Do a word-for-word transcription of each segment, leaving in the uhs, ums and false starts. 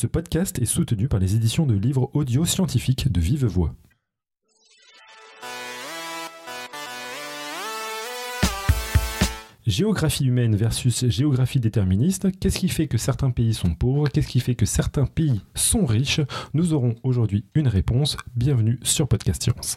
Ce podcast est soutenu par les éditions de livres audio scientifiques de Vive Voix. Géographie humaine versus géographie déterministe, qu'est-ce qui fait que certains pays sont pauvres, qu'est-ce qui fait que certains pays sont riches? Nous aurons aujourd'hui une réponse. Bienvenue sur Podcast Science.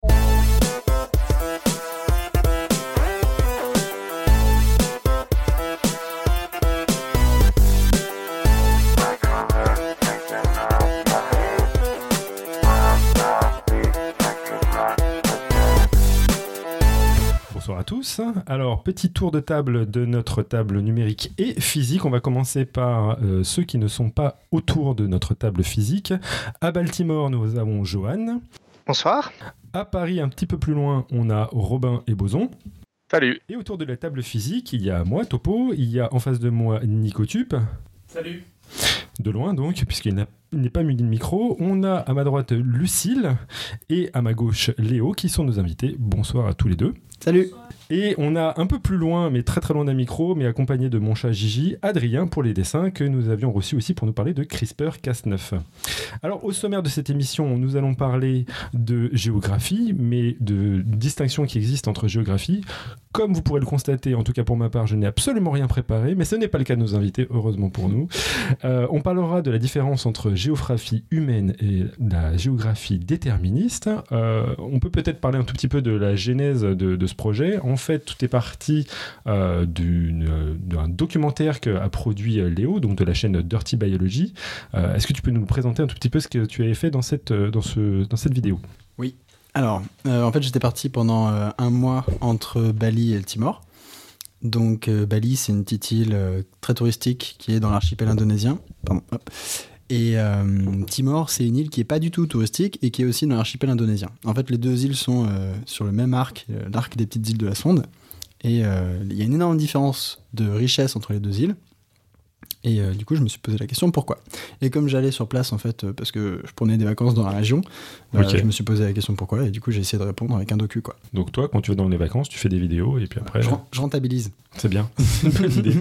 Bonsoir à tous. Alors, petit tour de table de notre table numérique et physique. On va commencer par euh, ceux qui ne sont pas autour de notre table physique. À Baltimore, nous avons Johan. Bonsoir. À Paris, un petit peu plus loin, on a Robin et Boson. Salut. Et autour de la table physique, il y a moi, Topo. Il y a en face de moi Nicotup. Salut. De loin donc, puisqu'il n'a, il n'est pas muni de micro. On a à ma droite Lucille et à ma gauche Léo, qui sont nos invités. Bonsoir à tous les deux. Salut. Et on a un peu plus loin, mais très très loin d'un micro, mais accompagné de mon chat Gigi, Adrien pour les dessins que nous avions reçus aussi pour nous parler de CRISPR Cas neuf. Alors au sommaire de cette émission, nous allons parler de géographie, mais de distinctions qui existent entre géographie. Comme vous pourrez le constater, en tout cas pour ma part, je n'ai absolument rien préparé, mais ce n'est pas le cas de nos invités, heureusement pour nous. Euh, on parlera de la différence entre géographie humaine et la géographie déterministe. Euh, on peut peut-être parler un tout petit peu de la genèse de, de ce projet. En fait, tout est parti euh, d'une, d'un documentaire qu'a produit Léo, donc de la chaîne Dirty Biology. Euh, est-ce que tu peux nous présenter un tout petit peu ce que tu avais fait dans cette, dans ce, dans cette vidéo ? Oui. Alors, euh, en fait, j'étais parti pendant euh, un mois entre Bali et le Timor. Donc, euh, Bali, c'est une petite île euh, très touristique qui est dans l'archipel indonésien. Pardon, hop. Et euh, Timor, c'est une île qui n'est pas du tout touristique et qui est aussi dans l'archipel indonésien. En fait, les deux îles sont euh, sur le même arc, euh, l'arc des petites îles de la Sonde. Et euh, il y a une énorme différence de richesse entre les deux îles. Et euh, du coup, je me suis posé la question pourquoi. Et comme j'allais sur place, en fait, euh, parce que je prenais des vacances dans la région, euh, okay. je me suis posé la question pourquoi. Et du coup, j'ai essayé de répondre avec un docu, quoi. Donc toi, quand tu vas dans les vacances, tu fais des vidéos et puis après... Je, je rentabilise. C'est bien, c'est une bonne idée.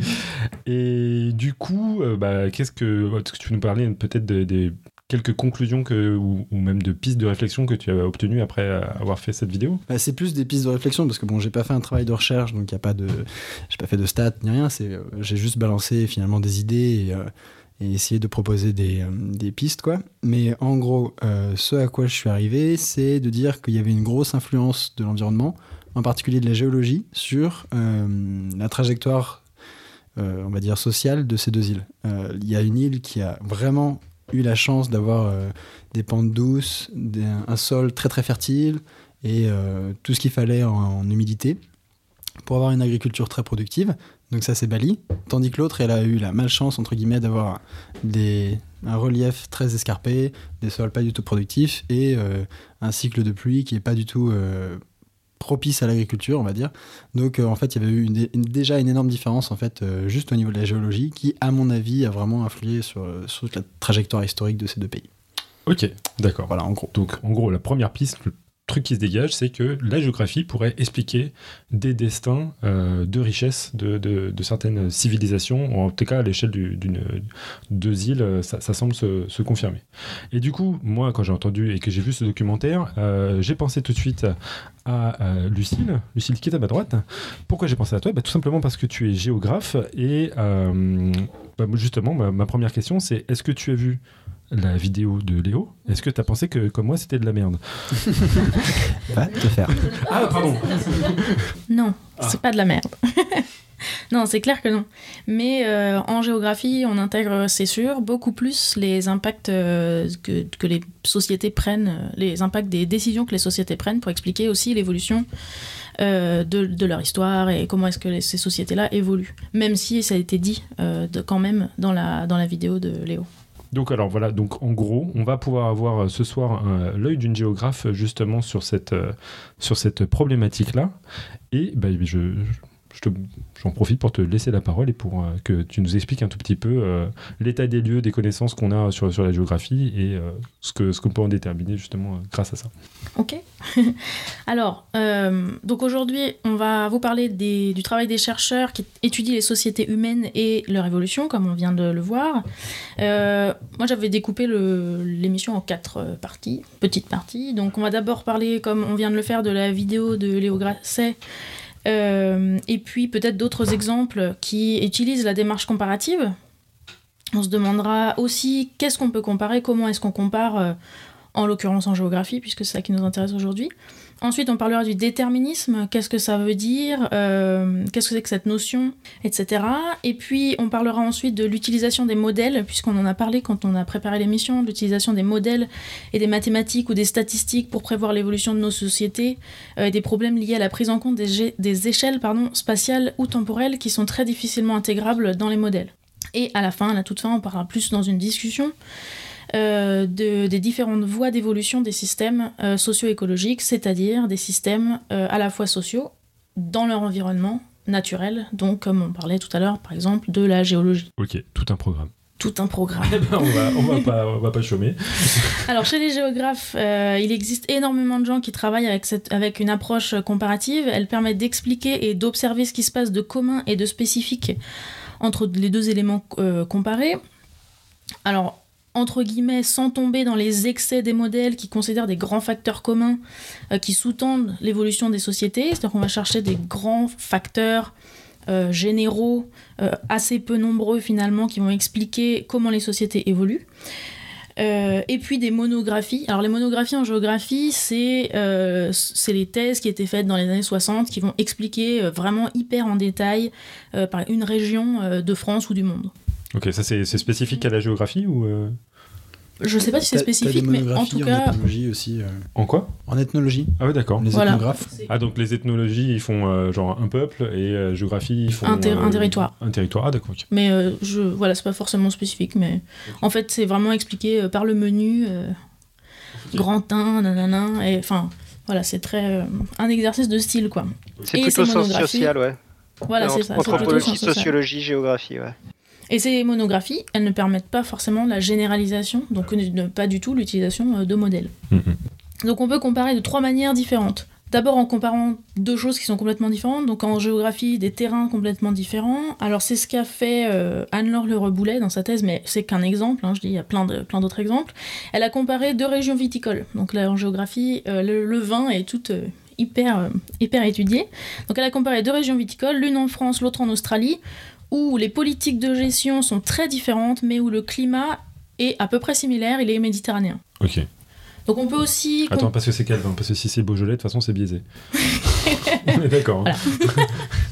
Et du coup, euh, bah, qu'est-ce que, est-ce que tu peux nous parler peut-être des... de quelques conclusions que, ou, ou même de pistes de réflexion que tu as obtenues après avoir fait cette vidéo? Bah, c'est plus des pistes de réflexion parce que bon, j'ai pas fait un travail de recherche, donc y a pas de, j'ai pas fait de stats ni rien. C'est, euh, j'ai juste balancé finalement des idées et, euh, et essayé de proposer des, euh, des pistes, quoi. Mais en gros, euh, ce à quoi je suis arrivé, c'est de dire qu'il y avait une grosse influence de l'environnement, en particulier de la géologie, sur euh, la trajectoire, euh, on va dire sociale de ces deux îles. Il euh, y a une île qui a vraiment eu la chance d'avoir euh, des pentes douces, des, un sol très très fertile et euh, tout ce qu'il fallait en, en humidité pour avoir une agriculture très productive. Donc ça, c'est Bali. Tandis que l'autre, elle a eu la malchance, entre guillemets, d'avoir des, un relief très escarpé, des sols pas du tout productifs et euh, un cycle de pluie qui est pas du tout euh, propice à l'agriculture, on va dire. Donc euh, en fait, il y avait eu une, une, déjà une énorme différence en fait, euh, juste au niveau de la géologie qui, à mon avis, a vraiment influé sur, sur toute la trajectoire historique de ces deux pays. Ok, d'accord. Voilà, en gros. Donc en gros, la première piste, le truc qui se dégage, c'est que la géographie pourrait expliquer des destins euh, de richesse de, de, de certaines civilisations, en tout cas à l'échelle du, d'une deux îles, ça, ça semble se, se confirmer. Et du coup, moi, quand j'ai entendu et que j'ai vu ce documentaire, euh, j'ai pensé tout de suite à euh, Lucille, Lucille qui est à ma droite. Pourquoi j'ai pensé à toi? Bah, tout simplement parce que tu es géographe et euh, bah, justement, ma, ma première question, c'est est-ce que tu as vu la vidéo de Léo? Est-ce que t'as pensé que, comme moi, c'était de la merde? Va te faire. Ah, pardon. Non, ah. c'est pas de la merde. Non, c'est clair que non. Mais euh, en géographie, on intègre, c'est sûr, beaucoup plus les impacts euh, que, que les sociétés prennent, les impacts des décisions que les sociétés prennent pour expliquer aussi l'évolution euh, de, de leur histoire et comment est-ce que les, ces sociétés-là évoluent. Même si ça a été dit euh, de, quand même dans la, dans la vidéo de Léo. Donc alors voilà, donc en gros, on va pouvoir avoir ce soir un, l'œil d'une géographe justement sur cette, euh, sur cette problématique-là. Et bah, je, je te, j'en profite pour te laisser la parole et pour euh, que tu nous expliques un tout petit peu euh, l'état des lieux, des connaissances qu'on a sur, sur la géographie et euh, ce, que, ce qu'on peut en déterminer justement euh, grâce à ça. Ok. Alors, euh, donc aujourd'hui, on va vous parler des, du travail des chercheurs qui étudient les sociétés humaines et leur évolution, comme on vient de le voir. Euh, moi, j'avais découpé le, l'émission en quatre parties, petites parties. Donc, on va d'abord parler, comme on vient de le faire, de la vidéo de Léo Grasset, euh, et puis peut-être d'autres exemples qui utilisent la démarche comparative. On se demandera aussi qu'est-ce qu'on peut comparer, comment est-ce qu'on compare, euh, en l'occurrence en géographie, puisque c'est ça qui nous intéresse aujourd'hui. Ensuite, on parlera du déterminisme, qu'est-ce que ça veut dire, euh, qu'est-ce que c'est que cette notion, et cetera. Et puis, on parlera ensuite de l'utilisation des modèles, puisqu'on en a parlé quand on a préparé l'émission, de l'utilisation des modèles et des mathématiques ou des statistiques pour prévoir l'évolution de nos sociétés, euh, et des problèmes liés à la prise en compte des, gé- des échelles pardon, spatiales ou temporelles qui sont très difficilement intégrables dans les modèles. Et à la fin, à la toute fin, on parlera plus dans une discussion Euh, de, des différentes voies d'évolution des systèmes euh, socio-écologiques, c'est-à-dire des systèmes euh, à la fois sociaux dans leur environnement naturel, donc comme on parlait tout à l'heure, par exemple, de la géologie. Ok, tout un programme. Tout un programme. Eh ben, on va, on va pas, on va pas chômer. Alors, chez les géographes, euh, il existe énormément de gens qui travaillent avec, cette, avec une approche comparative. Elle permet d'expliquer et d'observer ce qui se passe de commun et de spécifique entre les deux éléments euh, comparés. Alors, entre guillemets, sans tomber dans les excès des modèles qui considèrent des grands facteurs communs euh, qui sous-tendent l'évolution des sociétés. C'est-à-dire qu'on va chercher des grands facteurs euh, généraux, euh, assez peu nombreux finalement, qui vont expliquer comment les sociétés évoluent. Euh, et puis des monographies. Alors les monographies en géographie, c'est, euh, c'est les thèses qui étaient faites dans les années soixante qui vont expliquer euh, vraiment hyper en détail euh, par une région euh, de France ou du monde. Ok, ça c'est, c'est spécifique à la géographie ou euh... Je sais pas si c'est T'as- spécifique, t'as des mais en tout monographies cas... en ethnologie aussi. euh, En quoi ? En ethnologie, Ah ouais, d'accord. les Voilà. ethnographes. Ah, donc les ethnologies, ils font euh, genre un peuple et euh, géographie, ils font... Un, ter- euh, un territoire. Un territoire, ah d'accord. Ok. Mais euh, je, voilà, c'est pas forcément spécifique, mais en fait, c'est vraiment expliqué euh, par le menu, euh, Ok. grand un, nanana, et enfin, voilà, c'est très... euh, un exercice de style, quoi. C'est Et plutôt ces sciences monographies- sociales, ouais. Voilà, Euh, c'est ça. c'est plutôt Anthropologie, sciences sociales. sociologie, géographie, ouais. Et ces monographies, elles ne permettent pas forcément la généralisation, donc ne, pas du tout l'utilisation euh, de modèles. Mhm. Donc on peut comparer de trois manières différentes. D'abord en comparant deux choses qui sont complètement différentes, donc en géographie des terrains complètement différents. Alors c'est ce qu'a fait euh, Anne-Laure Le Reboulet dans sa thèse, mais c'est qu'un exemple, hein, je dis il y a plein, de, plein d'autres exemples. Elle a comparé deux régions viticoles. Donc là en géographie, euh, le, le vin est tout euh, hyper, euh, hyper étudié. Donc elle a comparé deux régions viticoles, l'une en France, l'autre en Australie, où les politiques de gestion sont très différentes, mais où le climat est à peu près similaire, il est méditerranéen. Ok. Donc on peut aussi... Attends, parce que c'est quel vin ? Parce que si c'est Beaujolais, de toute façon, c'est biaisé. On est d'accord. Hein. Voilà.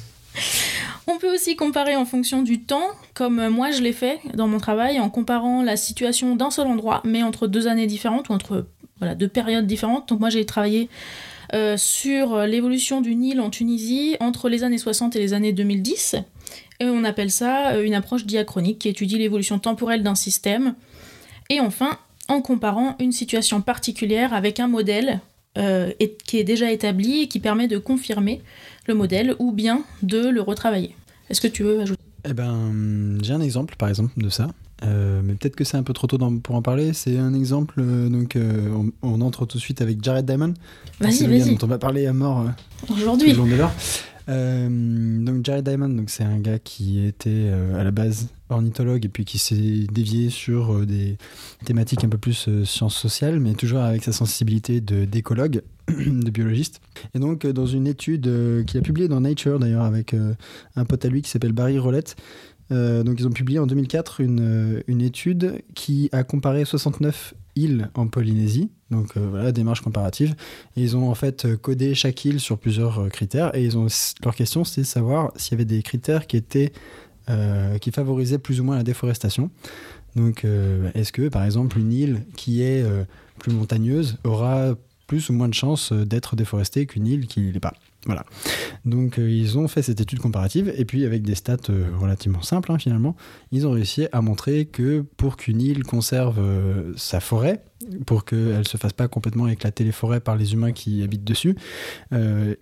On peut aussi comparer en fonction du temps, comme moi je l'ai fait dans mon travail, en comparant la situation d'un seul endroit, mais entre deux années différentes, ou entre voilà, deux périodes différentes. Donc moi j'ai travaillé euh, sur l'évolution du Nil en Tunisie entre les années soixante et les années deux mille dix, et on appelle ça euh, une approche diachronique qui étudie l'évolution temporelle d'un système. Et enfin, en comparant une situation particulière avec un modèle euh, et, qui est déjà établi et qui permet de confirmer le modèle ou bien de le retravailler. Est-ce que tu veux ajouter ? Eh ben, j'ai un exemple, par exemple, de ça. Euh, mais peut-être que c'est un peu trop tôt dans- pour en parler. C'est un exemple, euh, donc euh, on, on entre tout de suite avec Jared Diamond. Vas-y, c'est le gars vas-y. dont on va parler à mort euh, tout Aujourd'hui. le long de l'heure. Euh, donc Jared Diamond, donc c'est un gars qui était euh, à la base ornithologue et puis qui s'est dévié sur euh, des thématiques un peu plus euh, sciences sociales, mais toujours avec sa sensibilité de, d'écologue, de biologiste. Et donc euh, dans une étude euh, qu'il a publiée dans Nature d'ailleurs avec euh, un pote à lui qui s'appelle Barry Rollett, euh, donc ils ont publié en deux mille quatre une, euh, une étude qui a comparé soixante-neuf îles en Polynésie, donc euh, voilà, démarche comparative, et ils ont en fait euh, codé chaque île sur plusieurs euh, critères, et ils ont, leur question c'était de savoir s'il y avait des critères qui étaient euh, qui favorisaient plus ou moins la déforestation. Donc euh, est-ce que par exemple une île qui est euh, plus montagneuse aura plus ou moins de chances euh, d'être déforestée qu'une île qui ne l'est pas. Voilà. Donc euh, ils ont fait cette étude comparative, et puis avec des stats euh, relativement simples hein, finalement, ils ont réussi à montrer que pour qu'une île conserve euh, sa forêt, pour qu'elle ne se fasse pas complètement éclater les forêts par les humains qui habitent dessus, euh,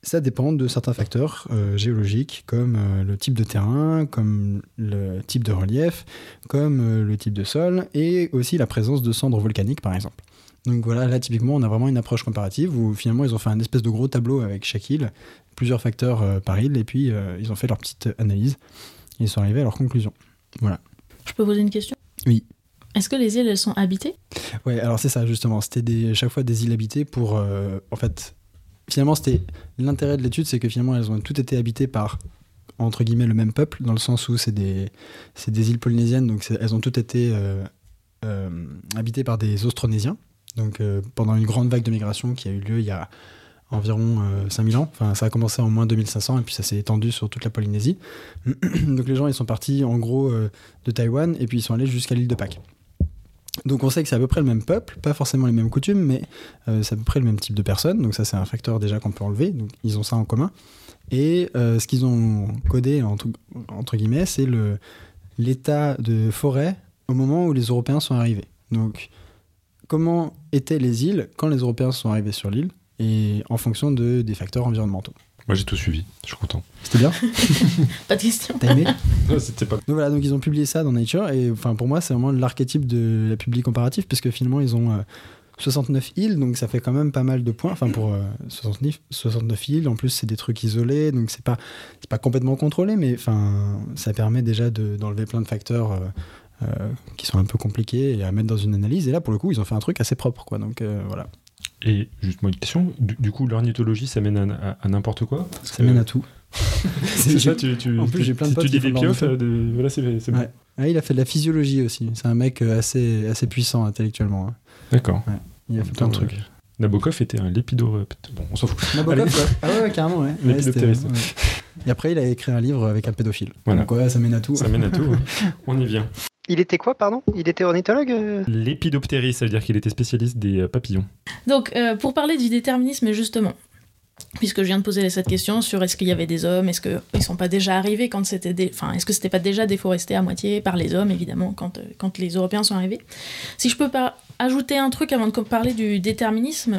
ça dépend de certains facteurs euh, géologiques, comme euh, le type de terrain, comme le type de relief, comme euh, le type de sol, et aussi la présence de cendres volcaniques, par exemple. Donc voilà, là, typiquement, on a vraiment une approche comparative, où finalement, ils ont fait un espèce de gros tableau avec chaque île, plusieurs facteurs euh, par île, et puis euh, ils ont fait leur petite analyse, et ils sont arrivés à leur conclusion. Voilà. Je peux poser une question ? Oui. Est-ce que les îles, elles sont habitées ? Ouais, alors c'est ça, justement. C'était des, chaque fois des îles habitées pour, euh, en fait... Finalement, c'était l'intérêt de l'étude, c'est que finalement, elles ont toutes été habitées par, entre guillemets, le même peuple, dans le sens où c'est des, c'est des îles polynésiennes, donc elles ont toutes été euh, euh, habitées par des Austronésiens, donc euh, pendant une grande vague de migration qui a eu lieu il y a environ euh, cinq mille ans. Enfin, ça a commencé en moins deux mille cinq cents, et puis ça s'est étendu sur toute la Polynésie. Donc les gens, ils sont partis, en gros, euh, de Taïwan, et puis ils sont allés jusqu'à l'île de Pâques. Donc on sait que c'est à peu près le même peuple, pas forcément les mêmes coutumes, mais euh, c'est à peu près le même type de personnes, donc ça c'est un facteur déjà qu'on peut enlever, donc ils ont ça en commun. Et euh, ce qu'ils ont codé, entre, entre guillemets, c'est le, l'état de forêt au moment où les Européens sont arrivés. Donc comment étaient les îles quand les Européens sont arrivés sur l'île, et en fonction de, des facteurs environnementaux. Moi j'ai tout suivi, je suis content. C'était bien. Pas de question. T'as aimé? Non, c'était pas... Donc voilà, donc ils ont publié ça dans Nature, et enfin pour moi c'est vraiment l'archétype de la publi comparative, puisque finalement ils ont euh, soixante-neuf îles, donc ça fait quand même pas mal de points, enfin pour euh, soixante-neuf, soixante-neuf îles, en plus c'est des trucs isolés, donc c'est pas, c'est pas complètement contrôlé, mais enfin ça permet déjà de, d'enlever plein de facteurs euh, euh, qui sont un peu compliqués et à mettre dans une analyse, et là pour le coup ils ont fait un truc assez propre, quoi, donc euh, voilà. Et juste moi une question, du, du coup l'ornithologie ça mène à, à, à n'importe quoi? Ça que... mène à tout. c'est ça, tu, tu, en plus tu, j'ai plein de potes tu dis qui des pioffs, de... voilà c'est, c'est bon. Ouais. Ouais, il a fait de la physiologie aussi, c'est un mec assez, assez puissant intellectuellement. Hein. D'accord. Ouais. Il a fait plein de trucs. Euh, Nabokov était un lépidorapteur. Bon, on s'en fout. Nabokov, ouais. Ah ouais, ouais, carrément, ouais. Lépidoptériste. Ouais, ouais. Et après, il a écrit un livre avec un pédophile. Voilà. Donc ouais, ça mène à tout. Ça mène à tout. On y vient. Il était quoi, pardon? Il était ornithologue? Lépidoptériste, ça veut dire qu'il était spécialiste des papillons. Donc, euh, pour parler du déterminisme, justement, puisque je viens de poser cette question sur est-ce qu'il y avait des hommes, est-ce qu'ils ne sont pas déjà arrivés quand c'était... Dé... Enfin, est-ce que c'était pas déjà déforesté à moitié par les hommes, évidemment, quand, euh, quand les Européens sont arrivés. Si je peux pas ajouter un truc avant de parler du déterminisme,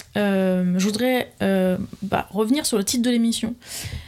euh, je voudrais euh, bah, revenir sur le titre de l'émission.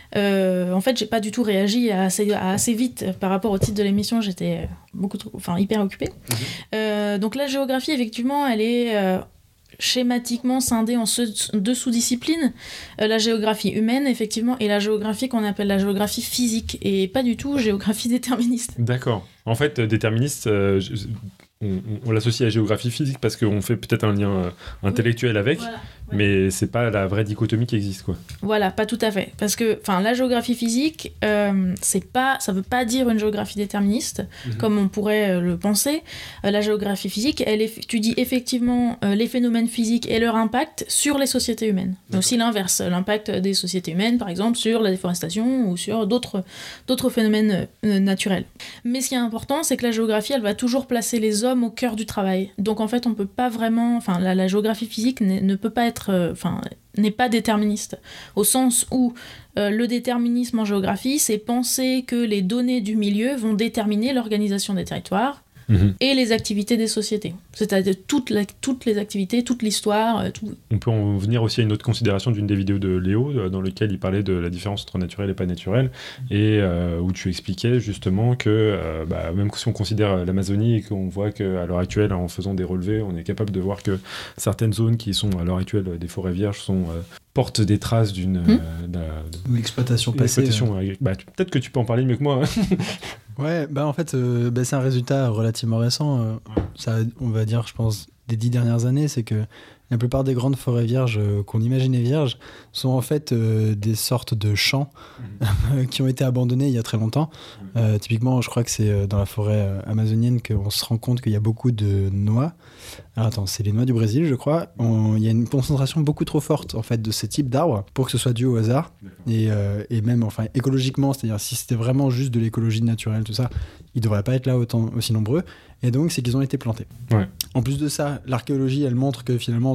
Euh, en fait, j'ai pas du tout réagi à assez, à assez vite par rapport au titre de l'émission. J'étais beaucoup trop, enfin hyper occupée. Mmh. Euh, donc la géographie, effectivement, elle est euh, schématiquement scindée en deux sous-disciplines. Euh, la géographie humaine, effectivement, et la géographie qu'on appelle la géographie physique, et pas du tout géographie déterministe. D'accord. En fait, déterministe. Euh, je... On, on l'associe à la géographie physique parce qu'on fait peut-être un lien euh, intellectuel oui, avec, voilà, ouais. Mais c'est pas la vraie dichotomie qui existe, quoi. Voilà, pas tout à fait. Parce que la géographie physique, euh, c'est pas, ça veut pas dire une géographie déterministe, mm-hmm. comme on pourrait euh, le penser. Euh, la géographie physique, elle étudie effectivement euh, les phénomènes physiques et leur impact sur les sociétés humaines. Mais aussi l'inverse, l'impact des sociétés humaines, par exemple, sur la déforestation ou sur d'autres, d'autres phénomènes euh, naturels. Mais ce qui est important, c'est que la géographie, elle va toujours placer les hommes au cœur du travail. Donc en fait, on peut pas vraiment, enfin la, la géographie physique ne peut pas être, enfin euh, n'est pas déterministe, au sens où euh, le déterminisme en géographie, c'est penser que les données du milieu vont déterminer l'organisation des territoires. Mmh. Et les activités des sociétés, c'est-à-dire toutes, la, toutes les activités, toute l'histoire. Tout. On peut en venir aussi à une autre considération d'une des vidéos de Léo, dans laquelle il parlait de la différence entre naturel et pas naturel, et euh, où tu expliquais justement que euh, bah, même si on considère l'Amazonie et qu'on voit qu'à l'heure actuelle, en faisant des relevés, on est capable de voir que certaines zones qui sont à l'heure actuelle des forêts vierges sont... Euh, portent des traces d'une... Mmh. Euh, d'une exploitation passée. Exploitation, euh... bah, peut-être que tu peux en parler mieux que moi. Ouais, bah en fait, euh, bah, c'est un résultat relativement récent. Euh, ça, on va dire, je pense, des dix dernières années, c'est que la plupart des grandes forêts vierges euh, qu'on imaginait vierges sont en fait euh, des sortes de champs mmh. qui ont été abandonnés il y a très longtemps. Mmh. Euh, typiquement, je crois que c'est dans la forêt euh, amazonienne qu'on se rend compte qu'il y a beaucoup de noix. Alors attends, c'est les noix du Brésil, je crois. Il y a une concentration beaucoup trop forte en fait de ce type d'arbres pour que ce soit dû au hasard. Et, euh, et même enfin écologiquement, c'est-à-dire si c'était vraiment juste de l'écologie naturelle, tout ça, ils devraient pas être là autant aussi nombreux. Et donc c'est qu'ils ont été plantés. Ouais. En plus de ça, l'archéologie, elle montre que finalement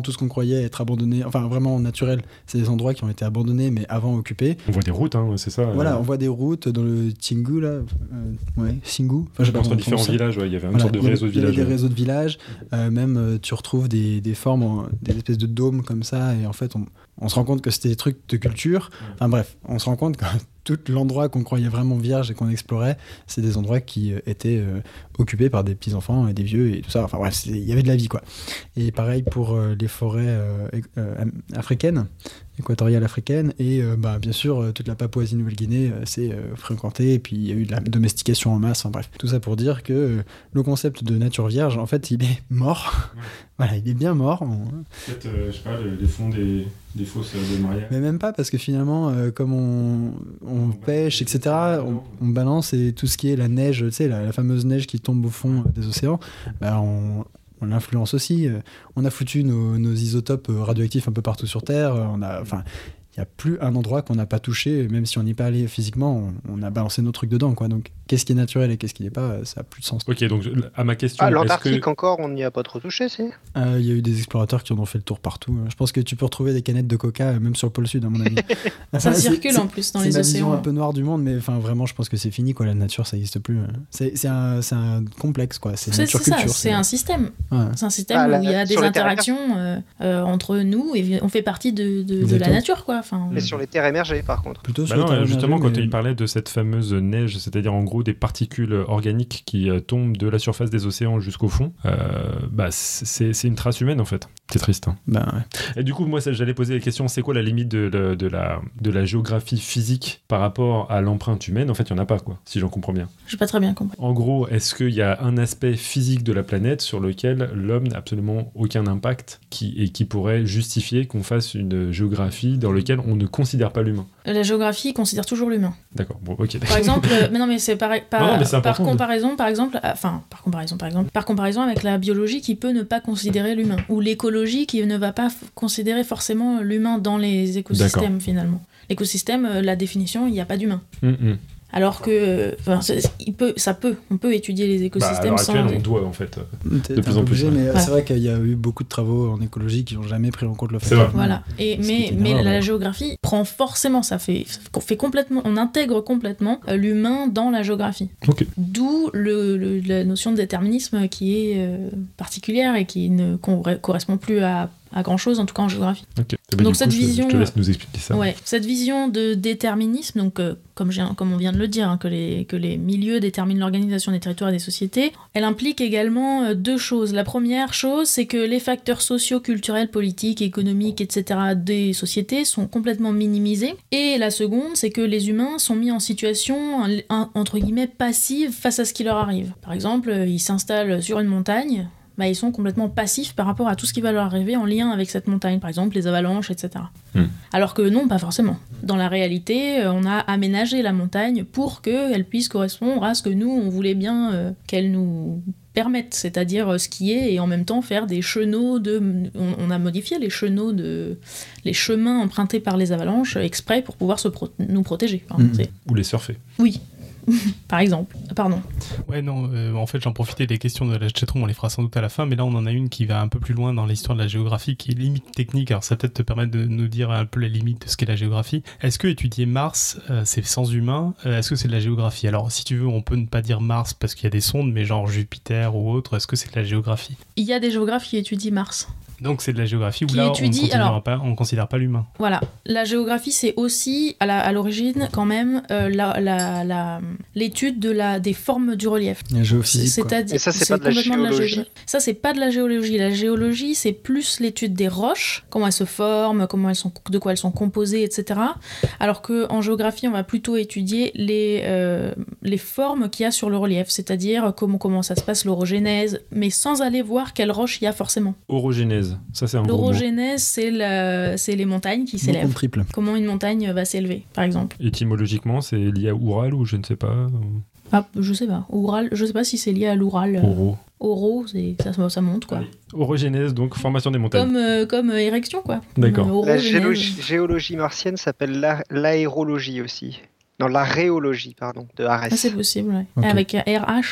tout ce qu'on croyait être abandonné, enfin vraiment naturel, c'est des endroits qui ont été abandonnés mais avant occupés. On voit des routes, hein, c'est ça. Voilà, euh... on voit des routes dans le Tingu là, euh, ouais, Singu. Enfin, je sais pas entre différents villages, ouais, il y avait une voilà, sorte de réseau de villages. Il y avait villages. des réseaux de villages, euh, même euh, tu retrouves des, des formes, en, des espèces de dômes comme ça, et en fait on, on se rend compte que c'était des trucs de culture. Enfin bref, on se rend compte que tout l'endroit qu'on croyait vraiment vierge et qu'on explorait, c'est des endroits qui euh, étaient euh, occupés par des petits-enfants et des vieux et tout ça. Enfin bref, il y avait de la vie, quoi. Et pareil pour euh, les forêts euh, euh, africaines, équatoriales africaines, et euh, bah, bien sûr, euh, toute la Papouasie-Nouvelle-Guinée, euh, c'est euh, fréquenté, et puis il y a eu de la domestication en masse, enfin bref. Tout ça pour dire que euh, le concept de nature vierge, en fait, il est mort. Ouais. Voilà, il est bien mort. On... Peut-être, euh, je sais pas, les, les fonds des, des fosses de mariage. Mais même pas, parce que finalement, euh, comme on, on pêche, et cetera, on, on balance, et tout ce qui est la neige, tu sais, la, la fameuse neige qui tombe au fond des océans, bah on... on l'influence aussi. On a foutu nos, nos isotopes radioactifs un peu partout sur Terre. On a, enfin, il n'y a plus un endroit qu'on n'a pas touché, même si on n'y est pas allé physiquement, on, on a balancé nos trucs dedans, quoi. Donc, qu'est-ce qui est naturel et qu'est-ce qui n'est pas, ça n'a plus de sens. Ok, donc à ma question... Ah, l'Antarctique que... encore, on n'y a pas trop touché, c'est Il euh, y a eu des explorateurs qui en ont fait le tour partout. Je pense que tu peux retrouver des canettes de coca, même sur le pôle sud, à mon avis. Ça circule en plus dans les océans. C'est ma vision un peu noire du monde, mais enfin, vraiment, je pense que c'est fini, quoi. La nature, ça n'existe plus. C'est, c'est, un, c'est un complexe, quoi. C'est, c'est, nature c'est culture. ça, c'est, c'est un système. Ouais. C'est un système ah, où la, il y a des interactions euh, euh, entre nous et on fait partie de, de, de la nature, quoi. Enfin, mais sur les terres émergées, par contre. Plutôt bah sur non, les terres justement, émergées, quand mais... il parlait de cette fameuse neige, c'est-à-dire en gros des particules organiques qui euh, tombent de la surface des océans jusqu'au fond, euh, bah c'est, c'est une trace humaine en fait. C'est triste. Hein. Bah ouais. Et du coup, moi, ça, j'allais poser la question, c'est quoi la limite de, de, de, la, de la géographie physique par rapport à l'empreinte humaine? En fait, il n'y en a pas, quoi, si j'en comprends bien. J'ai pas très bien compris. En gros, est-ce qu'il y a un aspect physique de la planète sur lequel l'homme n'a absolument aucun impact qui, et qui pourrait justifier qu'on fasse une géographie dans laquelle on ne considère pas l'humain? La géographie considère toujours l'humain. D'accord, bon, ok. Par exemple, euh, mais non, mais c'est pareil, par, non, non, mais c'est par comparaison, de... par exemple, enfin, par comparaison, par exemple, par comparaison avec la biologie qui peut ne pas considérer l'humain, ou l'écologie qui ne va pas f- considérer forcément l'humain dans les écosystèmes. D'accord. Finalement. L'écosystème, euh, la définition, il n'y a pas d'humain. Mm-hmm. Alors que, enfin, il peut, ça peut, on peut étudier les écosystèmes bah, à l'heure actuelle, sans. On doit en fait, T'es, de plus en plus. Obligé, mais ouais. C'est vrai qu'il y a eu beaucoup de travaux en écologie qui n'ont jamais pris en compte le fait. C'est vrai. Voilà. Et mais mais la, la géographie prend forcément, ça fait, fait complètement, on intègre complètement l'humain dans la géographie. Okay. D'où le, le, la notion de déterminisme qui est euh, particulière et qui ne correspond plus à à grand chose, en tout cas en géographie. Okay. Bah, donc cette coup, vision, je te laisse nous expliquer ça. Ouais, cette vision de déterminisme, donc euh, comme, j'ai, comme on vient de le dire, hein, que, les, que les milieux déterminent l'organisation des territoires et des sociétés, elle implique également euh, deux choses. La première chose, c'est que les facteurs sociaux, culturels, politiques, économiques, et cetera des sociétés sont complètement minimisés. Et la seconde, c'est que les humains sont mis en situation un, un, entre guillemets passive face à ce qui leur arrive. Par exemple, ils s'installent sur une montagne. Bah, ils sont complètement passifs par rapport à tout ce qui va leur arriver en lien avec cette montagne, par exemple les avalanches, et cetera. Mm. Alors que non, pas forcément. Dans la réalité, on a aménagé la montagne pour qu'elle puisse correspondre à ce que nous, on voulait bien euh, qu'elle nous permette, c'est-à-dire skier et en même temps faire des chenaux de... On, on a modifié les chenaux de... les chemins empruntés par les avalanches exprès pour pouvoir se pro... nous protéger. Enfin, mm. Ou les surfer. Oui. Par exemple, pardon. Ouais, non, euh, en fait, j'en profitais des questions de la chatroom, on les fera sans doute à la fin, mais là, on en a une qui va un peu plus loin dans l'histoire de la géographie, qui est limite technique. Alors, ça peut-être te permettre de nous dire un peu la limite de ce qu'est la géographie. Est-ce que étudier Mars, euh, c'est sans humain, euh, est-ce que c'est de la géographie? Alors, si tu veux, on peut ne pas dire Mars parce qu'il y a des sondes, mais genre Jupiter ou autre, est-ce que c'est de la géographie? Il y a des géographes qui étudient Mars. Donc c'est de la géographie où qui là étudie, on alors, ne considère pas l'humain. Voilà, la géographie c'est aussi à, la, à l'origine quand même euh, la, la, la, l'étude de la, des formes du relief. La géophysique. C'est-à-dire, Et ça c'est, c'est pas de la géologie. De la, ça c'est pas de la géologie. La géologie c'est plus l'étude des roches, comment elles se forment, comment elles sont, de quoi elles sont composées, et cetera. Alors qu'en géographie on va plutôt étudier les, euh, les formes qu'il y a sur le relief, c'est-à-dire comment, comment ça se passe l'orogénèse, mais sans aller voir quelle roche il y a forcément. Orogénèse. Ça, c'est un gros mot. L'orogénèse, c'est, la... c'est les montagnes qui s'élèvent. Triple. Comment une montagne va s'élever, par exemple. Étymologiquement, c'est lié à Oural ou je ne sais pas. Ah, je sais pas. Oural, je sais pas si c'est lié à l'Oural. Oro. Oro, c'est... Ça, ça monte, quoi. Orogénèse, donc formation des montagnes. Comme, euh, comme euh, érection, quoi. D'accord. La géologie, géologie martienne s'appelle la... l'aérologie aussi. Non, l'aréologie, pardon, de Arès. Ah, c'est possible, ouais. Okay. Avec R H, hein.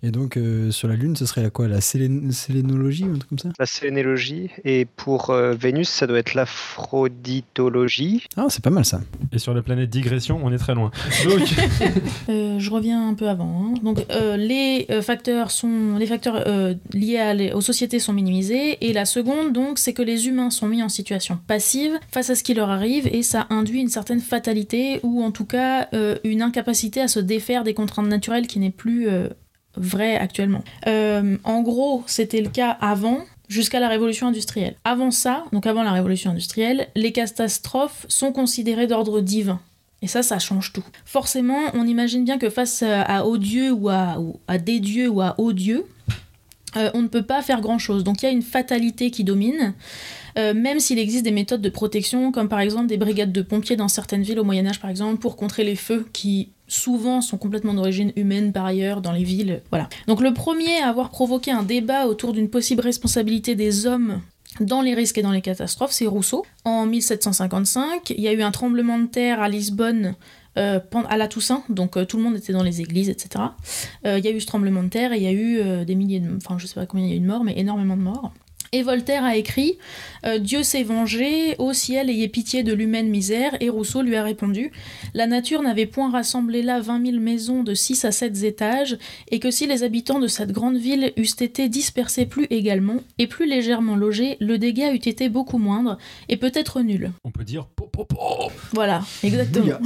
Et donc, euh, sur la Lune, ce serait la quoi? La sélén- sélénologie ou un truc comme ça? La sélénologie. Et pour euh, Vénus, ça doit être l'aphroditologie. Ah, c'est pas mal ça. Et sur la planète digression, on est très loin. Donc, Euh, je reviens un peu avant. hein. Donc, euh, les euh, facteurs, sont, les facteurs euh, liés à les- aux sociétés sont minimisés. Et la seconde, donc, c'est que les humains sont mis en situation passive face à ce qui leur arrive et ça induit une certaine fatalité ou en tout cas euh, une incapacité à se défaire des contraintes naturelles qui n'est plus euh, vraie actuellement. Euh, en gros, c'était le cas avant. Jusqu'à la révolution industrielle. Avant ça, donc avant la révolution industrielle, les catastrophes sont considérées d'ordre divin. Et ça, ça change tout. Forcément, on imagine bien que face à, à aux dieux ou à, ou à des dieux ou à hauts dieux, euh, on ne peut pas faire grand-chose. Donc il y a une fatalité qui domine, euh, même s'il existe des méthodes de protection, comme par exemple des brigades de pompiers dans certaines villes au Moyen-Âge, par exemple, pour contrer les feux qui souvent sont complètement d'origine humaine par ailleurs dans les villes. Voilà. Donc le premier à avoir provoqué un débat autour d'une possible responsabilité des hommes dans les risques et dans les catastrophes, c'est Rousseau. En mille sept cent cinquante-cinq, il y a eu un tremblement de terre à Lisbonne euh, à la Toussaint, donc euh, tout le monde était dans les églises, et cetera. Euh, il y a eu ce tremblement de terre et il y a eu euh, des milliers de... Enfin, je sais pas combien il y a eu de morts, mais énormément de morts. Et Voltaire a écrit euh, « Dieu s'est vengé, ô ciel, ayez pitié de l'humaine misère », et Rousseau lui a répondu « La nature n'avait point rassemblé là vingt mille maisons de six à sept étages, et que si les habitants de cette grande ville eussent été dispersés plus également, et plus légèrement logés, le dégât eût été beaucoup moindre, et peut-être nul. on peut dire po, po, po. » Voilà, exactement. Bouilla.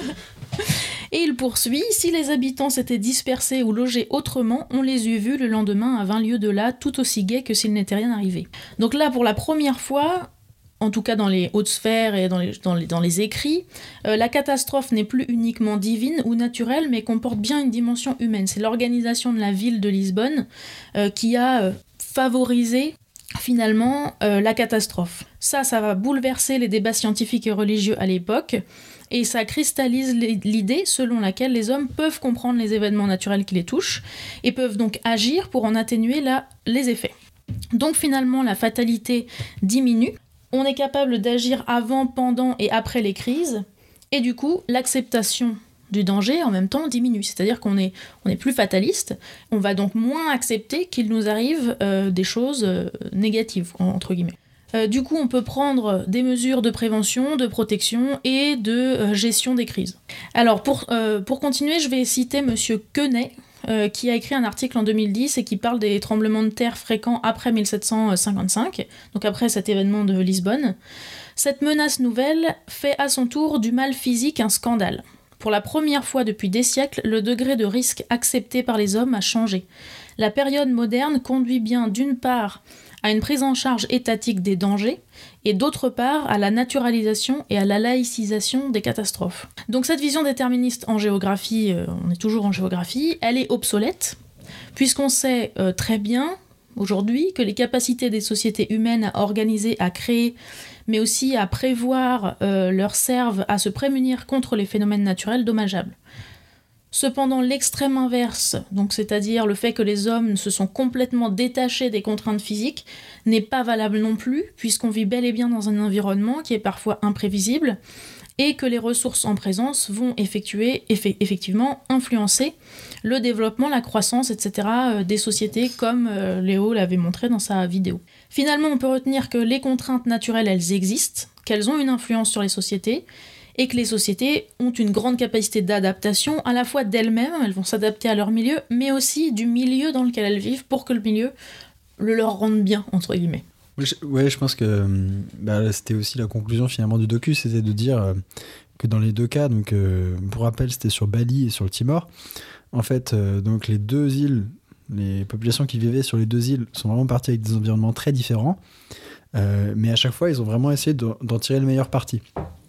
Et il poursuit, si les habitants s'étaient dispersés ou logés autrement, on les eût vus le lendemain à vingt lieues de là, tout aussi gais que s'il n'était rien arrivé. Donc là, pour la première fois, en tout cas dans les hautes sphères et dans les, dans les, dans les écrits, euh, la catastrophe n'est plus uniquement divine ou naturelle, mais comporte bien une dimension humaine. C'est l'organisation de la ville de Lisbonne euh, qui a euh, favorisé finalement euh, la catastrophe. Ça, ça va bouleverser les débats scientifiques et religieux à l'époque, et ça cristallise l'idée selon laquelle les hommes peuvent comprendre les événements naturels qui les touchent, et peuvent donc agir pour en atténuer la, les effets. Donc finalement, la fatalité diminue, on est capable d'agir avant, pendant et après les crises, et du coup, l'acceptation du danger en même temps diminue, c'est-à-dire qu'on est, on est plus fataliste, on va donc moins accepter qu'il nous arrive euh, des choses euh, négatives, entre guillemets. Euh, du coup, on peut prendre des mesures de prévention, de protection et de euh, gestion des crises. Alors, pour, euh, pour continuer, je vais citer Monsieur Quenet, euh, qui a écrit un article en deux mille dix et qui parle des tremblements de terre fréquents après mille sept cent cinquante-cinq, donc après cet événement de Lisbonne. Cette menace nouvelle fait à son tour du mal physique un scandale. Pour la première fois depuis des siècles, le degré de risque accepté par les hommes a changé. La période moderne conduit bien d'une part à une prise en charge étatique des dangers, et d'autre part à la naturalisation et à la laïcisation des catastrophes. Donc cette vision déterministe en géographie, euh, on est toujours en géographie, elle est obsolète, puisqu'on sait euh, très bien aujourd'hui que les capacités des sociétés humaines à organiser, à créer, mais aussi à prévoir, euh, leur servent à se prémunir contre les phénomènes naturels dommageables. Cependant, l'extrême inverse, donc c'est-à-dire le fait que les hommes se sont complètement détachés des contraintes physiques, n'est pas valable non plus, puisqu'on vit bel et bien dans un environnement qui est parfois imprévisible, et que les ressources en présence vont effectuer, eff- effectivement influencer le développement, la croissance, et cetera euh, des sociétés, comme euh, Léo l'avait montré dans sa vidéo. Finalement, on peut retenir que les contraintes naturelles, elles existent, qu'elles ont une influence sur les sociétés, et que les sociétés ont une grande capacité d'adaptation, à la fois d'elles-mêmes, elles vont s'adapter à leur milieu, mais aussi du milieu dans lequel elles vivent, pour que le milieu le leur rende bien, entre guillemets. Ouais, je, ouais, je pense que bah, c'était aussi la conclusion finalement du docu, c'était de dire euh, que dans les deux cas, donc euh, pour rappel, c'était sur Bali et sur le Timor. En fait, euh, donc les deux îles, les populations qui vivaient sur les deux îles sont vraiment parties avec des environnements très différents, euh, mais à chaque fois, ils ont vraiment essayé de, d'en tirer le meilleur parti.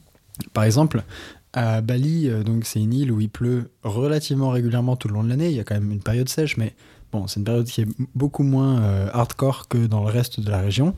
Par exemple, à Bali, euh, donc c'est une île où il pleut relativement régulièrement tout le long de l'année. Il y a quand même une période sèche, mais bon, c'est une période qui est beaucoup moins euh, hardcore que dans le reste de la région.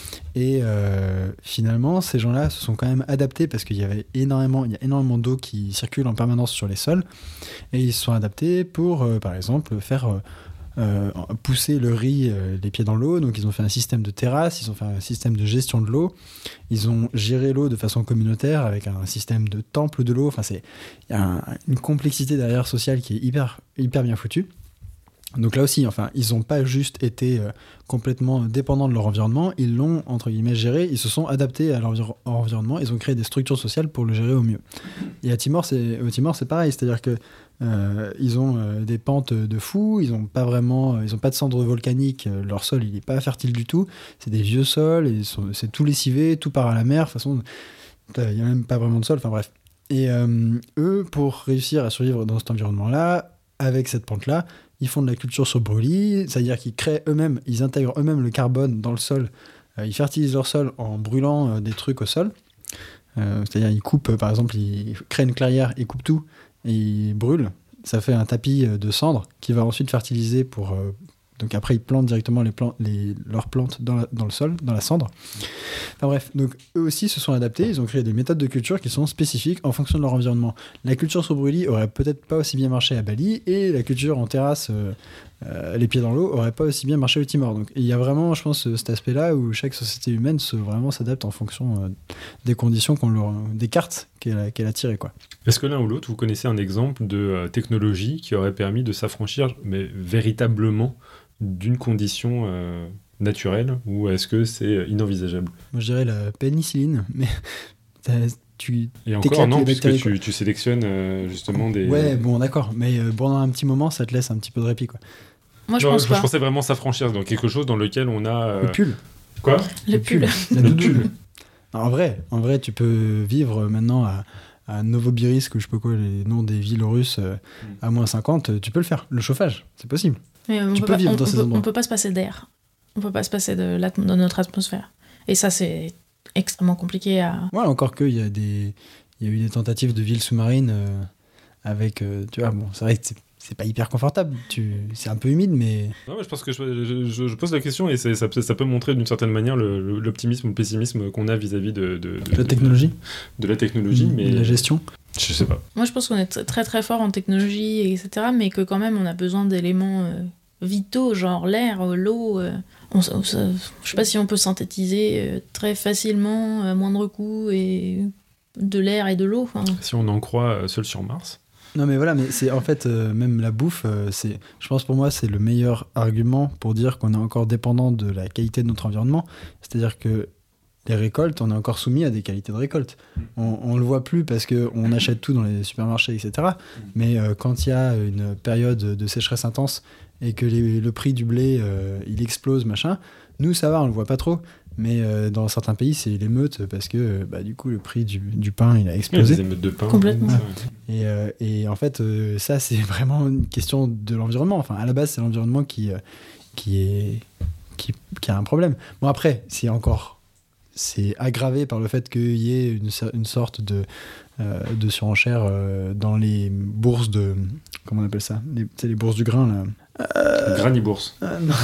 Et euh, finalement, ces gens-là se sont quand même adaptés parce qu'il y avait énormément, il y a énormément d'eau qui circule en permanence sur les sols, et ils se sont adaptés pour, euh, par exemple, faire euh, euh, pousser le riz euh, les pieds dans l'eau. Donc ils ont fait un système de terrasse, ils ont fait un système de gestion de l'eau, ils ont géré l'eau de façon communautaire avec un système de temple de l'eau. Enfin, c'est, il y a un, une complexité derrière sociale qui est hyper, hyper bien foutue. Donc là aussi, enfin, ils n'ont pas juste été euh, complètement dépendants de leur environnement, ils l'ont, entre guillemets, géré, ils se sont adaptés à leur envir- environnement, ils ont créé des structures sociales pour le gérer au mieux. Et à Timor, c'est, au Timor, c'est pareil, c'est-à-dire que euh, ils ont euh, des pentes de fous, ils n'ont pas vraiment, euh, ils ont pas de cendres volcaniques, euh, leur sol, il n'est pas fertile du tout, c'est des vieux sols, et ils sont, c'est tout lessivé, tout part à la mer, de toute façon, il n'y a même pas vraiment de sol, enfin bref. Et euh, eux, pour réussir à survivre dans cet environnement-là, avec cette pente-là, ils font de la culture sur brûlis, c'est-à-dire qu'ils créent eux-mêmes, ils intègrent eux-mêmes le carbone dans le sol, euh, ils fertilisent leur sol en brûlant euh, des trucs au sol, euh, c'est-à-dire ils coupent, euh, par exemple, ils créent une clairière, ils coupent tout, et ils brûlent, ça fait un tapis euh, de cendres qui va ensuite fertiliser pour... Euh, donc après ils plantent directement les plantes, les, leurs plantes dans, la, dans le sol, dans la cendre. Enfin bref, donc eux aussi se sont adaptés, ils ont créé des méthodes de culture qui sont spécifiques en fonction de leur environnement. La culture sur brûlis aurait peut-être pas aussi bien marché à Bali, et la culture en terrasse, euh, euh, les pieds dans l'eau, aurait pas aussi bien marché au Timor. Donc il y a vraiment, je pense, cet aspect-là où chaque société humaine se, vraiment s'adapte en fonction euh, des conditions qu'on leur, des cartes qu'elle a, qu'elle a tirées, quoi. Est-ce que l'un ou l'autre, vous connaissez un exemple de euh, technologie qui aurait permis de s'affranchir, mais véritablement, d'une condition euh, naturelle, ou est-ce que c'est inenvisageable? Moi je dirais la pénicilline, mais tu Et encore t'éclates non, les puisque bactéries, tu, quoi. tu sélectionnes euh, justement des... Ouais, bon d'accord, mais euh, pendant un petit moment ça te laisse un petit peu de répit, quoi. Moi, je Non, pense je, pas. je pensais vraiment s'affranchir dans quelque chose dans lequel on a... euh, Le pull. Quoi? Le pull. La doudoune. En vrai, en vrai, tu peux vivre maintenant à, à Novobirisk, ou je sais pas quoi, les noms des villes russes, euh, à moins cinquante, tu peux le faire. Le chauffage, c'est possible. Mais on Tu peut peux pas, vivre on, dans on ces peut, endroits. on peut pas se passer d'air. On peut pas se passer de, l'atm- de notre atmosphère. Et ça, c'est extrêmement compliqué à... Ouais, encore qu'il y a des, il y a eu des tentatives de villes sous-marines euh, avec, euh, tu vois, bon, c'est vrai que c'est, c'est pas hyper confortable. Tu, c'est un peu humide, mais Non, mais je pense que je, je- je- je pose la question et c'est- ça, peut- ça peut montrer d'une certaine manière le- le- l'optimisme ou le pessimisme qu'on a vis-à-vis de, de, de- la technologie, de, de la technologie, de mais la gestion. je sais pas. Moi, je pense qu'on est t- très très fort en technologie, et cetera, mais que quand même, on a besoin d'éléments euh, vitaux, genre l'air, euh, l'eau. euh, on, s- on s- je sais pas si on peut synthétiser euh, très facilement, à moindre coût, et de l'air et de l'eau. Enfin, Si on en croit euh, Seul sur Mars. Non, mais voilà, mais c'est en fait, euh, même la bouffe, euh, c'est, je pense pour moi, c'est le meilleur argument pour dire qu'on est encore dépendant de la qualité de notre environnement. C'est-à-dire que les récoltes, on est encore soumis à des qualités de récolte. On, on le voit plus parce qu'on achète tout dans les supermarchés, et cetera. Mais euh, quand il y a une période de sécheresse intense et que les- le prix du blé, euh, il explose, machin, nous, ça va, on le voit pas trop. Mais euh, dans certains pays, c'est l'émeute parce que euh, bah, du coup, le prix du, du pain, il a Il y a explosé. des émeutes de pain. Complètement. ça. Et, euh, et en fait, euh, ça, c'est vraiment une question de l'environnement. Enfin, à la base, c'est l'environnement qui, euh, qui, est, qui, qui a un problème. Bon, après, c'est encore... C'est aggravé par le fait qu'il y ait une, une sorte de, euh, de surenchère euh, dans les bourses de... Comment on appelle ça? les, tu sais, les bourses du grain, là. Granibourse. Ah, non.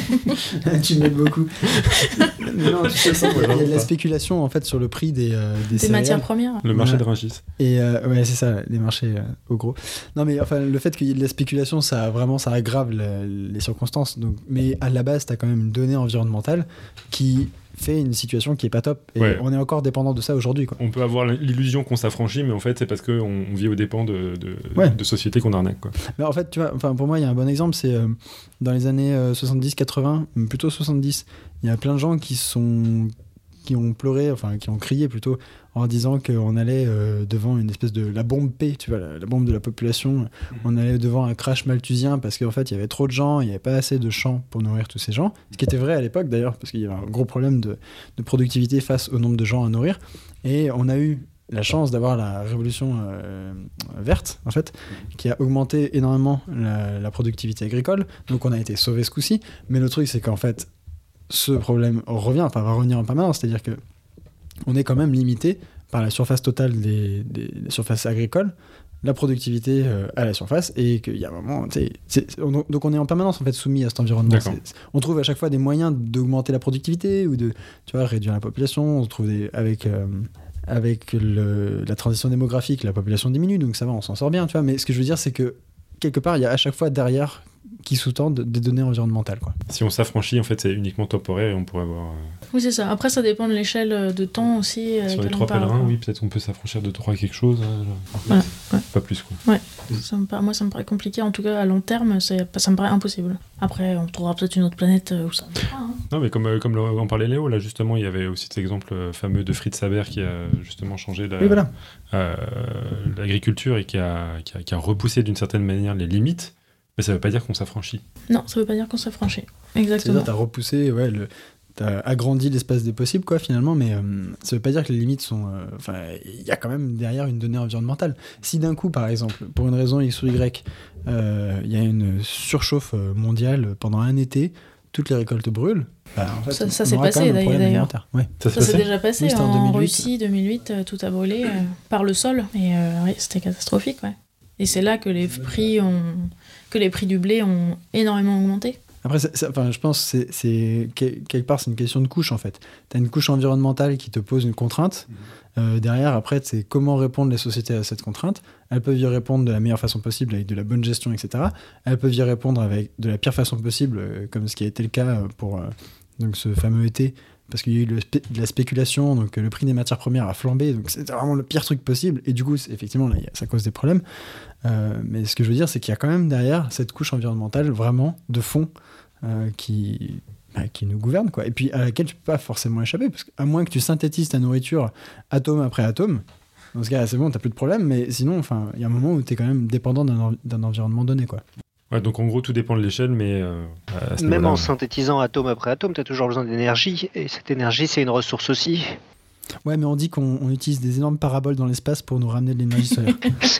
Tu m'aides beaucoup. Mais non, tu sais, ça, il y a de la spéculation, en fait, sur le prix des, euh, des des céréales. matières premières. Le marché Ouais. de Rungis. Et euh, ouais, c'est ça, les marchés euh, au gros. Non, mais enfin, le fait qu'il y ait de la spéculation, ça vraiment, ça aggrave la- les circonstances. Donc, mais à la base, t'as quand même une donnée environnementale qui fait une situation qui est pas top. Et Ouais. on est encore dépendant de ça aujourd'hui, quoi. On peut avoir l'illusion qu'on s'affranchit, mais en fait, c'est parce qu'on on vit aux dépens de, de, Ouais. de sociétés qu'on arnaque. Quoi. Mais en fait, tu vois, enfin, pour moi, il y a un bon exemple, c'est euh, dans les années euh, soixante-dix quatre-vingts, plutôt soixante-dix, il y a plein de gens qui sont qui ont pleuré, enfin qui ont crié plutôt, en disant qu'on allait euh, devant une espèce de la bombe P, tu vois, la, la bombe de la population. On allait devant un crash malthusien parce qu'en fait il y avait trop de gens, il n'y avait pas assez de champs pour nourrir tous ces gens, ce qui était vrai à l'époque d'ailleurs, parce qu'il y avait un gros problème de, de productivité face au nombre de gens à nourrir. Et on a eu la chance d'avoir la révolution euh, verte, en fait, qui a augmenté énormément la, la productivité agricole. Donc on a été sauvé ce coup-ci. Mais le truc, c'est qu'en fait, ce problème revient, enfin va revenir en permanence. C'est-à-dire que on est quand même limité par la surface totale des, des, des surfaces agricoles, la productivité euh, à la surface, et qu'il y a un moment, tu sais, c'est- on- donc on est en permanence en fait soumis à cet environnement. D'accord. C'est- on trouve à chaque fois des moyens d'augmenter la productivité ou de, tu vois, réduire la population. On trouve des, avec euh, avec le, la transition démographique, la population diminue, donc ça va, on s'en sort bien, tu vois. Mais ce que je veux dire, c'est que quelque part, il y a à chaque fois derrière qui sous-tendent des données environnementales, quoi. Si on s'affranchit, en fait, c'est uniquement temporaire et on pourrait avoir... Euh... Oui, c'est ça. Après, ça dépend de l'échelle de temps aussi. Sur les trois pèlerins, oui, peut-être qu'on peut s'affranchir de trois quelque chose. Hein, voilà, ouais. Pas plus, quoi. Ouais. Ça me paraît, moi, ça me paraît compliqué. En tout cas, à long terme, c'est, ça me paraît impossible. Après, on trouvera peut-être une autre planète où ça ne hein. Non, mais comme, comme en parlait Léo, là, justement, il y avait aussi cet exemple fameux de Fritz Haber qui a justement changé la, oui, voilà. euh, l'agriculture et qui a, qui, a, qui a repoussé d'une certaine manière les limites. Mais ça veut pas dire qu'on s'affranchit. Non, ça veut pas dire qu'on s'affranchit. Exactement. C'est-à-dire, t'as repoussé, ouais, le... t'as agrandi l'espace des possibles, quoi, finalement, mais euh, ça veut pas dire que les limites sont... Enfin, euh, il y a quand même derrière une donnée environnementale. Si d'un coup, par exemple, pour une raison X ou Y, il euh, y a une surchauffe mondiale pendant un été, toutes les récoltes brûlent, bah, en fait, ça, ça s'est passé d'ailleurs. Ouais. Ça, ça s'est déjà passé oui, en, en deux mille huit. Russie, deux mille huit, euh, tout a brûlé euh, par le sol, et euh, ouais, c'était catastrophique, ouais. Et c'est là que les prix ont... que les prix du blé ont énormément augmenté. Après, c'est, c'est, enfin, je pense que c'est, c'est, quelque part, c'est une question de couche, en fait. Tu as une couche environnementale qui te pose une contrainte. Euh, derrière, après, c'est comment répondre les sociétés à cette contrainte. Elles peuvent y répondre de la meilleure façon possible, avec de la bonne gestion, et cetera. Elles peuvent y répondre avec de la pire façon possible, euh, comme ce qui a été le cas pour euh, donc ce fameux été, parce qu'il y a eu le spé- de la spéculation, donc le prix des matières premières a flambé, donc c'était vraiment le pire truc possible. Et du coup, effectivement, là, y a, ça cause des problèmes. Euh, mais ce que je veux dire, c'est qu'il y a quand même derrière cette couche environnementale vraiment de fond euh, qui, bah, qui nous gouverne, quoi. Et puis à laquelle tu peux pas forcément échapper, parce qu'à moins que tu synthétises ta nourriture atome après atome, dans ce cas c'est bon, t'as plus de problème, mais sinon, il y a un moment où t'es quand même dépendant d'un, d'un environnement donné, quoi. Ouais, donc en gros, tout dépend de l'échelle, mais... Euh, Même en synthétisant atome après atome, t'as toujours besoin d'énergie, et cette énergie, c'est une ressource aussi. Ouais, mais on dit qu'on on utilise des énormes paraboles dans l'espace pour nous ramener de l'énergie solaire.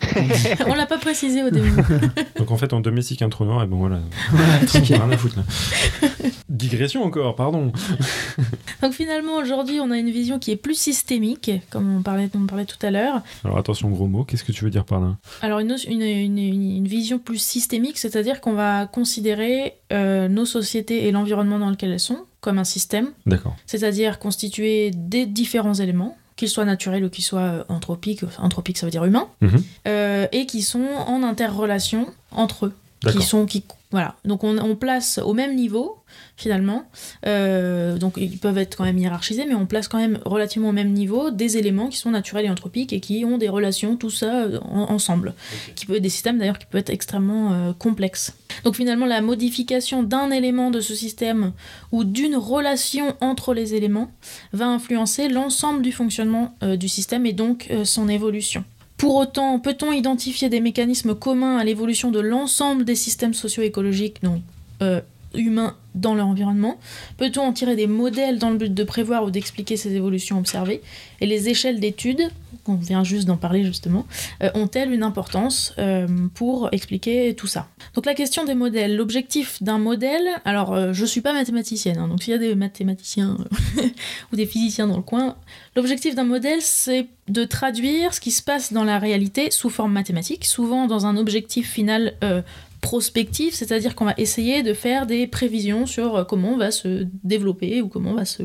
On l'a pas précisé au début. Donc en fait, on domestique un trou noir et bon voilà. Voilà, tranquille, rien à foutre là. Digression encore, pardon. Donc finalement, aujourd'hui, on a une vision qui est plus systémique, comme on parlait, on parlait tout à l'heure. Alors attention, gros mot, qu'est-ce que tu veux dire par là ? Alors une, une, une, une vision plus systémique, c'est-à-dire qu'on va considérer euh, nos sociétés et l'environnement dans lequel elles sont comme un système. D'accord. C'est-à-dire constitué des différents éléments, qu'ils soient naturels ou qu'ils soient anthropiques, anthropiques ça veut dire humains, mmh. euh, et qui sont en interrelation entre eux. D'accord. Qui sont, qui, voilà. Donc on, on place au même niveau, finalement, euh, donc ils peuvent être quand même hiérarchisés, mais on place quand même relativement au même niveau des éléments qui sont naturels et anthropiques et qui ont des relations, tout ça, en, ensemble. Okay. Qui peut être des systèmes d'ailleurs qui peuvent être extrêmement euh, complexes. Donc finalement, la modification d'un élément de ce système ou d'une relation entre les éléments va influencer l'ensemble du fonctionnement euh, du système et donc euh, son évolution. Pour autant, peut-on identifier des mécanismes communs à l'évolution de l'ensemble des systèmes socio-écologiques, donc euh, humains, dans leur environnement ? Peut-on en tirer des modèles dans le but de prévoir ou d'expliquer ces évolutions observées ? Et les échelles d'études, on vient juste d'en parler justement, euh, ont-elles une importance euh, pour expliquer tout ça ? Donc la question des modèles, l'objectif d'un modèle, alors euh, je suis pas mathématicienne, hein, donc s'il y a des mathématiciens ou des physiciens dans le coin, l'objectif d'un modèle c'est de traduire ce qui se passe dans la réalité sous forme mathématique, souvent dans un objectif final euh, prospectif, c'est-à-dire qu'on va essayer de faire des prévisions sur comment on va se développer ou comment on va se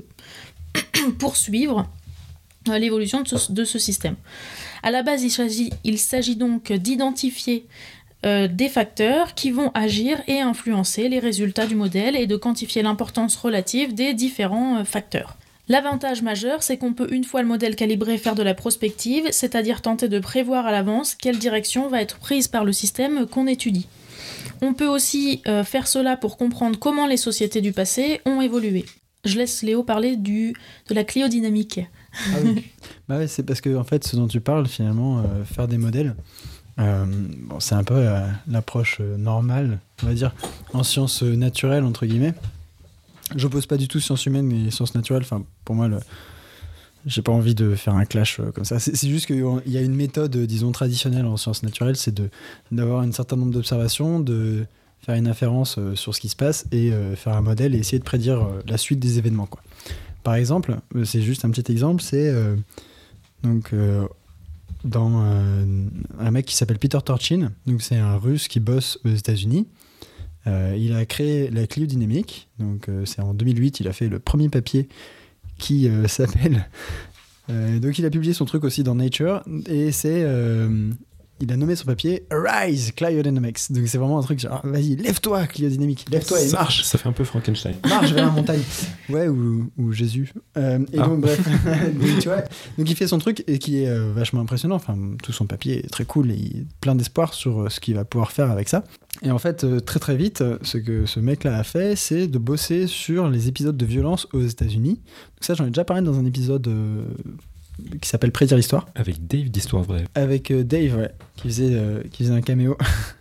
poursuivre l'évolution de ce, de ce système. À la base, il s'agit, il s'agit donc d'identifier euh, des facteurs qui vont agir et influencer les résultats du modèle et de quantifier l'importance relative des différents euh, facteurs. L'avantage majeur, c'est qu'on peut, une fois le modèle calibré, faire de la prospective, c'est-à-dire tenter de prévoir à l'avance quelle direction va être prise par le système qu'on étudie. On peut aussi euh, faire cela pour comprendre comment les sociétés du passé ont évolué. Je laisse Léo parler du, de la cliodynamique. Ah oui. Bah ouais, c'est parce que en fait, ce dont tu parles, finalement, euh, faire des modèles, euh, bon, c'est un peu euh, l'approche euh, normale, on va dire, en sciences euh, naturelles, entre guillemets. J'oppose pas du tout sciences humaines et sciences naturelles. Enfin, pour moi, le... j'ai pas envie de faire un clash euh, comme ça. C'est, c'est juste qu'il y a une méthode, disons, traditionnelle en sciences naturelles, c'est de, d'avoir un certain nombre d'observations, de faire une inférence euh, sur ce qui se passe et euh, faire un modèle et essayer de prédire euh, la suite des événements, quoi. Par exemple, euh, c'est juste un petit exemple, c'est euh, donc euh, dans euh, un mec qui s'appelle Peter Turchin, donc c'est un Russe qui bosse aux États-Unis. Euh, il a créé la cliodynamique, donc euh, c'est en deux mille huit, il a fait le premier papier qui euh, s'appelle. Euh, donc il a publié son truc aussi dans Nature et c'est euh, il a nommé son papier Arise Cliodynamics. Donc c'est vraiment un truc genre, vas-y, lève-toi Cliodynamique, lève-toi et ça, marche. Ça fait un peu Frankenstein. Marche vers la montagne. Ouais, ou, ou Jésus. Euh, et ah. donc, bref. donc, tu vois, donc il fait son truc et qui est euh, vachement impressionnant. Enfin, tout son papier est très cool et il plein d'espoir sur euh, ce qu'il va pouvoir faire avec ça. Et en fait, euh, très très vite, ce que ce mec-là a fait, c'est de bosser sur les épisodes de violence aux États-Unis. Donc ça, j'en ai déjà parlé dans un épisode euh, qui s'appelle Prédire l'histoire. Avec Dave d'Histoire Vraie. Avec euh, Dave, ouais, qui faisait, euh, qui faisait un caméo.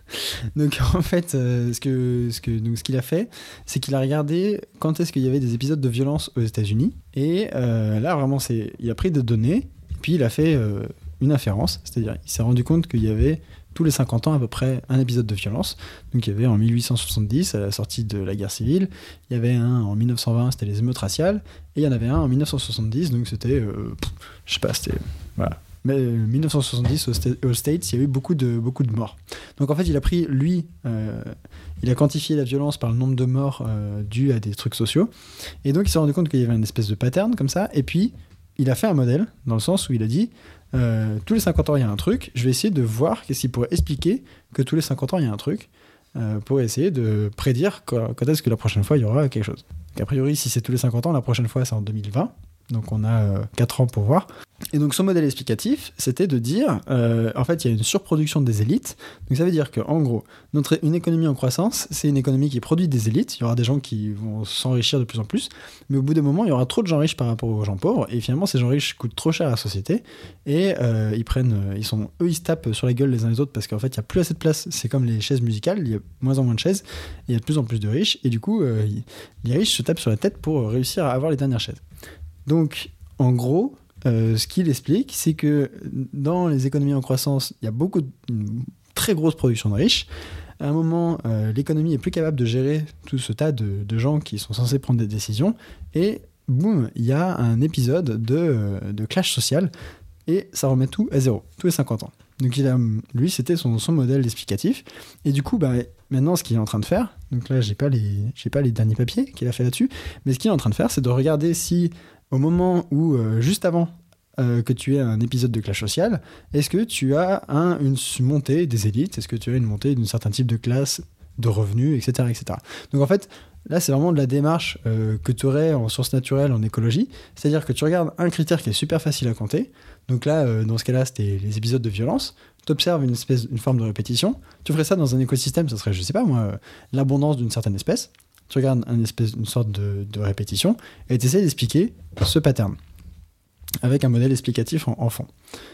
Donc en fait, euh, ce, que, ce, que, donc, ce qu'il a fait, c'est qu'il a regardé quand est-ce qu'il y avait des épisodes de violence aux États-Unis. Et euh, là, vraiment, c'est, il a pris des données, et puis il a fait euh, une inférence. C'est-à-dire, il s'est rendu compte qu'il y avait tous les cinquante ans à peu près un épisode de violence. Donc il y avait en mille huit cent soixante-dix, à la sortie de la guerre civile, il y avait un en mille neuf cent vingt, c'était les émeutes raciales, et il y en avait un en mille neuf cent soixante-dix, donc c'était, euh, pff, je sais pas, c'était, voilà. Mais euh, mille neuf cent soixante-dix, aux States, il y a eu beaucoup de, beaucoup de morts. Donc en fait, il a pris, lui, euh, il a quantifié la violence par le nombre de morts euh, dus à des trucs sociaux, et donc il s'est rendu compte qu'il y avait une espèce de pattern comme ça, et puis il a fait un modèle, dans le sens où il a dit, Euh, tous les cinquante ans il y a un truc, je vais essayer de voir qu'est-ce qui pourrait expliquer que tous les cinquante ans il y a un truc, euh, pour essayer de prédire quand, quand est-ce que la prochaine fois il y aura quelque chose. Donc, a priori, si c'est tous les cinquante ans, la prochaine fois c'est en deux mille vingt, donc on a euh, quatre ans pour voir. Et donc son modèle explicatif, c'était de dire, euh, en fait il y a une surproduction des élites, donc ça veut dire qu'en gros, notre, une économie en croissance, c'est une économie qui produit des élites, il y aura des gens qui vont s'enrichir de plus en plus, mais au bout d'un moment, il y aura trop de gens riches par rapport aux gens pauvres, et finalement ces gens riches coûtent trop cher à la société, et euh, ils prennent, ils sont, eux ils se tapent sur la gueule les uns les autres, parce qu'en fait il n'y a plus assez de place, c'est comme les chaises musicales, il y a moins en moins de chaises, et il y a de plus en plus de riches, et du coup, euh, les riches se tapent sur la tête pour réussir à avoir les dernières chaises. Donc, en gros, Euh, ce qu'il explique, c'est que dans les économies en croissance, il y a beaucoup de, une très grosse production de riches. À un moment, euh, l'économie est plus capable de gérer tout ce tas de, de gens qui sont censés prendre des décisions. Et boum, il y a un épisode de, de clash social. Et ça remet tout à zéro, tous les cinquante ans. Donc il a, lui, c'était son, son modèle explicatif. Et du coup, bah, maintenant, ce qu'il est en train de faire, donc là, j'ai pas les, j'ai pas les derniers papiers qu'il a fait là-dessus, mais ce qu'il est en train de faire, c'est de regarder si, au moment où, euh, juste avant euh, que tu aies un épisode de clash social, est-ce que tu as un, une montée des élites, est-ce que tu as une montée d'un certain type de classe, de revenus, et cetera, et cetera. Donc en fait, là, c'est vraiment de la démarche euh, que tu aurais en sciences naturelles, en écologie. C'est-à-dire que tu regardes un critère qui est super facile à compter. Donc là, euh, dans ce cas-là, c'était les épisodes de violence. Tu observes une, espèce, une forme de répétition. Tu ferais ça dans un écosystème, ça serait, je sais pas moi, euh, l'abondance d'une certaine espèce. Tu regardes une, espèce, une sorte de, de répétition et tu essaies d'expliquer ce pattern avec un modèle explicatif en, en fond.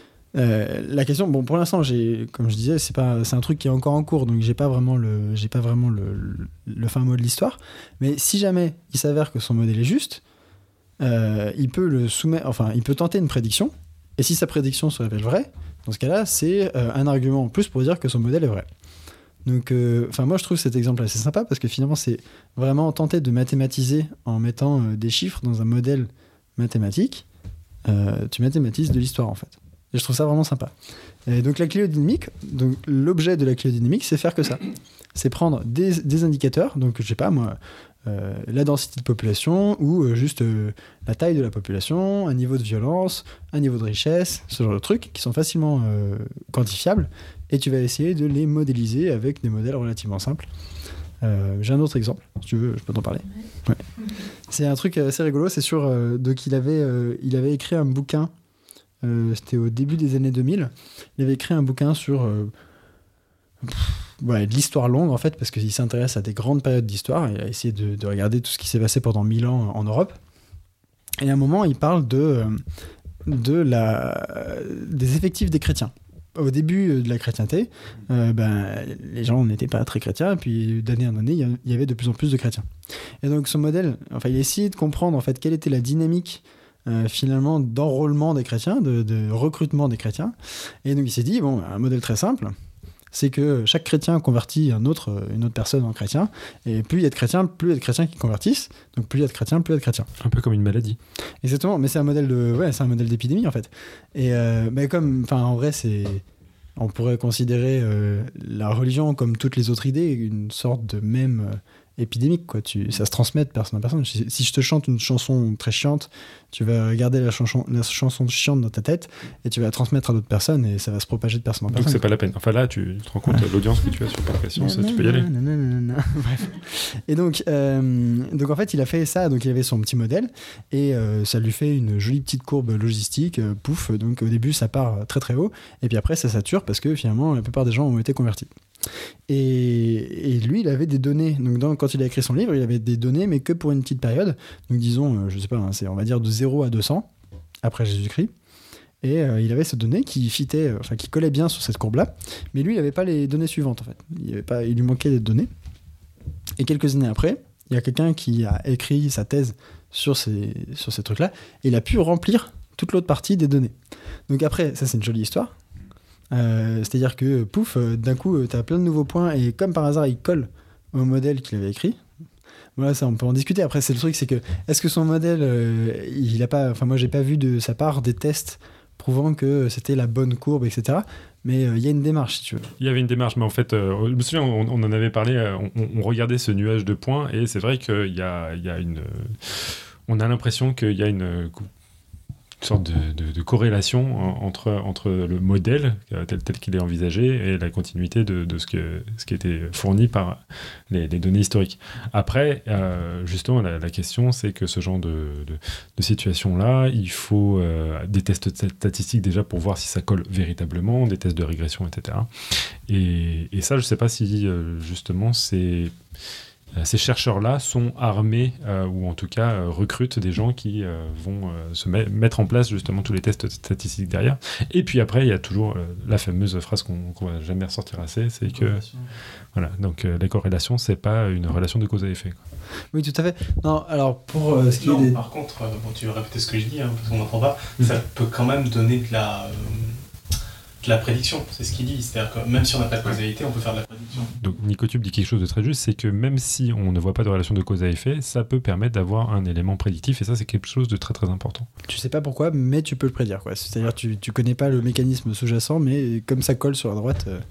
Euh, la question, bon, pour l'instant, j'ai, comme je disais, c'est pas, c'est un truc qui est encore en cours, donc j'ai pas vraiment le, j'ai pas vraiment le, le, le fin mot de l'histoire. Mais si jamais il s'avère que son modèle est juste, euh, il peut le soumettre, enfin, il peut tenter une prédiction. Et si sa prédiction se révèle vraie, dans ce cas-là, c'est euh, un argument en plus pour dire que son modèle est vrai. Donc, enfin, euh, moi, je trouve cet exemple assez sympa parce que finalement, c'est vraiment tenter de mathématiser en mettant euh, des chiffres dans un modèle mathématique. Euh, tu mathématises de l'histoire en fait. Et je trouve ça vraiment sympa. Et donc la cliodynamique, donc l'objet de la cliodynamique, c'est faire que ça. C'est prendre des, des indicateurs, donc je sais pas moi, euh, la densité de population ou euh, juste euh, la taille de la population, un niveau de violence, un niveau de richesse, ce genre de trucs qui sont facilement euh, quantifiables, et tu vas essayer de les modéliser avec des modèles relativement simples. Euh, j'ai un autre exemple, si tu veux, je peux t'en parler. Ouais. C'est un truc assez rigolo, c'est sûr. Euh, donc il avait, euh, il avait écrit un bouquin. Euh, c'était au début des années deux mille. Il avait écrit un bouquin sur euh, pff, ouais, de l'histoire longue en fait, parce qu'il s'intéresse à des grandes périodes d'histoire. Il a essayé de, de regarder tout ce qui s'est passé pendant mille ans en Europe. Et à un moment, il parle de, de la, des effectifs des chrétiens. Au début de la chrétienté, euh, ben, les gens n'étaient pas très chrétiens, et puis d'année en année, il y avait de plus en plus de chrétiens. Et donc ce modèle, enfin, il a essayé de comprendre en fait quelle était la dynamique euh, finalement d'enrôlement des chrétiens, de, de recrutement des chrétiens. Et donc il s'est dit, bon, un modèle très simple, c'est que chaque chrétien convertit un autre, une autre personne en chrétien, et plus il y a de chrétiens, plus il y a de chrétiens qui convertissent, donc plus il y a de chrétiens, plus il y a de chrétiens. Un peu comme une maladie. Exactement, mais c'est un modèle de, ouais, c'est un modèle d'épidémie en fait. Et euh, mais comme, enfin, en vrai, c'est, on pourrait considérer euh, la religion comme toutes les autres idées une sorte de même euh, épidémique, quoi. Tu, ça se transmet de personne à personne. Si, si je te chante une chanson très chiante, tu vas garder la chanson, la chanson chiante dans ta tête et tu vas la transmettre à d'autres personnes et ça va se propager de personne en personne. Donc c'est pas la peine. Enfin là, tu te rends compte de l'audience que tu as sur Percussion, ça, tu peux y aller. Bref. Et donc, euh, donc en fait, il a fait ça. Donc il avait son petit modèle et euh, ça lui fait une jolie petite courbe logistique. Euh, pouf. Donc au début, ça part très très haut et puis après, ça sature parce que finalement, la plupart des gens ont été convertis. Et, et lui, il avait des données. Donc, dans, quand il a écrit son livre, il avait des données, mais que pour une petite période. Donc, disons, euh, je sais pas, hein, c'est, on va dire de zéro à deux cents après Jésus-Christ. Et euh, il avait ces données qui fitaient, euh, enfin, qui collaient bien sur cette courbe-là. Mais lui, il n'avait pas les données suivantes, en fait. Il, avait pas, il lui manquait des données. Et quelques années après, il y a quelqu'un qui a écrit sa thèse sur ces, sur ces trucs-là. Et il a pu remplir toute l'autre partie des données. Donc, après, ça, c'est une jolie histoire. Euh, c'est-à-dire que pouf, euh, d'un coup, euh, t'as plein de nouveaux points et comme par hasard, il colle au modèle qu'il avait écrit. Voilà, ça, on peut en discuter. Après, c'est le truc, c'est que est-ce que son modèle, euh, il a pas, enfin moi, j'ai pas vu de sa part des tests prouvant que c'était la bonne courbe, et cetera. Mais il euh, y a une démarche, si tu veux. Il y avait une démarche, mais en fait, euh, je me souviens, on, on en avait parlé, euh, on, on regardait ce nuage de points et c'est vrai qu'il y a, il y a une, euh, on a l'impression qu'il y a une une sorte de, de, de corrélation entre, entre le modèle tel, tel qu'il est envisagé et la continuité de, de ce, que, ce qui était fourni par les, les données historiques. Après, euh, justement, la, la question, c'est que ce genre de, de, de situation-là, il faut euh, des tests statistiques déjà pour voir si ça colle véritablement, des tests de régression, et cetera. Et, et ça, je ne sais pas si, euh, justement, c'est... Ces chercheurs-là sont armés, euh, ou en tout cas euh, recrutent des gens qui euh, vont euh, se met, mettre en place justement tous les tests statistiques derrière. Et puis après, il y a toujours euh, la fameuse phrase qu'on qu'on va jamais ressortir assez, c'est que voilà, donc euh, la corrélation, c'est pas une relation de cause à effet, quoi. Oui, tout à fait. Non, alors pour euh, ce qui est des... Par contre, euh, bon, tu veux répéter ce que je dis, hein, parce qu'on n'entend pas, mmh. ça peut quand même donner de la... Euh... de la prédiction, c'est ce qu'il dit. C'est-à-dire que même si on n'a pas de causalité, on peut faire de la prédiction. Donc Nicotube dit quelque chose de très juste, c'est que même si on ne voit pas de relation de cause à effet, ça peut permettre d'avoir un élément prédictif, et ça c'est quelque chose de très très important. Tu sais pas pourquoi, mais tu peux le prédire, quoi. C'est-à-dire tu tu connais pas le mécanisme sous-jacent, mais comme ça colle sur la droite... Euh...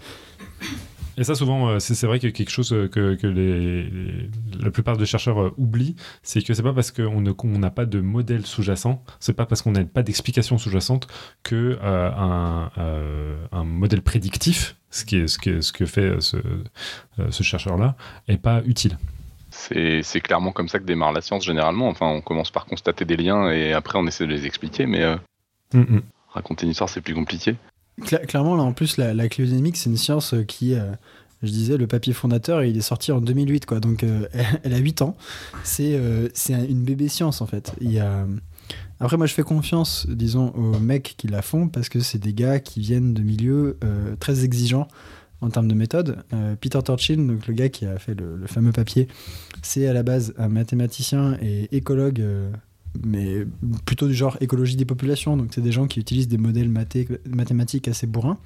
Et ça, souvent, c'est, c'est vrai que quelque chose que, que les, les, la plupart des chercheurs oublient, c'est que c'est pas parce qu'on ne, on n'a pas de modèle sous-jacent, c'est pas parce qu'on n'a pas d'explication sous-jacente que euh, un, euh, un modèle prédictif, ce, qui est, ce, qui est, ce que fait ce, euh, ce chercheur-là, est pas utile. C'est, c'est clairement comme ça que démarre la science généralement. Enfin, on commence par constater des liens et après on essaie de les expliquer, mais euh, mm-hmm. raconter une histoire, c'est plus compliqué. Cla- clairement, là, en plus, la, la cryodynamique, c'est une science qui, euh, je disais, le papier fondateur, il est sorti en deux mille huit, quoi. Donc, euh, elle a huit ans. C'est, euh, c'est une bébé science, en fait. Il y a... Après, moi, je fais confiance, disons, aux mecs qui la font, parce que c'est des gars qui viennent de milieux euh, très exigeants en termes de méthode. Euh, Peter Turchin, donc le gars qui a fait le, le fameux papier, c'est à la base un mathématicien et écologue, euh, mais plutôt du genre écologie des populations, donc c'est des gens qui utilisent des modèles mathé- mathématiques assez bourrins.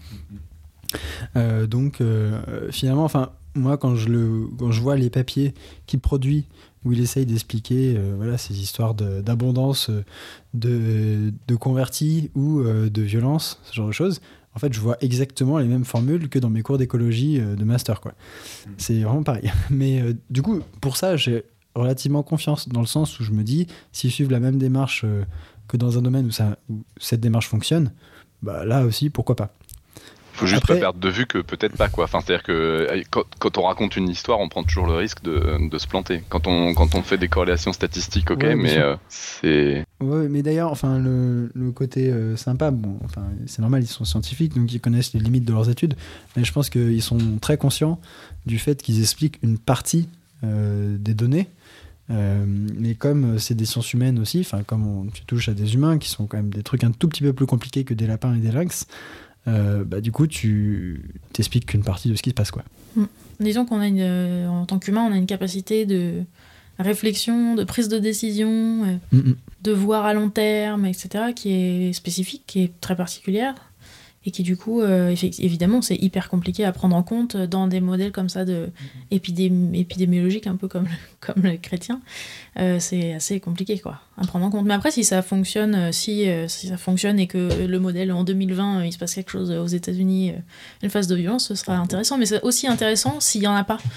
Euh, donc euh, finalement, enfin moi quand je le quand je vois les papiers qu'il produit où il essaye d'expliquer euh, voilà ces histoires de, d'abondance, de de convertis ou euh, de violence, ce genre de choses. En fait, je vois exactement les mêmes formules que dans mes cours d'écologie euh, de master, quoi. C'est vraiment pareil. Mais euh, du coup, pour ça, j'ai relativement confiance, dans le sens où je me dis, s'ils suivent la même démarche euh, que dans un domaine où, ça, où cette démarche fonctionne, bah là aussi, pourquoi pas. Faut juste Après... pas perdre de vue que peut-être pas, quoi. Enfin, c'est-à-dire que quand, quand on raconte une histoire, on prend toujours le risque de, de se planter. Quand on, quand on fait des corrélations statistiques, ok, ouais, mais euh, c'est... Ouais, mais d'ailleurs, enfin, le, le côté euh, sympa, bon, enfin, c'est normal, ils sont scientifiques, donc ils connaissent les limites de leurs études, mais je pense qu'ils sont très conscients du fait qu'ils expliquent une partie euh, des données. Euh, mais comme c'est des sciences humaines aussi, enfin comme on, tu touches à des humains qui sont quand même des trucs un tout petit peu plus compliqués que des lapins et des lynx, euh, bah du coup tu t'expliques qu'une partie de ce qui se passe, quoi. Mmh. Disons qu'on a une, euh, en tant qu'humain, on a une capacité de réflexion, de prise de décision, euh, mmh. de voir à long terme, et cetera, qui est spécifique, qui est très particulière. Et qui du coup, euh, évidemment, c'est hyper compliqué à prendre en compte dans des modèles comme ça de épidémi- épidémiologiques, un peu comme le, comme le chrétien. Euh, c'est assez compliqué, quoi, à prendre en compte. Mais après, si ça fonctionne, si, euh, si ça fonctionne et que le modèle en deux mille vingt, euh, il se passe quelque chose aux États-Unis, euh, une phase de violence, ce sera intéressant. Mais c'est aussi intéressant s'il y en a pas.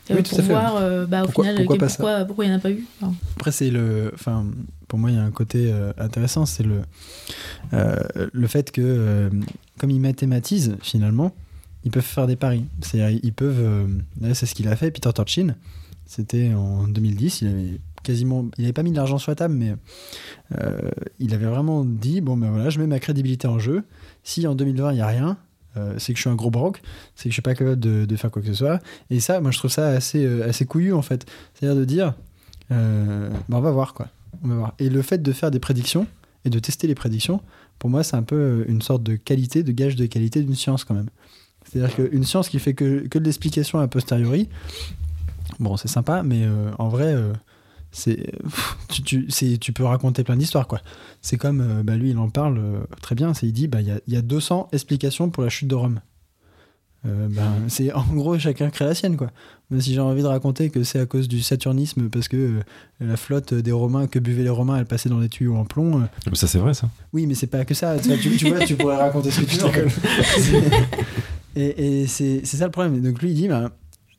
euh, Oui, tout pour à fait. voir euh, bah, au Pourquoi- final pourquoi que- pas pourquoi pourquoi il n'y en a pas eu. Enfin, Après, c'est le. Enfin, pour moi, il y a un côté euh, intéressant, c'est le, euh, le fait que, euh, comme ils mathématisent, finalement, ils peuvent faire des paris. C'est-à-dire, ils peuvent. euh, là, c'est ce qu'il a fait, Peter Turchin. C'était en deux mille dix, il avait quasiment. Il n'avait pas mis de l'argent sur la table, mais euh, il avait vraiment dit bon, ben voilà, je mets ma crédibilité en jeu. Si en deux mille vingt, il n'y a rien. Euh, c'est que je suis un gros broc, c'est que je suis pas capable de, de faire quoi que ce soit. Et ça, moi, je trouve ça assez, euh, assez couillu, en fait. C'est-à-dire de dire, euh, bah, on va voir, quoi. On va voir. Et le fait de faire des prédictions et de tester les prédictions, pour moi, c'est un peu une sorte de qualité, de gage de qualité d'une science, quand même. C'est-à-dire qu'une science qui fait que, que de l'explication a posteriori, bon, c'est sympa, mais euh, en vrai, euh, c'est, tu, tu, c'est, tu peux raconter plein d'histoires, quoi. C'est comme, euh, bah, lui, il en parle euh, très bien, c'est, il dit, bah, il y, a, y a deux cents explications pour la chute de Rome. Euh, ben, c'est en gros chacun crée la sienne, quoi. Moi, si j'ai envie de raconter que c'est à cause du saturnisme parce que euh, la flotte des Romains que buvaient les Romains elle passait dans des tuyaux en plomb, euh, Ça, c'est vrai, ça. oui, mais c'est pas que ça. Tu, tu, tu vois, tu pourrais raconter ce que tu veux. en fait. Et, et c'est, c'est ça le problème. Donc lui il dit bah,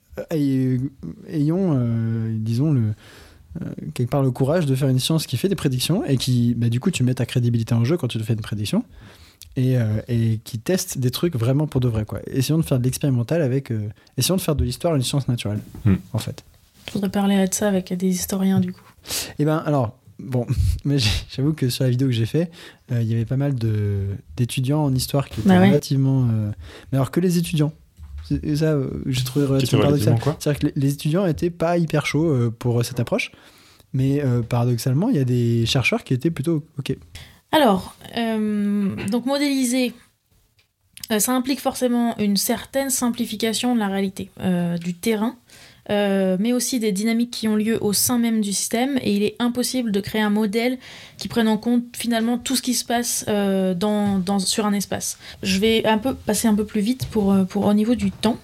ay- ayons euh, disons le euh, quelque part le courage de faire une science qui fait des prédictions et qui bah, du coup tu mets ta crédibilité en jeu quand tu te fais une prédiction. Et, euh, et qui testent des trucs vraiment pour de vrai, quoi. Essayons de faire de l'expérimental avec... Euh, essayons de faire de l'histoire une science naturelle, Hmm. en fait. il faudrait parler de ça avec des historiens du coup. Et ben alors, bon, mais j'ai- j'avoue que sur la vidéo que j'ai fait, euh, il y avait pas mal de, d'étudiants en histoire qui étaient Bah ouais. relativement... euh, mais alors que les étudiants. C'est- Et ça, euh, j'ai trouvé Qui était relativement paradoxal. relativement quoi C'est-à-dire que les, les étudiants étaient pas hyper chauds euh, pour cette approche, mais euh, paradoxalement, il y a des chercheurs qui étaient plutôt OK. Alors, euh, donc modéliser, euh, ça implique forcément une certaine simplification de la réalité, euh, du terrain, euh, mais aussi des dynamiques qui ont lieu au sein même du système, et il est impossible de créer un modèle qui prenne en compte finalement tout ce qui se passe euh, dans, dans, sur un espace. Je vais un peu passer un peu plus vite pour, pour, au niveau du temps.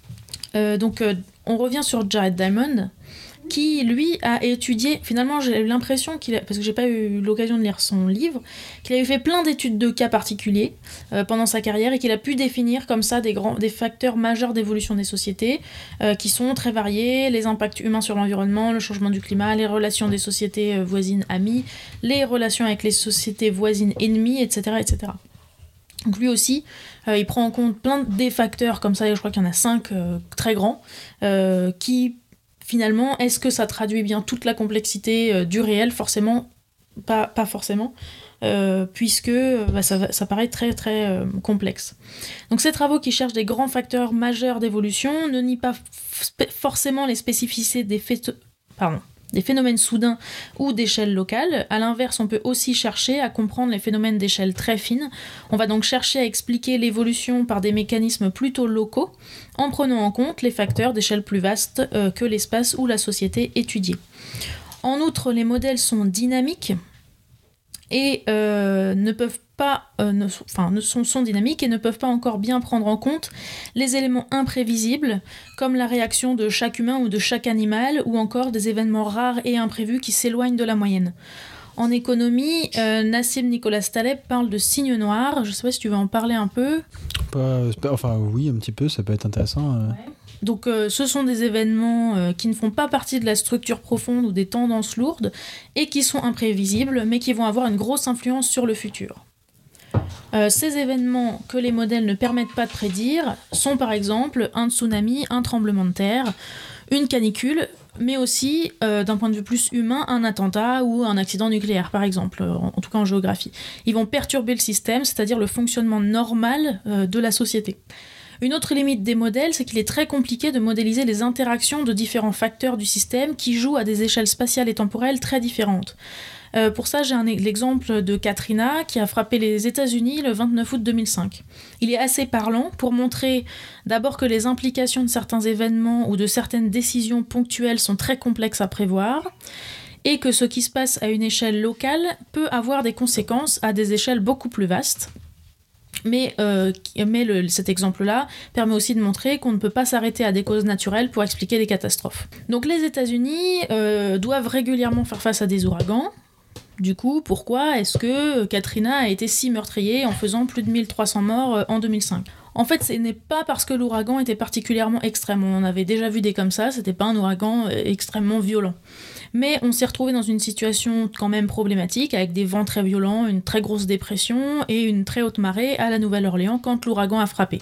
Euh, donc, euh, on revient sur Jared Diamond, qui, lui, a étudié, finalement, j'ai eu l'impression qu'il a, parce que j'ai pas eu l'occasion de lire son livre, qu'il avait fait plein d'études de cas particuliers euh, pendant sa carrière et qu'il a pu définir comme ça des, grands, des facteurs majeurs d'évolution des sociétés euh, qui sont très variés, les impacts humains sur l'environnement, le changement du climat, les relations des sociétés euh, voisines amies, les relations avec les sociétés voisines ennemies, et cetera, et cetera. Donc lui aussi, euh, il prend en compte plein des facteurs comme ça, et je crois qu'il y en a cinq euh, très grands, euh, qui finalement, est-ce que ça traduit bien toute la complexité euh, du réel? Forcément, pas, pas forcément, euh, puisque bah, ça, ça paraît très très euh, complexe. Donc ces travaux qui cherchent des grands facteurs majeurs d'évolution ne nient pas f- forcément les spécificités des, phéto- pardon, des phénomènes soudains ou d'échelle locale. À l'inverse, on peut aussi chercher à comprendre les phénomènes d'échelle très fine. On va donc chercher à expliquer l'évolution par des mécanismes plutôt locaux, en prenant en compte les facteurs d'échelle plus vaste euh, que l'espace ou la société étudiée. En outre, les modèles sont dynamiques et euh, ne peuvent pas, euh, ne, enfin, ne sont, sont dynamiques et ne peuvent pas encore bien prendre en compte les éléments imprévisibles, comme la réaction de chaque humain ou de chaque animal, ou encore des événements rares et imprévus qui s'éloignent de la moyenne. En économie, euh, Nassim Nicolas Taleb parle de signes noirs. Je ne sais pas si tu veux en parler un peu. Pas, enfin, oui, un petit peu, ça peut être intéressant. Euh. Donc euh, ce sont des événements euh, qui ne font pas partie de la structure profonde ou des tendances lourdes et qui sont imprévisibles, mais qui vont avoir une grosse influence sur le futur. Euh, ces événements que les modèles ne permettent pas de prédire sont par exemple un tsunami, un tremblement de terre, une canicule, mais aussi, euh, d'un point de vue plus humain, un attentat ou un accident nucléaire, par exemple, en, en tout cas en géographie. Ils vont perturber le système, c'est-à-dire le fonctionnement normal euh, de la société. Une autre limite des modèles, c'est qu'il est très compliqué de modéliser les interactions de différents facteurs du système qui jouent à des échelles spatiales et temporelles très différentes. Euh, pour ça, j'ai un, l'exemple de Katrina qui a frappé les États-Unis le vingt-neuf août deux mille cinq. Il est assez parlant pour montrer d'abord que les implications de certains événements ou de certaines décisions ponctuelles sont très complexes à prévoir, et que ce qui se passe à une échelle locale peut avoir des conséquences à des échelles beaucoup plus vastes. Mais, euh, mais le, cet exemple-là permet aussi de montrer qu'on ne peut pas s'arrêter à des causes naturelles pour expliquer des catastrophes. Donc les États-Unis euh, doivent régulièrement faire face à des ouragans. Du coup, pourquoi est-ce que Katrina a été si meurtrier en faisant plus de mille trois cents morts en deux mille cinq ? En fait, ce n'est pas parce que l'ouragan était particulièrement extrême. On en avait déjà vu des comme ça, c'était pas un ouragan extrêmement violent. Mais on s'est retrouvé dans une situation quand même problématique, avec des vents très violents, une très grosse dépression et une très haute marée à la Nouvelle-Orléans quand l'ouragan a frappé.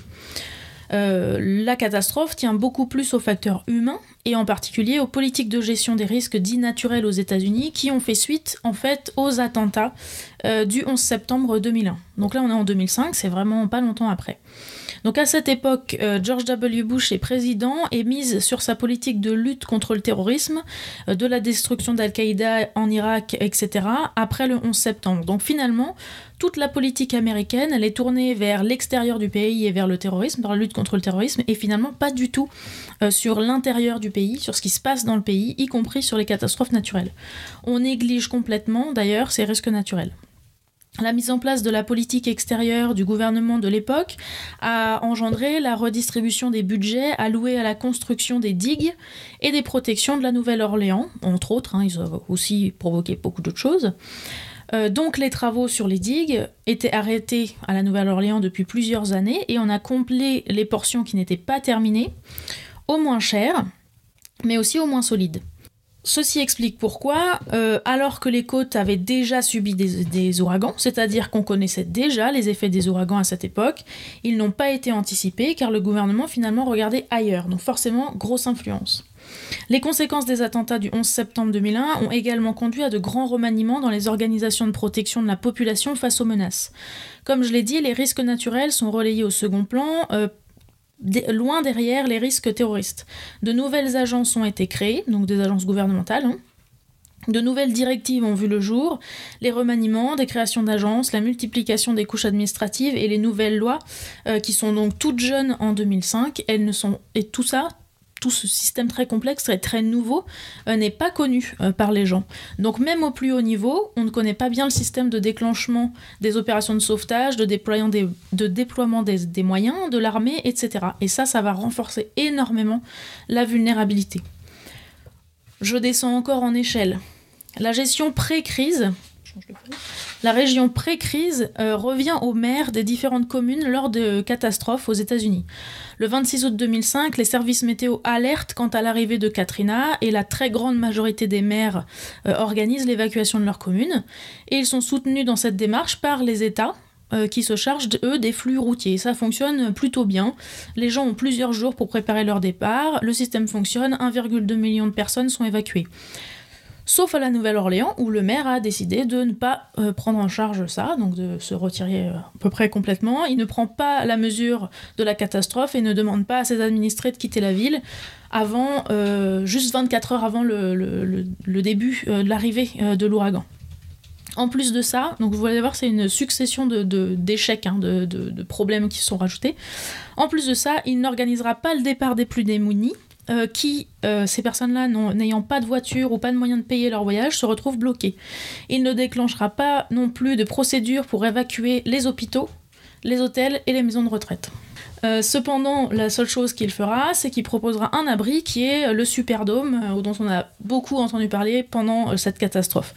Euh, la catastrophe tient beaucoup plus aux facteurs humains et en particulier aux politiques de gestion des risques dits naturels aux États-Unis qui ont fait suite en fait aux attentats euh, du onze septembre deux mille un. Donc là on est en deux mille cinq, c'est vraiment pas longtemps après. Donc à cette époque, euh, George W. Bush est président et mise sur sa politique de lutte contre le terrorisme, euh, de la destruction d'Al-Qaïda en Irak, et cetera, après le onze septembre. Donc finalement, toute la politique américaine, elle est tournée vers l'extérieur du pays et vers le terrorisme, vers la lutte contre le terrorisme, et finalement pas du tout euh, sur l'intérieur du pays, sur ce qui se passe dans le pays, y compris sur les catastrophes naturelles. On néglige complètement, d'ailleurs, ces risques naturels. La mise en place de la politique extérieure du gouvernement de l'époque a engendré la redistribution des budgets alloués à la construction des digues et des protections de la Nouvelle-Orléans, entre autres, hein, ils ont aussi provoqué beaucoup d'autres choses. Euh, donc les travaux sur les digues étaient arrêtés à la Nouvelle-Orléans depuis plusieurs années et on a comblé les portions qui n'étaient pas terminées, au moins chères, mais aussi au moins solides. Ceci explique pourquoi, euh, alors que les côtes avaient déjà subi des, des ouragans, c'est-à-dire qu'on connaissait déjà les effets des ouragans à cette époque, ils n'ont pas été anticipés car le gouvernement finalement regardait ailleurs, donc forcément grosse influence. Les conséquences des attentats du onze septembre deux mille un ont également conduit à de grands remaniements dans les organisations de protection de la population face aux menaces. Comme je l'ai dit, les risques naturels sont relayés au second plan, euh, loin derrière les risques terroristes. De nouvelles agences ont été créées, donc des agences gouvernementales. Hein. De nouvelles directives ont vu le jour, les remaniements, des créations d'agences, la multiplication des couches administratives et les nouvelles lois, euh, qui sont donc toutes jeunes en deux mille cinq, elles ne sont... et tout ça, tout ce système très complexe, très, très nouveau, euh, n'est pas connu euh, par les gens. Donc même au plus haut niveau, on ne connaît pas bien le système de déclenchement des opérations de sauvetage, de, déploiement des, de déploiement des, des moyens, de l'armée, et cetera. Et ça, ça va renforcer énormément la vulnérabilité. Je descends encore en échelle. La gestion pré-crise... La région pré-crise euh, revient aux maires des différentes communes lors de catastrophes aux États-Unis. Le vingt-six août deux mille cinq, les services météo alertent quant à l'arrivée de Katrina et la très grande majorité des maires euh, organisent l'évacuation de leur commune. Et ils sont soutenus dans cette démarche par les États euh, qui se chargent, eux, des flux routiers. Ça fonctionne plutôt bien. Les gens ont plusieurs jours pour préparer leur départ. Le système fonctionne. un virgule deux million de personnes sont évacuées. Sauf à la Nouvelle-Orléans, où le maire a décidé de ne pas euh, prendre en charge ça, donc de se retirer euh, à peu près complètement. Il ne prend pas la mesure de la catastrophe et ne demande pas à ses administrés de quitter la ville avant, euh, juste vingt-quatre heures avant le, le, le, le début euh, de l'arrivée euh, de l'ouragan. En plus de ça, donc vous allez voir, c'est une succession de, de, d'échecs, hein, de, de, de problèmes qui se sont rajoutés. En plus de ça, il n'organisera pas le départ des plus démunis, Euh, qui, euh, ces personnes-là, n'ayant pas de voiture ou pas de moyen de payer leur voyage, se retrouvent bloquées. Il ne déclenchera pas non plus de procédure pour évacuer les hôpitaux, les hôtels et les maisons de retraite. Euh, cependant, la seule chose qu'il fera, c'est qu'il proposera un abri qui est le Superdome, euh, dont on a beaucoup entendu parler pendant euh, cette catastrophe.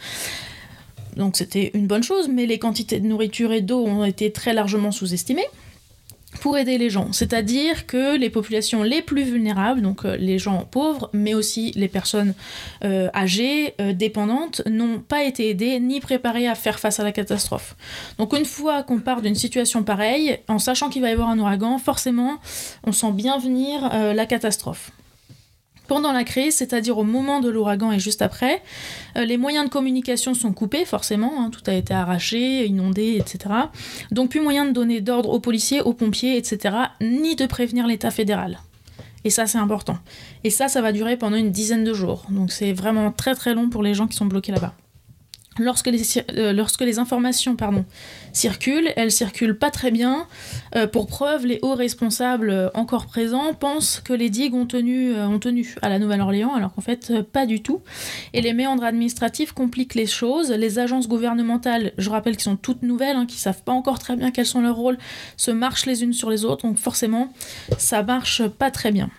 Donc c'était une bonne chose, mais les quantités de nourriture et d'eau ont été très largement sous-estimées pour aider les gens, c'est-à-dire que les populations les plus vulnérables, donc euh, les gens pauvres, mais aussi les personnes euh, âgées, euh, dépendantes, n'ont pas été aidées ni préparées à faire face à la catastrophe. Donc une fois qu'on part d'une situation pareille, en sachant qu'il va y avoir un ouragan, forcément, on sent bien venir euh, la catastrophe. Pendant la crise, c'est-à-dire au moment de l'ouragan et juste après, euh, les moyens de communication sont coupés, forcément, hein, tout a été arraché, inondé, et cetera. Donc plus moyen de donner d'ordre aux policiers, aux pompiers, et cetera, ni de prévenir l'État fédéral. Et ça, c'est important. Et ça, ça va durer pendant une dizaine de jours. Donc c'est vraiment très très long pour les gens qui sont bloqués là-bas. Lorsque les, euh, lorsque les informations pardon, circulent, elles circulent pas très bien. Euh, pour preuve, les hauts responsables euh, encore présents pensent que les digues ont tenu, euh, ont tenu à la Nouvelle-Orléans, alors qu'en fait, euh, pas du tout. Et les méandres administratifs compliquent les choses. Les agences gouvernementales, je rappelle qu'elles sont toutes nouvelles, hein, qui savent pas encore très bien quels sont leurs rôles, se marchent les unes sur les autres, donc forcément, ça marche pas très bien.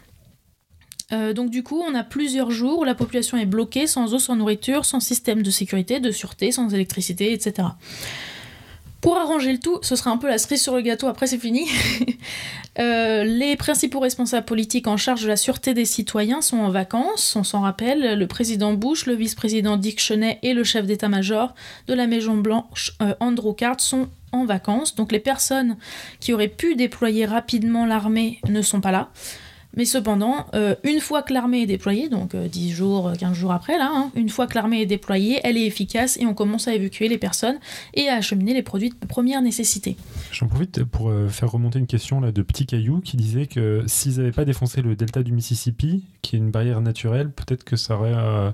Euh, donc du coup, on a plusieurs jours où la population est bloquée, sans eau, sans nourriture, sans système de sécurité, de sûreté, sans électricité, et cetera. Pour arranger le tout, ce sera un peu la cerise sur le gâteau, après c'est fini. euh, les principaux responsables politiques en charge de la sûreté des citoyens sont en vacances, on s'en rappelle. Le président Bush, le vice-président Dick Cheney et le chef d'état-major de la Maison Blanche, euh, Andrew Card, sont en vacances. Donc les personnes qui auraient pu déployer rapidement l'armée ne sont pas là. Mais cependant, euh, une fois que l'armée est déployée, donc euh, dix jours, quinze jours après, là, hein, une fois que l'armée est déployée, elle est efficace et on commence à évacuer les personnes et à acheminer les produits de première nécessité. J'en profite pour euh, faire remonter une question là, de Petit Caillou qui disait que s'ils n'avaient pas défoncé le delta du Mississippi, qui est une barrière naturelle, peut-être que ça aurait euh,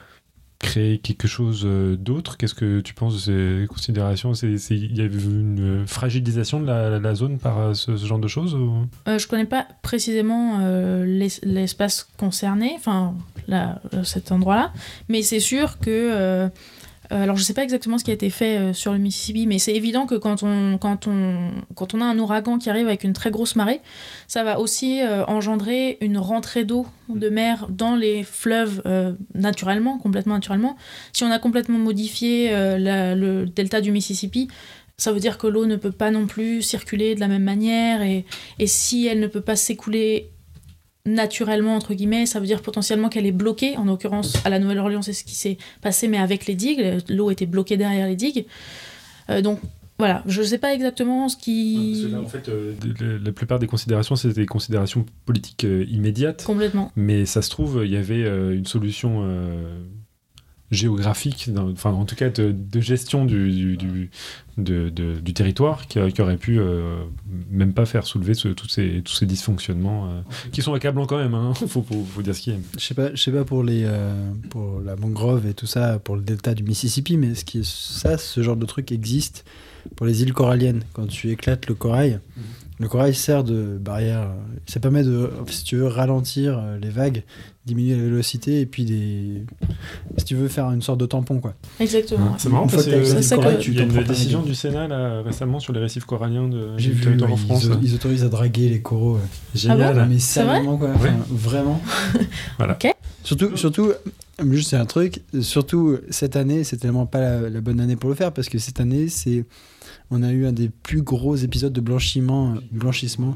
créé quelque chose euh, d'autre. Qu'est-ce que tu penses de ces considérations ? c'est, c'est, Il y a eu une fragilisation de la, la zone par euh, ce, ce genre de choses ou... euh, Je ne connais pas précisément euh, l'es, l'espace concerné, enfin la, cet endroit-là, mais c'est sûr que... Euh, alors je ne sais pas exactement ce qui a été fait euh, sur le Mississippi, mais c'est évident que quand on, quand, on, quand on a un ouragan qui arrive avec une très grosse marée, ça va aussi euh, engendrer une rentrée d'eau de mer dans les fleuves euh, naturellement, complètement naturellement. Si on a complètement modifié euh, la, le delta du Mississippi, ça veut dire que l'eau ne peut pas non plus circuler de la même manière, et, et si elle ne peut pas s'écouler naturellement, entre guillemets, ça veut dire potentiellement qu'elle est bloquée. En l'occurrence, à la Nouvelle-Orléans, c'est ce qui s'est passé, mais avec les digues, l'eau était bloquée derrière les digues. Euh, donc, voilà, je ne sais pas exactement ce qui... Parce que là, en fait, euh, de, de, la plupart des considérations, c'était des considérations politiques euh, immédiates. Complètement. Mais ça se trouve, il y avait euh, une solution... Euh... géographique, dans, enfin en tout cas de, de gestion du, du, du, de, de, du territoire qui, qui aurait pu euh, même pas faire soulever ce, tous, ces, tous ces dysfonctionnements euh, qui sont accablants quand même, hein. faut, faut, faut dire ce qu'il y a. Je sais pas, je sais pas pour, les, euh, pour la mangrove et tout ça, pour le delta du Mississippi, mais ce qui est, ça, ce genre de truc existe pour les îles coralliennes. Quand tu éclates le corail, mmh. le corail sert de barrière, ça permet de, si tu veux, ralentir les vagues, diminuer la vélocité et puis des... si tu veux faire une sorte de tampon, quoi. Exactement. Ouais, c'est marrant parce que c'est ça corail, que... tu il y a une décision du Sénat là, récemment sur les récifs coralliens de, J'ai du vu, territoire ouais, en France. Ils, ils autorisent à draguer les coraux. Ouais. Génial. Ah bon, mais sérieusement, quoi. Enfin, ouais. Vraiment. Voilà. Ok. Surtout, surtout, juste c'est un truc, surtout cette année, c'est tellement pas la, la bonne année pour le faire parce que cette année, c'est on a eu un des plus gros épisodes de blanchiment, blanchissement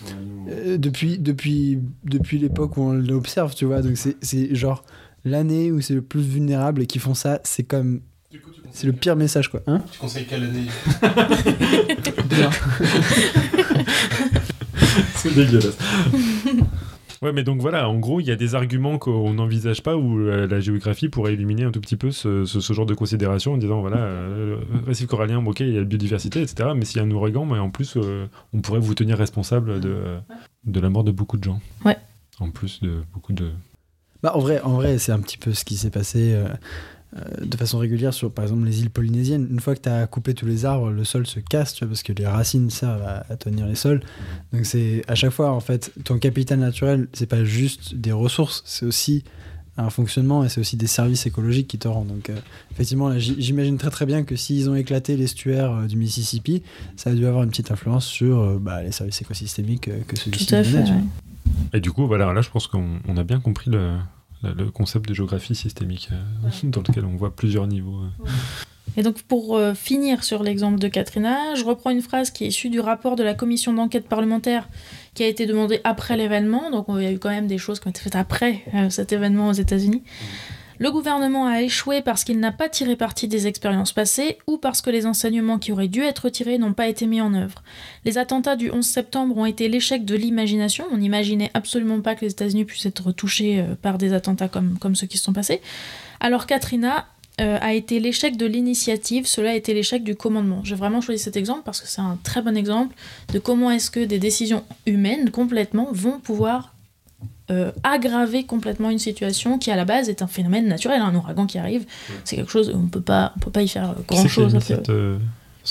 euh, depuis, depuis, depuis l'époque où on l'observe, tu vois. Donc c'est, c'est genre l'année où c'est le plus vulnérable et qui font ça, c'est comme... C'est le pire message, quoi. Hein ? Tu conseilles quelle année ? Bien. C'est dégueulasse. Ouais, mais donc voilà, en gros, il y a des arguments qu'on n'envisage pas où euh, la géographie pourrait éliminer un tout petit peu ce, ce, ce genre de considération en disant, voilà, euh, récif corallien, ok, il y a la biodiversité, et cetera. Mais s'il y a un ouragan, mais en plus, euh, on pourrait vous tenir responsable de, de la mort de beaucoup de gens. Ouais. En plus de beaucoup de... Bah, en vrai, en vrai, c'est un petit peu ce qui s'est passé... Euh... de façon régulière sur par exemple les îles polynésiennes. Une fois que tu as coupé tous les arbres, le sol se casse, tu vois, parce que les racines servent à, à tenir les sols. Donc c'est à chaque fois, en fait, ton capital naturel, c'est pas juste des ressources, c'est aussi un fonctionnement et c'est aussi des services écologiques qui te rendent. Donc euh, effectivement, là, j'imagine très très bien que s'ils ont éclaté l'estuaire euh, du Mississippi, ça a dû avoir une petite influence sur euh, bah, les services écosystémiques euh, que celui-ci Tout à fait, donnait. ouais. Et du coup, voilà, là, je pense qu'on on a bien compris le... le concept de géographie systémique euh, ouais. dans lequel on voit plusieurs niveaux. Euh. Et donc pour euh, finir sur l'exemple de Katrina, je reprends une phrase qui est issue du rapport de la commission d'enquête parlementaire qui a été demandée après l'événement, donc il y a eu quand même des choses qui ont été faites après euh, cet événement aux États-Unis. Le gouvernement a échoué parce qu'il n'a pas tiré parti des expériences passées ou parce que les enseignements qui auraient dû être tirés n'ont pas été mis en œuvre. Les attentats du onze septembre ont été l'échec de l'imagination. On n'imaginait absolument pas que les États-Unis puissent être touchés par des attentats comme, comme ceux qui se sont passés. Alors Katrina euh, a été l'échec de l'initiative, cela a été l'échec du commandement. J'ai vraiment choisi cet exemple parce que c'est un très bon exemple de comment est-ce que des décisions humaines complètement vont pouvoir Euh, aggraver complètement une situation qui à la base est un phénomène naturel, un ouragan qui arrive, c'est quelque chose, on peut pas, on peut pas y faire grand chose. Qui c'est qui a mis cette euh, sentence ?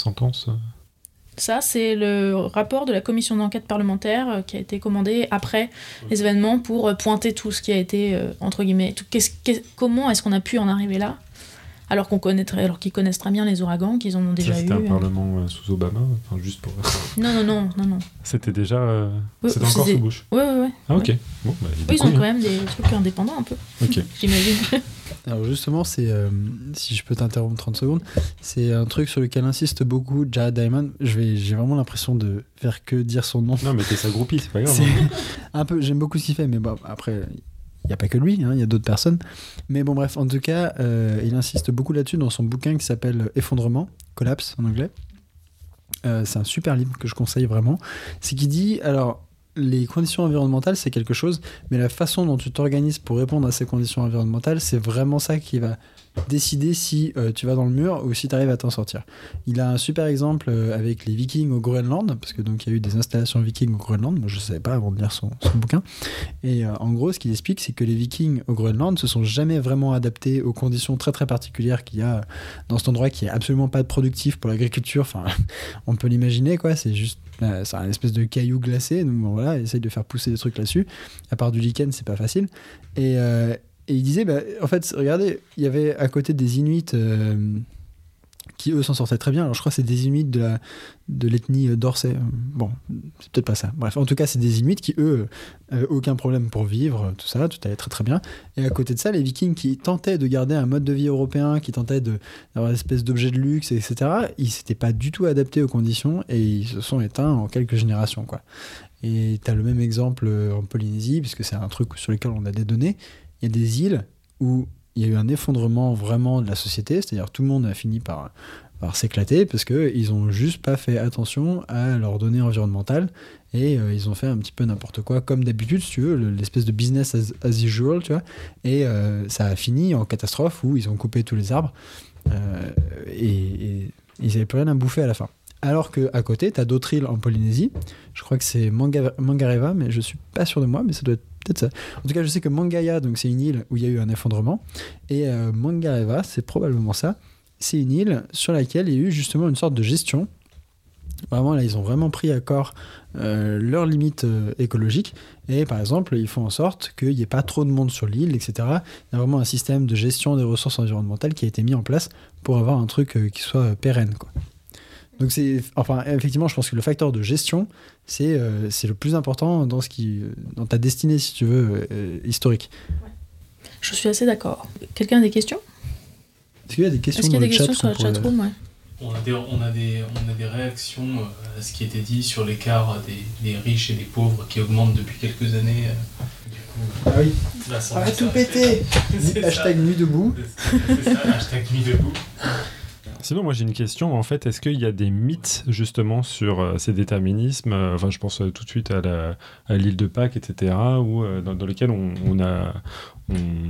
Ça, c'est le rapport de la commission d'enquête parlementaire euh, qui a été commandé après les événements pour euh, pointer tout ce qui a été euh, entre guillemets, tout, qu'est-ce, qu'est, comment est-ce qu'on a pu en arriver là ? Alors, qu'on connaît très, alors qu'ils connaissent très bien les ouragans, qu'ils en ont déjà ça, c'était eu. C'était un parlement euh, sous Obama, enfin juste pour. non, non, non, non, non. C'était déjà. Euh... Oui, c'était encore des... sous Bush. Ouais, ouais, ouais. Ah, ok. Ouais. Bon, bah, oui, ils ont quand même des trucs indépendants un peu. Ok. J'imagine. Alors justement, c'est, euh, si je peux t'interrompre trente secondes, c'est un truc sur lequel insiste beaucoup Jared Diamond. Je vais, j'ai vraiment l'impression de faire que dire son nom. Non, mais t'es sa groupie, c'est pas grave. C'est un peu, j'aime beaucoup ce qu'il fait, mais bon, après, il n'y a pas que lui, il hein, y a d'autres personnes. Mais bon, bref, en tout cas, euh, il insiste beaucoup là-dessus dans son bouquin qui s'appelle Effondrement, Collapse en anglais. Euh, c'est un super livre que je conseille vraiment. C'est qu'il dit, alors, les conditions environnementales, c'est quelque chose, mais la façon dont tu t'organises pour répondre à ces conditions environnementales, c'est vraiment ça qui va décider si euh, tu vas dans le mur ou si tu arrives à t'en sortir. Il a un super exemple euh, avec les Vikings au Groenland, parce que donc il y a eu des installations vikings au Groenland, moi je ne savais pas avant de lire son, son bouquin, et euh, en gros ce qu'il explique c'est que les Vikings au Groenland se sont jamais vraiment adaptés aux conditions très très particulières qu'il y a dans cet endroit qui est absolument pas productif pour l'agriculture, enfin on peut l'imaginer quoi, c'est juste euh, c'est un espèce de caillou glacé, donc bon, voilà, essaye de faire pousser des trucs là-dessus, à part du lichen c'est pas facile, et euh, Et il disait, bah, en fait, regardez, il y avait à côté des Inuits euh, qui, eux, s'en sortaient très bien. Alors, je crois que c'est des Inuits de, la, de l'ethnie d'Orsay. Bon, c'est peut-être pas ça. Bref, en tout cas, c'est des Inuits qui, eux, euh, aucun problème pour vivre, tout ça, tout allait très très bien. Et à côté de ça, les Vikings qui tentaient de garder un mode de vie européen, qui tentaient de, d'avoir une espèce d'objet de luxe, et cetera, ils s'étaient pas du tout adaptés aux conditions et ils se sont éteints en quelques générations, quoi. Et tu as le même exemple en Polynésie, puisque c'est un truc sur lequel on a des données. Il y a des îles où il y a eu un effondrement vraiment de la société, c'est-à-dire tout le monde a fini par, par s'éclater parce qu'ils n'ont juste pas fait attention à leurs données environnementales et euh, ils ont fait un petit peu n'importe quoi, comme d'habitude, si tu veux, l'espèce de business as, as usual, tu vois, et euh, ça a fini en catastrophe où ils ont coupé tous les arbres euh, et, et ils n'avaient plus rien à bouffer à la fin. Alors qu'à côté, tu as d'autres îles en Polynésie, je crois que c'est Manga, Mangareva, mais je ne suis pas sûr de moi, mais ça doit être peut-être ça. En tout cas, je sais que Mangaia, donc c'est une île où il y a eu un effondrement, et euh, Mangareva, c'est probablement ça, c'est une île sur laquelle il y a eu justement une sorte de gestion. Vraiment, là, ils ont vraiment pris à corps euh, leurs limites euh, écologiques, et par exemple, ils font en sorte qu'il n'y ait pas trop de monde sur l'île, et cetera. Il y a vraiment un système de gestion des ressources environnementales qui a été mis en place pour avoir un truc euh, qui soit pérenne, quoi. Donc c'est, enfin, effectivement, je pense que le facteur de gestion, c'est, euh, c'est le plus important dans, ce qui, dans ta destinée, si tu veux, euh, historique. Ouais. Je suis assez d'accord. Quelqu'un a des questions ? Est-ce qu'il y a des questions Est-ce qu'il y a des questions chat, sur la pourrait... chatroom, ouais. On a, des, on, a des, on a des réactions à ce qui était dit sur l'écart des, des riches et des pauvres qui augmente depuis quelques années. Du coup, ah oui, là, ça va tout péter. Hashtag nuit debout. C'est ça, hashtag nuit debout. Sinon, moi j'ai une question. En fait, est-ce qu'il y a des mythes justement sur euh, ces déterminismes euh, Enfin, je pense euh, tout de suite à, la, à l'île de Pâques, et cetera, où, euh, dans, dans lesquels on, on a on,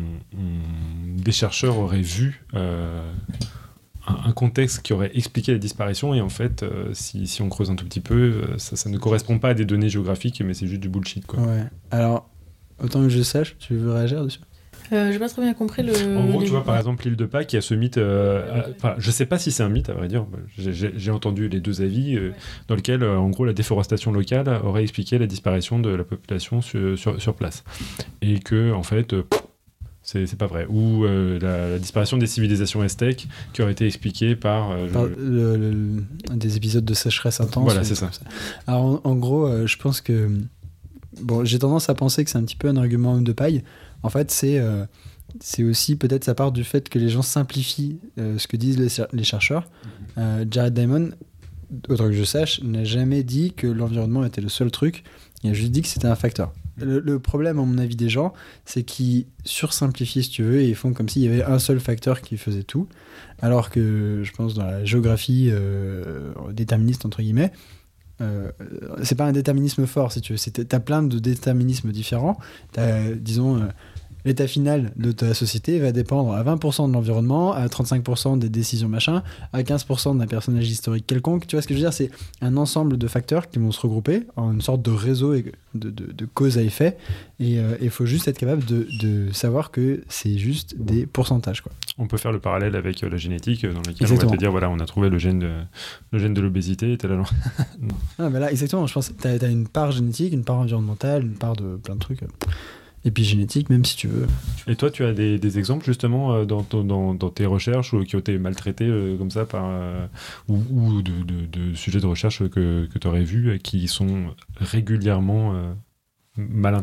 on, des chercheurs auraient vu euh, un, un contexte qui aurait expliqué la disparition. Et en fait, euh, si, si on creuse un tout petit peu, euh, ça, ça ne correspond pas à des données géographiques, mais c'est juste du bullshit, quoi. Ouais. Alors, autant que je sache, tu veux réagir dessus ? Euh, j'ai pas très bien compris le. En gros, les... tu vois, par exemple, l'île de Pâques, il y a ce mythe. Euh, enfin, je sais pas si c'est un mythe, à vrai dire. J'ai, j'ai, j'ai entendu les deux avis, euh, dans lequel, euh, en gros, la déforestation locale aurait expliqué la disparition de la population sur, sur, sur place. Et que, en fait, euh, c'est, c'est pas vrai. Ou euh, la, la disparition des civilisations aztèques qui aurait été expliquée par. Euh, par je... le, le, des épisodes de sécheresse intense. Voilà, c'est ça. ça. Alors, en, en gros, euh, je pense que. Bon, j'ai tendance à penser que c'est un petit peu un argument homme de paille. En fait, c'est, euh, c'est aussi peut-être ça part du fait que les gens simplifient euh, ce que disent les, les chercheurs. Euh, Jared Diamond, autant que je sache, n'a jamais dit que l'environnement était le seul truc. Il a juste dit que c'était un facteur. Le, le problème, à mon avis, des gens, c'est qu'ils sursimplifient, si tu veux, et ils font comme s'il y avait un seul facteur qui faisait tout. Alors que, je pense, dans la géographie euh, déterministe, entre guillemets, Euh, c'est pas un déterminisme fort, si tu veux. C'est, t'as plein de déterminismes différents. T'as, disons, euh, l'état final de ta société va dépendre à vingt pour cent de l'environnement, à trente-cinq pour cent des décisions machin, à quinze pour cent d'un personnage historique quelconque. Tu vois ce que je veux dire ? C'est un ensemble de facteurs qui vont se regrouper en une sorte de réseau de, de, de cause à effet. Et il euh, faut juste être capable de, de savoir que c'est juste des pourcentages, quoi. On peut faire le parallèle avec euh, la génétique, dans lequel Exactement. on va te dire, voilà, on a trouvé le gène de, le gène de l'obésité, et t'as la... Ah, bah là, exactement. Je pense que t'as, t'as une part génétique, une part environnementale, une part de plein de trucs. Épigénétique, même si tu veux. Et toi, tu as des, des exemples justement euh, dans, ton, dans, dans tes recherches ou qui ont été maltraités euh, comme ça par, euh, ou, ou de, de, de sujets de recherche que, que tu aurais vus euh, qui sont régulièrement euh, mal interprétés ?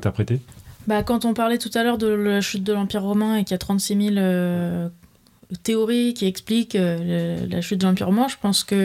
Bah, quand on parlait tout à l'heure de la chute de l'Empire romain et qu'il y a trente-six mille euh, théories qui expliquent euh, le, la chute de l'Empire romain, je pense que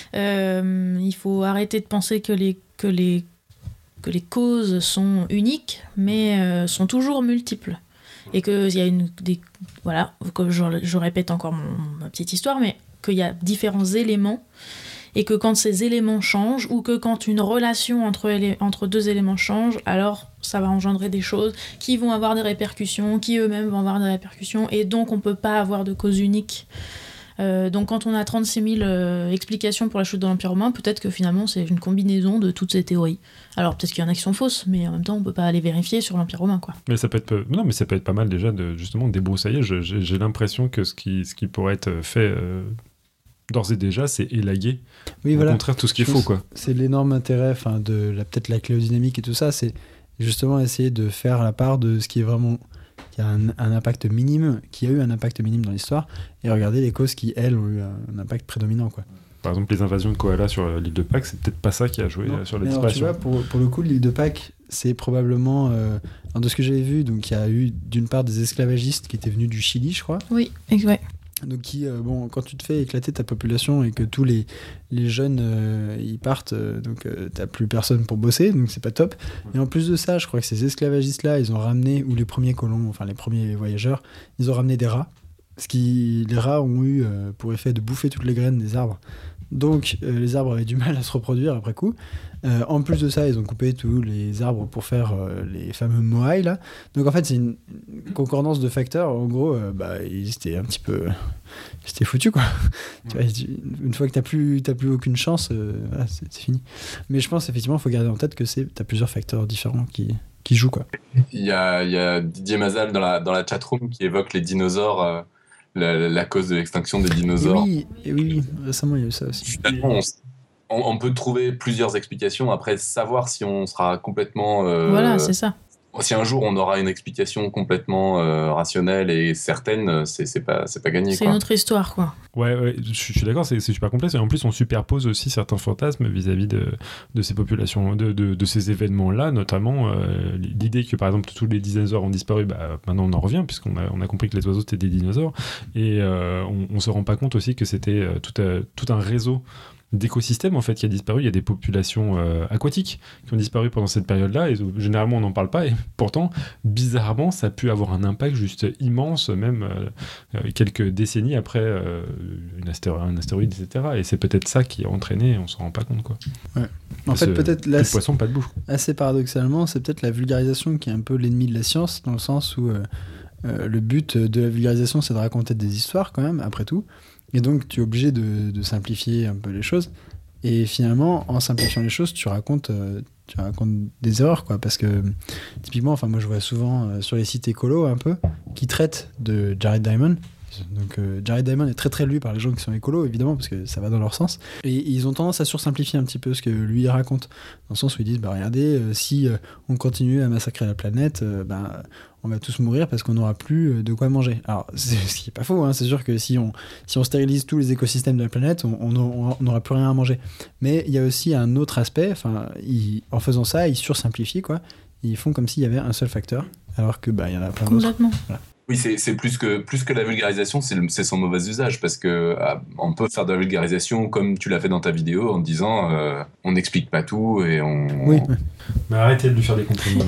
euh, il faut arrêter de penser que les, que les, que les causes sont uniques, mais euh, sont toujours multiples. Et qu'il y a une... Des, voilà, comme je, je répète encore mon, ma petite histoire, mais qu'il y a différents éléments et que quand ces éléments changent ou que quand une relation entre, élé- entre deux éléments change, alors ça va engendrer des choses qui vont avoir des répercussions, qui eux-mêmes vont avoir des répercussions, et donc on ne peut pas avoir de cause unique. Euh, donc quand on a trente-six mille euh, explications pour la chute de l'Empire romain, peut-être que finalement c'est une combinaison de toutes ces théories. Alors peut-être qu'il y en a qui sont fausses, mais en même temps on ne peut pas aller vérifier sur l'Empire romain, quoi. Mais ça peut être, non, mais ça peut être pas mal déjà de justement débroussailler. Je- J'ai, j'ai l'impression que ce qui, ce qui pourrait être fait euh, d'ores et déjà, c'est élaguer Oui, au voilà. contraire tout ce qu'il Je faut, pense quoi. C'est l'énorme intérêt, enfin, de la, peut-être la cléodynamique et tout ça, c'est justement essayer de faire la part de ce qui est vraiment, qui a un, un impact minime, qui a eu un impact minime dans l'histoire, et regarder les causes qui, elles, ont eu un impact prédominant, quoi. Par exemple, les invasions de koalas sur euh, l'île de Pâques, c'est peut-être pas ça qui a joué Non. euh, sur la Mais alors, tu disparition. vois, pour, pour le coup, l'île de Pâques, c'est probablement, euh, alors, de ce que j'avais vu, donc il y a eu d'une part des esclavagistes qui étaient venus du Chili, je crois. Oui, ouais. Donc qui, euh, bon, quand tu te fais éclater ta population et que tous les, les jeunes euh, ils partent, euh, donc euh, t'as plus personne pour bosser, donc c'est pas top. Et en plus de ça, je crois que ces esclavagistes-là, ils ont ramené, ou les premiers colons, enfin les premiers voyageurs, ils ont ramené des rats. Ce qui, les rats ont eu euh, pour effet de bouffer toutes les graines des arbres. Donc euh, les arbres avaient du mal à se reproduire après coup. Euh, en plus de ça, ils ont coupé tous les arbres pour faire euh, les fameux moai là. Donc en fait, c'est une, une concordance de facteurs. En gros, euh, bah, ils étaient un petit peu, ils étaient foutus quoi. Tu vois, une fois que t'as plus, t'as plus aucune chance, euh, voilà, c'est, c'est fini. Mais je pense effectivement, il faut garder en tête que c'est, t'as plusieurs facteurs différents qui, qui jouent quoi. Il y a, il y a Didier Mazal dans la, dans la chatroom qui évoque les dinosaures, euh, la, la cause de l'extinction des Et dinosaures. oui, et oui, oui, récemment il y a eu ça aussi. Finalement, on, s- on- on peut trouver plusieurs explications. Après, savoir si on sera complètement... euh, Voilà, c'est ça. si un jour on aura une explication complètement euh, rationnelle et certaine, c'est, c'est, pas, c'est pas gagné. C'est quoi. une autre histoire, quoi. Ouais, ouais, je suis je suis d'accord, c'est, c'est super complexe. Et en plus, on superpose aussi certains fantasmes vis-à-vis de, de ces populations, de, de, de ces événements-là, notamment euh, l'idée que, par exemple, tous les dinosaures ont disparu. Bah, maintenant, on en revient, puisqu'on a, on a compris que les oiseaux, c'était des dinosaures. Et euh, on, on se rend pas compte aussi que c'était euh, tout, euh, tout un réseau d'écosystèmes en fait qui a disparu. Il y a des populations euh, aquatiques qui ont disparu pendant cette période-là, et euh, généralement on n'en parle pas, et pourtant bizarrement ça a pu avoir un impact juste immense, même euh, euh, quelques décennies après euh, une astéro- un astéroïde, et cetera. Et c'est peut-être ça qui a entraîné, et on s'en rend pas compte, quoi. En fait, Ce- peut-être plus là, de poisson, pas de bouffe. assez paradoxalement, c'est peut-être la vulgarisation qui est un peu l'ennemi de la science, dans le sens où euh, euh, le but de la vulgarisation, c'est de raconter des histoires quand même, après tout. Et donc, tu es obligé de, de simplifier un peu les choses. Et finalement, en simplifiant les choses, tu racontes, euh, tu racontes des erreurs, quoi. Parce que, typiquement, enfin, moi, je vois souvent euh, sur les sites écolos, un peu, qui traitent de Jared Diamond. Donc, euh, Jared Diamond est très très lu par les gens qui sont écolos, évidemment, parce que ça va dans leur sens. Et ils ont tendance à sursimplifier un petit peu ce que lui il raconte. Dans le sens où ils disent, bah regardez, euh, si euh, on continue à massacrer la planète, euh, bah, on va tous mourir parce qu'on n'aura plus euh, de quoi manger. Alors, c'est, ce qui est pas faux, hein, c'est sûr que si on, si on stérilise tous les écosystèmes de la planète, on on- on n'aura plus rien à manger. Mais il y a aussi un autre aspect, enfin, ils- en faisant ça, ils sursimplifient, quoi. Ils font comme s'il y avait un seul facteur, alors que bah il y en a plein d'autres. Complètement. Oui, c'est, c'est plus, que, plus que la vulgarisation, c'est, le- c'est son mauvais usage, parce que ah, on peut faire de la vulgarisation comme tu l'as fait dans ta vidéo, en disant euh, on n'explique pas tout et on... Oui, Mais arrêtez de lui faire des compliments.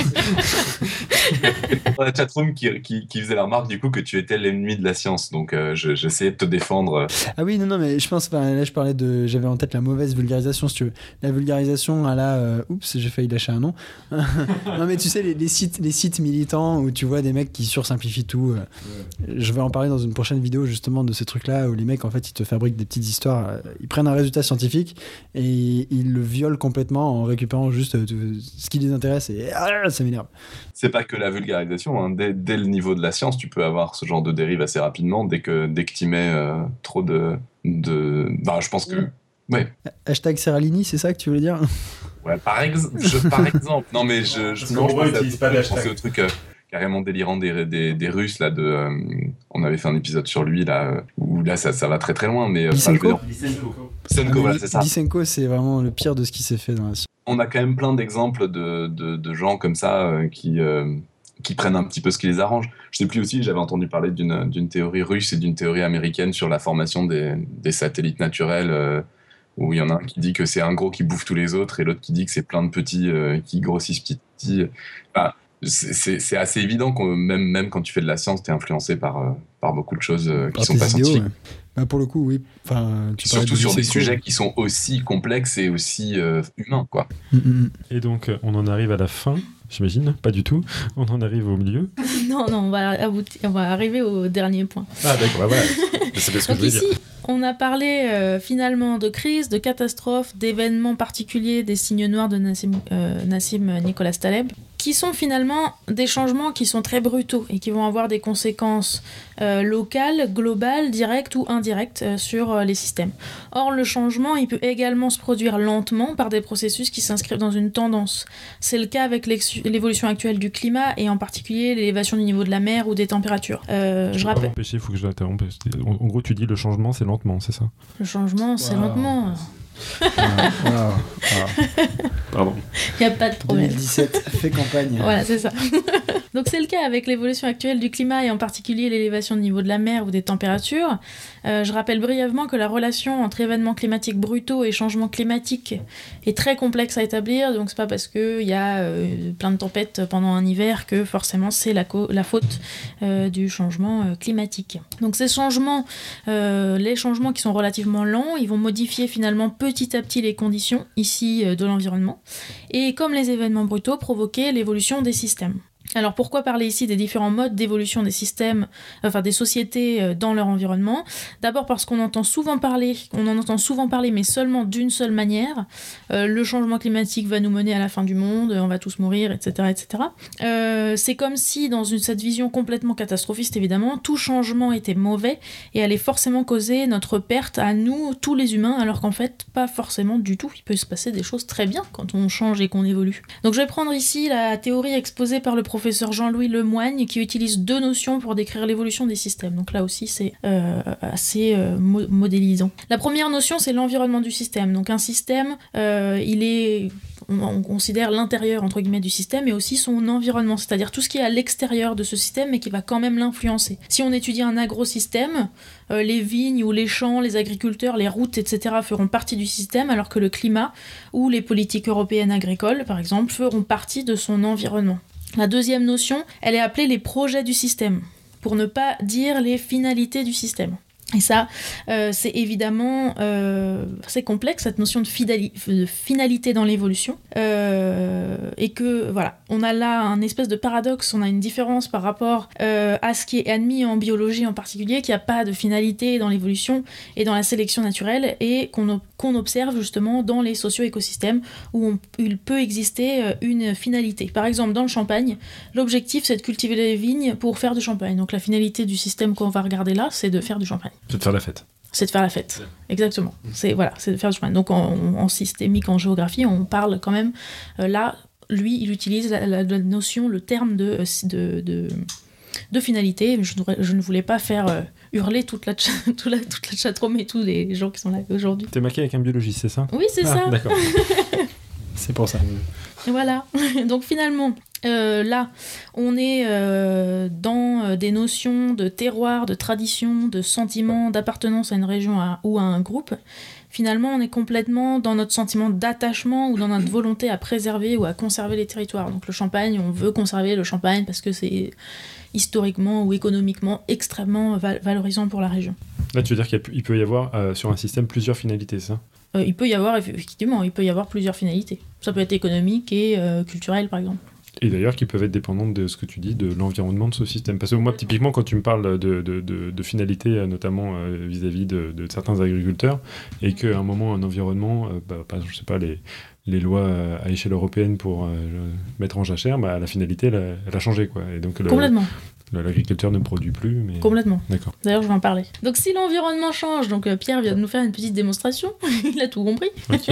Dans la chatroom qui, qui, qui faisait la remarque du coup que tu étais l'ennemi de la science, donc euh, je- j'essayais de te défendre. Ah oui, non, non, mais je pense, enfin, là je parlais de, j'avais en tête la mauvaise vulgarisation, si tu veux. La vulgarisation à la, euh, oups, j'ai failli lâcher un nom. Non, mais tu sais, les, les sites, les sites militants où tu vois des mecs qui sursimplifient tout. euh, Je vais en parler dans une prochaine vidéo justement de ces trucs-là où les mecs en fait ils te fabriquent des petites histoires, euh, ils prennent un résultat scientifique et ils le violent complètement en récupérant juste euh, tout- ce qui les intéresse et ah, ça m'énerve. C'est pas que la vulgarisation, hein. dès, dès le niveau de la science, tu peux avoir ce genre de dérive assez rapidement dès que dès que tu mets euh, trop de... de... Bah, je pense que... Ouais. Hashtag Serralini, c'est ça que tu voulais dire? Ouais, par, ex- je, par exemple. Non, mais je, je, Parce non, qu'en je gros, pensais à- utilise pas je d'hashtag. pensais au truc euh, carrément délirant des, des, des Russes là de euh, on avait fait un épisode sur lui là où là ça, ça va très très loin mais euh, enfin, je veux dire, Lysenko, voilà, c'est ça. Lysenko, c'est vraiment le pire de ce qui s'est fait dans la science. On a quand même plein d'exemples de, de, de gens comme ça euh, qui, euh, qui prennent un petit peu ce qui les arrange. Je sais plus aussi, j'avais entendu parler d'une, d'une théorie russe et d'une théorie américaine sur la formation des, des satellites naturels, euh, où il y en a un qui dit que c'est un gros qui bouffe tous les autres et l'autre qui dit que c'est plein de petits euh, qui grossissent petit. Enfin, c'est, c'est, c'est assez évident que même, même quand tu fais de la science, tu es influencé par, euh, par beaucoup de choses euh, qui par sont pas idéaux, scientifiques. Ouais. Bah pour le coup, oui. Enfin, tu Surtout de sur des Lysenko. sujets qui sont aussi complexes et aussi euh, humains, quoi. Mm-hmm. Et donc, on en arrive à la fin, j'imagine. Pas du tout. On en arrive au milieu. Non, non, on va, aboutir, on va arriver au dernier point. Ah d'accord, bah voilà. C'est bien ce que Donc je voulais ici, dire. on a parlé euh, finalement de crise, de catastrophe, d'événements particuliers, des signes noirs de Nassim, euh, Nassim Nicolas Taleb, qui sont finalement des changements qui sont très brutaux et qui vont avoir des conséquences euh, locales, globales, directes ou indirectes euh, sur euh, les systèmes. Or, le changement, il peut également se produire lentement par des processus qui s'inscrivent dans une tendance. C'est le cas avec l'évolution actuelle du climat et en particulier l'élévation du niveau de la mer ou des températures. Euh, Je je peux pas rappelle. m'empêcher, il faut que je l'interrompe. En, en gros, tu dis le changement, c'est lentement, c'est ça? Le changement, c'est Wow. lentement. Wow, wow, wow. Pardon. Il n'y a pas de problème. deux mille dix-sept, fait campagne. Voilà, c'est ça. Donc c'est le cas avec l'évolution actuelle du climat et en particulier l'élévation du niveau de la mer ou des températures. Euh, je rappelle brièvement que la relation entre événements climatiques brutaux et changements climatiques est très complexe à établir, donc c'est pas parce qu'il y a euh, plein de tempêtes pendant un hiver que forcément c'est la, co- la faute euh, du changement euh, climatique. Donc ces changements, euh, les changements qui sont relativement lents, ils vont modifier finalement petit à petit les conditions ici euh, de l'environnement et comme les événements brutaux provoquer l'évolution des systèmes. Alors pourquoi parler ici des différents modes d'évolution des systèmes, enfin des sociétés dans leur environnement? D'abord parce qu'on entend souvent parler, on en entend souvent parler, mais seulement d'une seule manière. Euh, le changement climatique va nous mener à la fin du monde, on va tous mourir, et cetera, et cetera. Euh, c'est comme si dans une, cette vision complètement catastrophiste, évidemment, tout changement était mauvais et allait forcément causer notre perte à nous, tous les humains, alors qu'en fait, pas forcément du tout. Il peut se passer des choses très bien quand on change et qu'on évolue. Donc je vais prendre ici la théorie exposée par le professeur professeur Jean-Louis Lemoigne qui utilise deux notions pour décrire l'évolution des systèmes. Donc là aussi, c'est euh, assez euh, mo- modélisant. La première notion, c'est l'environnement du système. Donc un système, euh, il est... On, on considère l'intérieur, entre guillemets, du système et aussi son environnement, c'est-à-dire tout ce qui est à l'extérieur de ce système mais qui va quand même l'influencer. Si on étudie un agrosystème, euh, les vignes ou les champs, les agriculteurs, les routes, et cetera feront partie du système, alors que le climat ou les politiques européennes agricoles, par exemple, feront partie de son environnement. La deuxième notion, elle est appelée les projets du système, pour ne pas dire les finalités du système. Et ça, euh, c'est évidemment euh, c'est complexe, cette notion de, fidali- de finalité dans l'évolution. Euh, et que, voilà, on a là un espèce de paradoxe, on a une différence par rapport euh, à ce qui est admis en biologie en particulier, qu'il n'y a pas de finalité dans l'évolution et dans la sélection naturelle, et qu'on, qu'on observe justement dans les socio-écosystèmes où on, il peut exister une finalité. Par exemple, dans le champagne, l'objectif, c'est de cultiver les vignes pour faire du champagne. Donc la finalité du système qu'on va regarder là, c'est de faire du champagne. C'est de faire la fête. C'est de faire la fête, exactement. C'est, voilà, c'est de faire du chemin. Donc en, en systémique, en géographie, on parle quand même... Euh, là, lui, il utilise la, la, la notion, le terme de, de, de, de finalité. Je, je ne voulais pas faire euh, hurler toute la, toute la, toute la chatroom et tous les gens qui sont là aujourd'hui. T'es maqué avec un biologiste, c'est ça? Oui, c'est ah, ça. D'accord. C'est pour ça. Et voilà. Donc finalement... Euh, là, on est euh, dans euh, des notions de terroir, de tradition, de sentiment, d'appartenance à une région à, ou à un groupe. Finalement, on est complètement dans notre sentiment d'attachement ou dans notre volonté à préserver ou à conserver les territoires. Donc le Champagne, on veut conserver le Champagne parce que c'est historiquement ou économiquement extrêmement val- valorisant pour la région. Là, tu veux dire qu'il peut y avoir euh, sur un système plusieurs finalités, c'est ça? euh, Il peut y avoir, effectivement, il peut y avoir plusieurs finalités. Ça peut être économique et euh, culturel, par exemple. Et d'ailleurs, qui peuvent être dépendantes de ce que tu dis, de l'environnement de ce système. Parce que moi, typiquement, quand tu me parles de, de, de, de finalité, notamment euh, vis-à-vis de, de certains agriculteurs, et qu'à un moment, un environnement, euh, bah, par exemple, je sais pas, les, les lois euh, à échelle européenne pour euh, mettre en jachère, bah, la finalité, elle a, elle a changé, quoi. Et donc, le, Complètement. Le, l'agriculteur ne produit plus. Mais... Complètement. D'accord. D'ailleurs, je vais en parler. Donc, si l'environnement change, donc euh, Pierre vient de nous faire une petite démonstration, il a tout compris. Okay.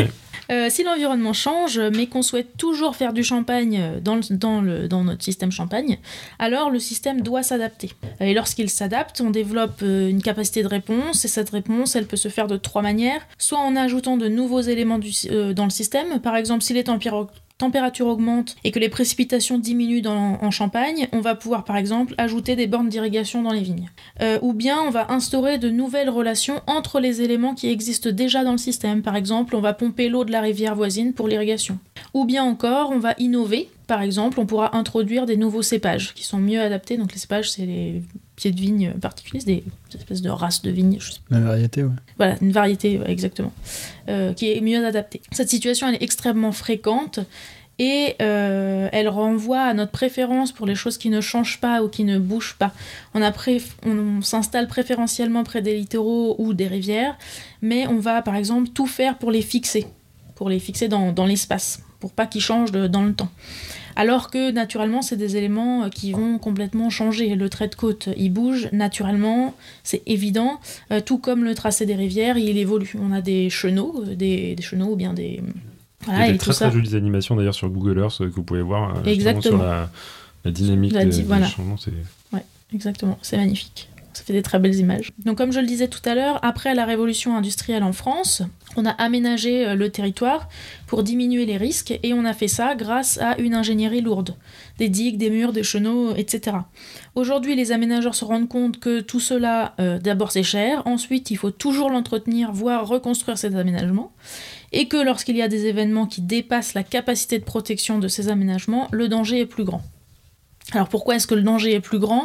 Euh, si l'environnement change, mais qu'on souhaite toujours faire du champagne dans, le, dans, le, dans notre système champagne, alors le système doit s'adapter. Et lorsqu'il s'adapte, on développe une capacité de réponse, et cette réponse, elle peut se faire de trois manières. Soit en ajoutant de nouveaux éléments du, euh, dans le système, par exemple si les températures température augmente et que les précipitations diminuent dans, en Champagne, on va pouvoir par exemple ajouter des bornes d'irrigation dans les vignes. Euh, ou bien on va instaurer de nouvelles relations entre les éléments qui existent déjà dans le système. Par exemple, on va pomper l'eau de la rivière voisine pour l'irrigation. Ou bien encore, on va innover. Par exemple, on pourra introduire des nouveaux cépages qui sont mieux adaptés. Donc les cépages, c'est les pieds de vigne particuliers, des espèces de races de vignes. Je sais pas. La variété, ouais. Voilà, une variété, exactement, euh, qui est mieux adaptée. Cette situation, elle est extrêmement fréquente et euh, elle renvoie à notre préférence pour les choses qui ne changent pas ou qui ne bougent pas. On, a pré- on s'installe préférentiellement près des littoraux ou des rivières, mais on va, par exemple, tout faire pour les fixer, pour les fixer dans, dans l'espace, pour pas qu'ils changent de, dans le temps. Alors que naturellement, c'est des éléments qui vont complètement changer. Le trait de côte, il bouge naturellement, c'est évident, euh, tout comme le tracé des rivières, il évolue. On a des chenaux, des, des chenaux ou bien des... Voilà, il y a des très très jolies animations d'ailleurs sur Google Earth que vous pouvez voir euh, sur la, la dynamique la di- des, voilà. des changements. C'est... Ouais, exactement, c'est magnifique. Ça fait des très belles images. Donc comme je le disais tout à l'heure, après la révolution industrielle en France, on a aménagé le territoire pour diminuer les risques et on a fait ça grâce à une ingénierie lourde. Des digues, des murs, des chenaux, et cetera. Aujourd'hui, les aménageurs se rendent compte que tout cela, euh, d'abord c'est cher, ensuite il faut toujours l'entretenir, voire reconstruire cet aménagement, et que lorsqu'il y a des événements qui dépassent la capacité de protection de ces aménagements, le danger est plus grand. Alors pourquoi est-ce que le danger est plus grand ?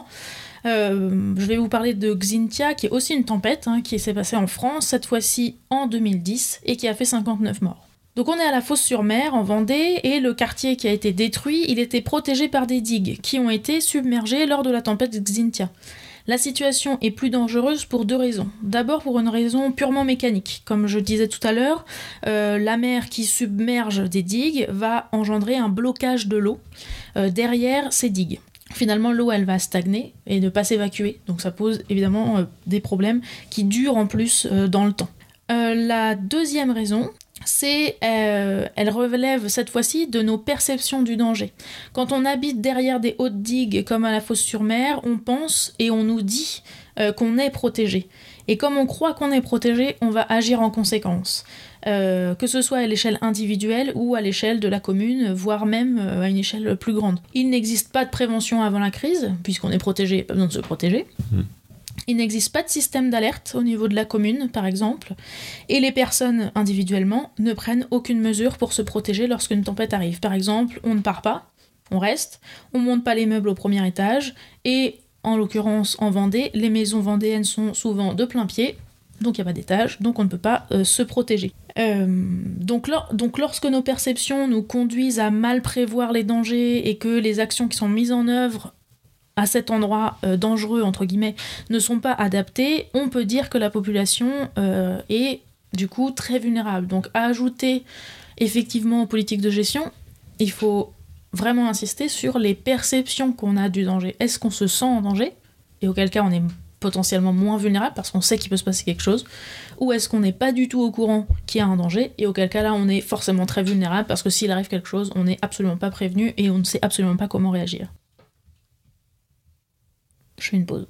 Euh, je vais vous parler de Xynthia, qui est aussi une tempête, hein, qui s'est passée en France, cette fois-ci en deux mille dix, et qui a fait cinquante-neuf morts. Donc on est à la Fosse-sur-Mer, en Vendée, et le quartier qui a été détruit, il était protégé par des digues, qui ont été submergées lors de la tempête Xynthia. La situation est plus dangereuse pour deux raisons. D'abord pour une raison purement mécanique. Comme je disais tout à l'heure, euh, la mer qui submerge des digues va engendrer un blocage de l'eau euh, derrière ces digues. Finalement, l'eau, elle va stagner et ne pas s'évacuer. Donc ça pose évidemment euh, des problèmes qui durent en plus euh, dans le temps. Euh, la deuxième raison, c'est euh, elle relève cette fois-ci de nos perceptions du danger. Quand on habite derrière des hautes digues comme à la Fosse-sur-Mer, on pense et on nous dit euh, qu'on est protégé. Et comme on croit qu'on est protégé, on va agir en conséquence. Euh, que ce soit à l'échelle individuelle ou à l'échelle de la commune, voire même euh, à une échelle plus grande. Il n'existe pas de prévention avant la crise, puisqu'on est protégé, pas besoin de se protéger. Mmh. Il n'existe pas de système d'alerte au niveau de la commune, par exemple, et les personnes individuellement ne prennent aucune mesure pour se protéger lorsqu'une tempête arrive. Par exemple, on ne part pas, on reste, on ne monte pas les meubles au premier étage, et en l'occurrence en Vendée, les maisons vendéennes sont souvent de plein pied, donc il n'y a pas d'étage, donc on ne peut pas euh, se protéger. Euh, donc, lor- donc lorsque nos perceptions nous conduisent à mal prévoir les dangers et que les actions qui sont mises en œuvre à cet endroit euh, dangereux, entre guillemets, ne sont pas adaptées, on peut dire que la population euh, est du coup très vulnérable. Donc à ajouter effectivement aux politiques de gestion, il faut vraiment insister sur les perceptions qu'on a du danger. Est-ce qu'on se sent en danger ? Et auquel cas on est potentiellement moins vulnérable parce qu'on sait qu'il peut se passer quelque chose, ou est-ce qu'on n'est pas du tout au courant qu'il y a un danger, et auquel cas là on est forcément très vulnérable parce que s'il arrive quelque chose, on n'est absolument pas prévenu et on ne sait absolument pas comment réagir. Je fais une pause.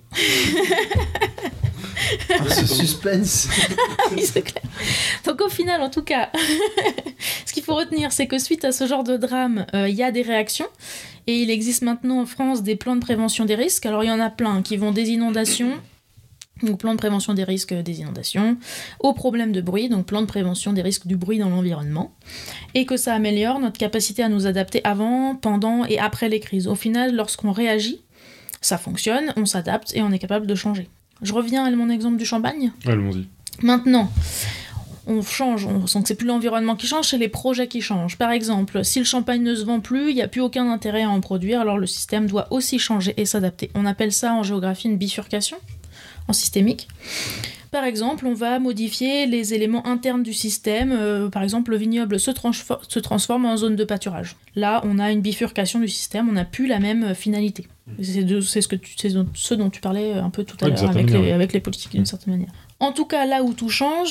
Oh, ce suspense. Oui, c'est clair. Donc au final, en tout cas, ce qu'il faut retenir, c'est que suite à ce genre de drame, il euh, y a des réactions, et il existe maintenant en France des plans de prévention des risques. Alors il y en a plein qui vont des inondations, donc plan de prévention des risques des inondations, aux problèmes de bruit, donc plan de prévention des risques du bruit dans l'environnement, et que ça améliore notre capacité à nous adapter avant, pendant et après les crises. Au final, lorsqu'on réagit, ça fonctionne, on s'adapte et on est capable de changer. Je reviens à mon exemple du champagne. Allons-y. Maintenant, on change, on sent que c'est plus l'environnement qui change, c'est les projets qui changent. Par exemple, si le champagne ne se vend plus, il n'y a plus aucun intérêt à en produire, alors le système doit aussi changer et s'adapter. On appelle ça en géographie une bifurcation, en systémique. Par exemple, on va modifier les éléments internes du système. Euh, par exemple, le vignoble se, transfor- se transforme en zone de pâturage. Là, on a une bifurcation du système, on n'a plus la même finalité. C'est, de, c'est, ce, que tu, c'est ce dont tu parlais un peu tout à l'heure avec les, avec les politiques, d'une certaine manière. En tout cas, là où tout change,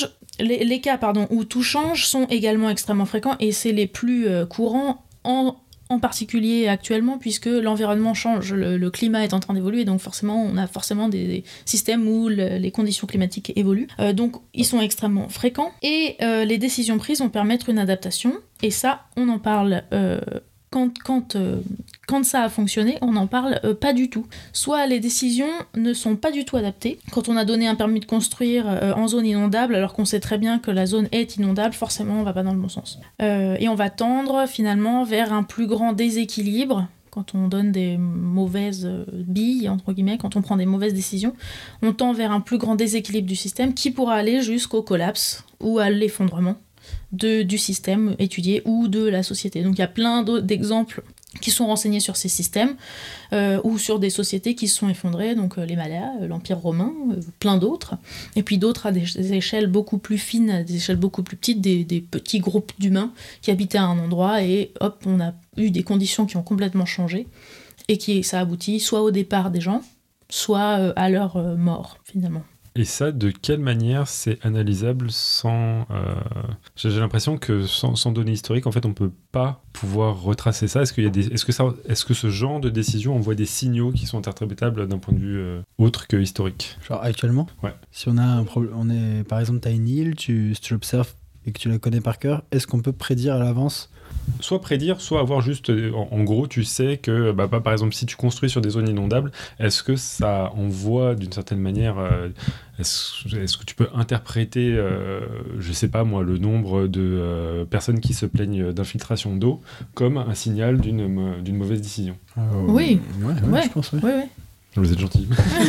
les, les cas pardon, où tout change sont également extrêmement fréquents et c'est les plus euh, courants en, en particulier actuellement puisque l'environnement change, le, le climat est en train d'évoluer donc forcément on a forcément des, des systèmes où le, les conditions climatiques évoluent. Euh, donc ils sont extrêmement fréquents et euh, les décisions prises vont permettre une adaptation et ça on en parle euh, Quand, quand, euh, quand ça a fonctionné, on n'en parle euh, pas du tout. Soit les décisions ne sont pas du tout adaptées. Quand on a donné un permis de construire euh, en zone inondable, alors qu'on sait très bien que la zone est inondable, forcément on va pas dans le bon sens. Euh, et on va tendre finalement vers un plus grand déséquilibre. Quand on donne des mauvaises billes, entre guillemets, quand on prend des mauvaises décisions, on tend vers un plus grand déséquilibre du système qui pourra aller jusqu'au collapse ou à l'effondrement. De, du système étudié ou de la société. Donc il y a plein d'exemples qui sont renseignés sur ces systèmes euh, ou sur des sociétés qui se sont effondrées, donc euh, les Mayas, euh, l'Empire romain, euh, plein d'autres, et puis d'autres à des, des échelles beaucoup plus fines, à des échelles beaucoup plus petites, des, des petits groupes d'humains qui habitaient à un endroit et hop, on a eu des conditions qui ont complètement changé et qui ça aboutit soit au départ des gens, soit euh, à leur euh, mort finalement. Et ça, de quelle manière c'est analysable sans... Euh... J'ai l'impression que sans, sans données historiques, en fait, on ne peut pas pouvoir retracer ça. Est-ce qu'il y a des... Est-ce que ça... Est-ce que ce genre de décision envoie des signaux qui sont interprétables d'un point de vue euh, autre que historique ? Genre actuellement ? Ouais. Si on a un problème, on est, par exemple, tu as une île, tu, si tu l'observes et que tu la connais par cœur, est-ce qu'on peut prédire à l'avance ? Soit prédire, soit avoir juste... En, en gros, tu sais que, bah, par exemple, si tu construis sur des zones inondables, est-ce que ça envoie, d'une certaine manière... Euh, est-ce, est-ce que tu peux interpréter, euh, je sais pas moi, le nombre de euh, personnes qui se plaignent d'infiltration d'eau comme un signal d'une, d'une mauvaise décision ? euh, Oui. Ouais, ouais, ouais. je pense, ouais. Oui, oui. Vous êtes gentil.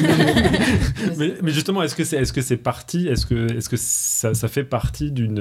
mais, mais justement, est-ce que c'est, est-ce que c'est parti, est-ce que, est-ce que ça, ça fait partie d'une,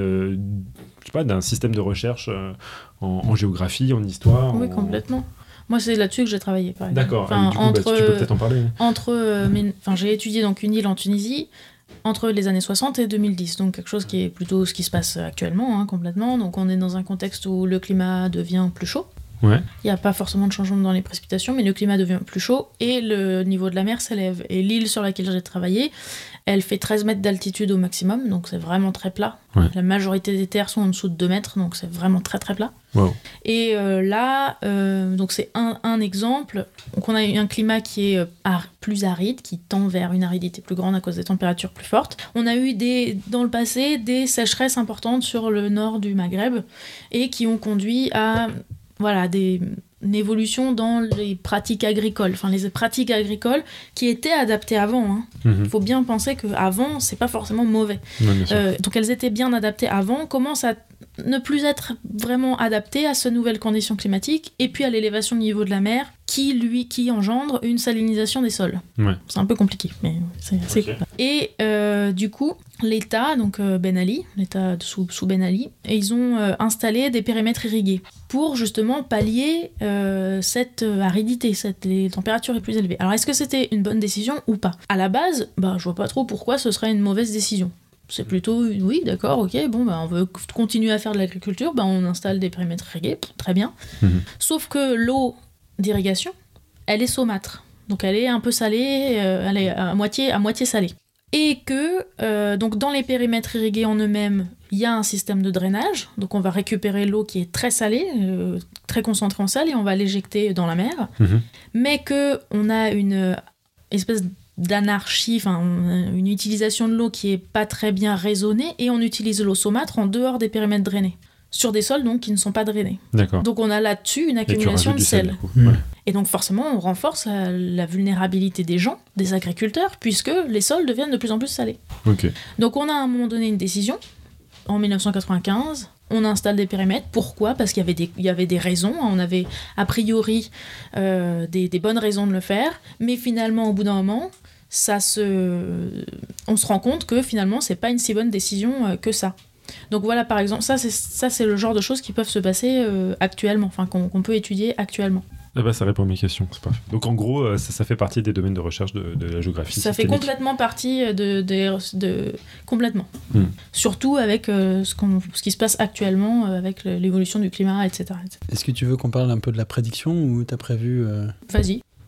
je sais pas, d'un système de recherche en, en géographie, en histoire ? Oui, en... complètement. Moi, c'est là-dessus que j'ai travaillé, par exemple. D'accord. Enfin, du coup, entre, bah, tu peux peut-être en parler. Entre, euh, mes, enfin, j'ai étudié donc une île en Tunisie entre les années soixante et deux mille dix, donc quelque chose qui est plutôt ce qui se passe actuellement, hein, complètement. Donc, on est dans un contexte où le climat devient plus chaud. Ouais. Il n'y a pas forcément de changement dans les précipitations, mais le climat devient plus chaud et le niveau de la mer s'élève. Et l'île sur laquelle j'ai travaillé, elle fait treize mètres d'altitude au maximum, donc c'est vraiment très plat. Ouais. La majorité des terres sont en dessous de deux mètres, donc c'est vraiment très très plat. Wow. Et euh, là, euh, donc c'est un, un exemple. Donc on a eu un climat qui est euh, ar- plus aride, qui tend vers une aridité plus grande à cause des températures plus fortes. On a eu des, dans le passé des sécheresses importantes sur le nord du Maghreb et qui ont conduit à... Voilà, des, une évolution dans les pratiques agricoles, enfin les pratiques agricoles qui étaient adaptées avant. Hein. Mm-hmm. Il faut bien penser qu'avant, c'est pas forcément mauvais. Ouais, bien sûr. Euh, donc elles étaient bien adaptées avant, commencent à ne plus être vraiment adaptées à ces nouvelles conditions climatiques et puis à l'élévation du niveau de la mer qui, lui, qui engendre une salinisation des sols. Ouais. C'est un peu compliqué, mais c'est... c'est Ok. Et euh, du coup, l'État, donc euh, Ben Ali, l'État sous, sous Ben Ali, et ils ont euh, installé des périmètres irrigués pour justement pallier euh, cette euh, aridité, cette, les températures les plus élevées. Alors est-ce que c'était une bonne décision ou pas ? À la base, bah, je vois pas trop pourquoi ce serait une mauvaise décision. C'est plutôt, une, oui, d'accord, ok, bon, bah, on veut continuer à faire de l'agriculture, bah, on installe des périmètres irrigués, très bien. Mmh. Sauf que l'eau d'irrigation, elle est saumâtre. Donc elle est un peu salée, euh, elle est à moitié, à moitié salée. Et que, euh, donc dans les périmètres irrigués en eux-mêmes, il y a un système de drainage, donc on va récupérer l'eau qui est très salée, euh, très concentrée en sel, et on va l'éjecter dans la mer, Mmh. mais qu'on a une espèce d'anarchie, enfin une utilisation de l'eau qui est pas très bien raisonnée, et on utilise l'eau saumâtre en dehors des périmètres drainés, sur des sols donc qui ne sont pas drainés. D'accord. Donc on a là-dessus une Et tu accumulation rajoutes de du sel, sel. du coup. Mmh. Ouais. Et donc forcément, on renforce la, la vulnérabilité des gens, des agriculteurs, puisque les sols deviennent de plus en plus salés. Ok. Donc on a à un moment donné une décision, en dix-neuf cent quatre-vingt-quinze, on installe des périmètres. Pourquoi ? Parce qu'il y avait des, il y avait des raisons, on avait a priori euh, des, des bonnes raisons de le faire, mais finalement, au bout d'un moment, ça se... on se rend compte que finalement, c'est pas une si bonne décision euh, que ça. Donc voilà, par exemple, ça c'est, ça, c'est le genre de choses qui peuvent se passer euh, actuellement, enfin qu'on, qu'on peut étudier actuellement. Ah bah, ça répond à mes questions, c'est parfait. Donc en gros, euh, ça, ça fait partie des domaines de recherche de, de la géographie Ça fait systémique. complètement partie de... de, de complètement. Hmm. Surtout avec euh, ce, qu'on, ce qui se passe actuellement, euh, avec le, l'évolution du climat, et cetera, et cetera. Est-ce que tu veux qu'on parle un peu de la prédiction ou t'as prévu euh... Vas-y.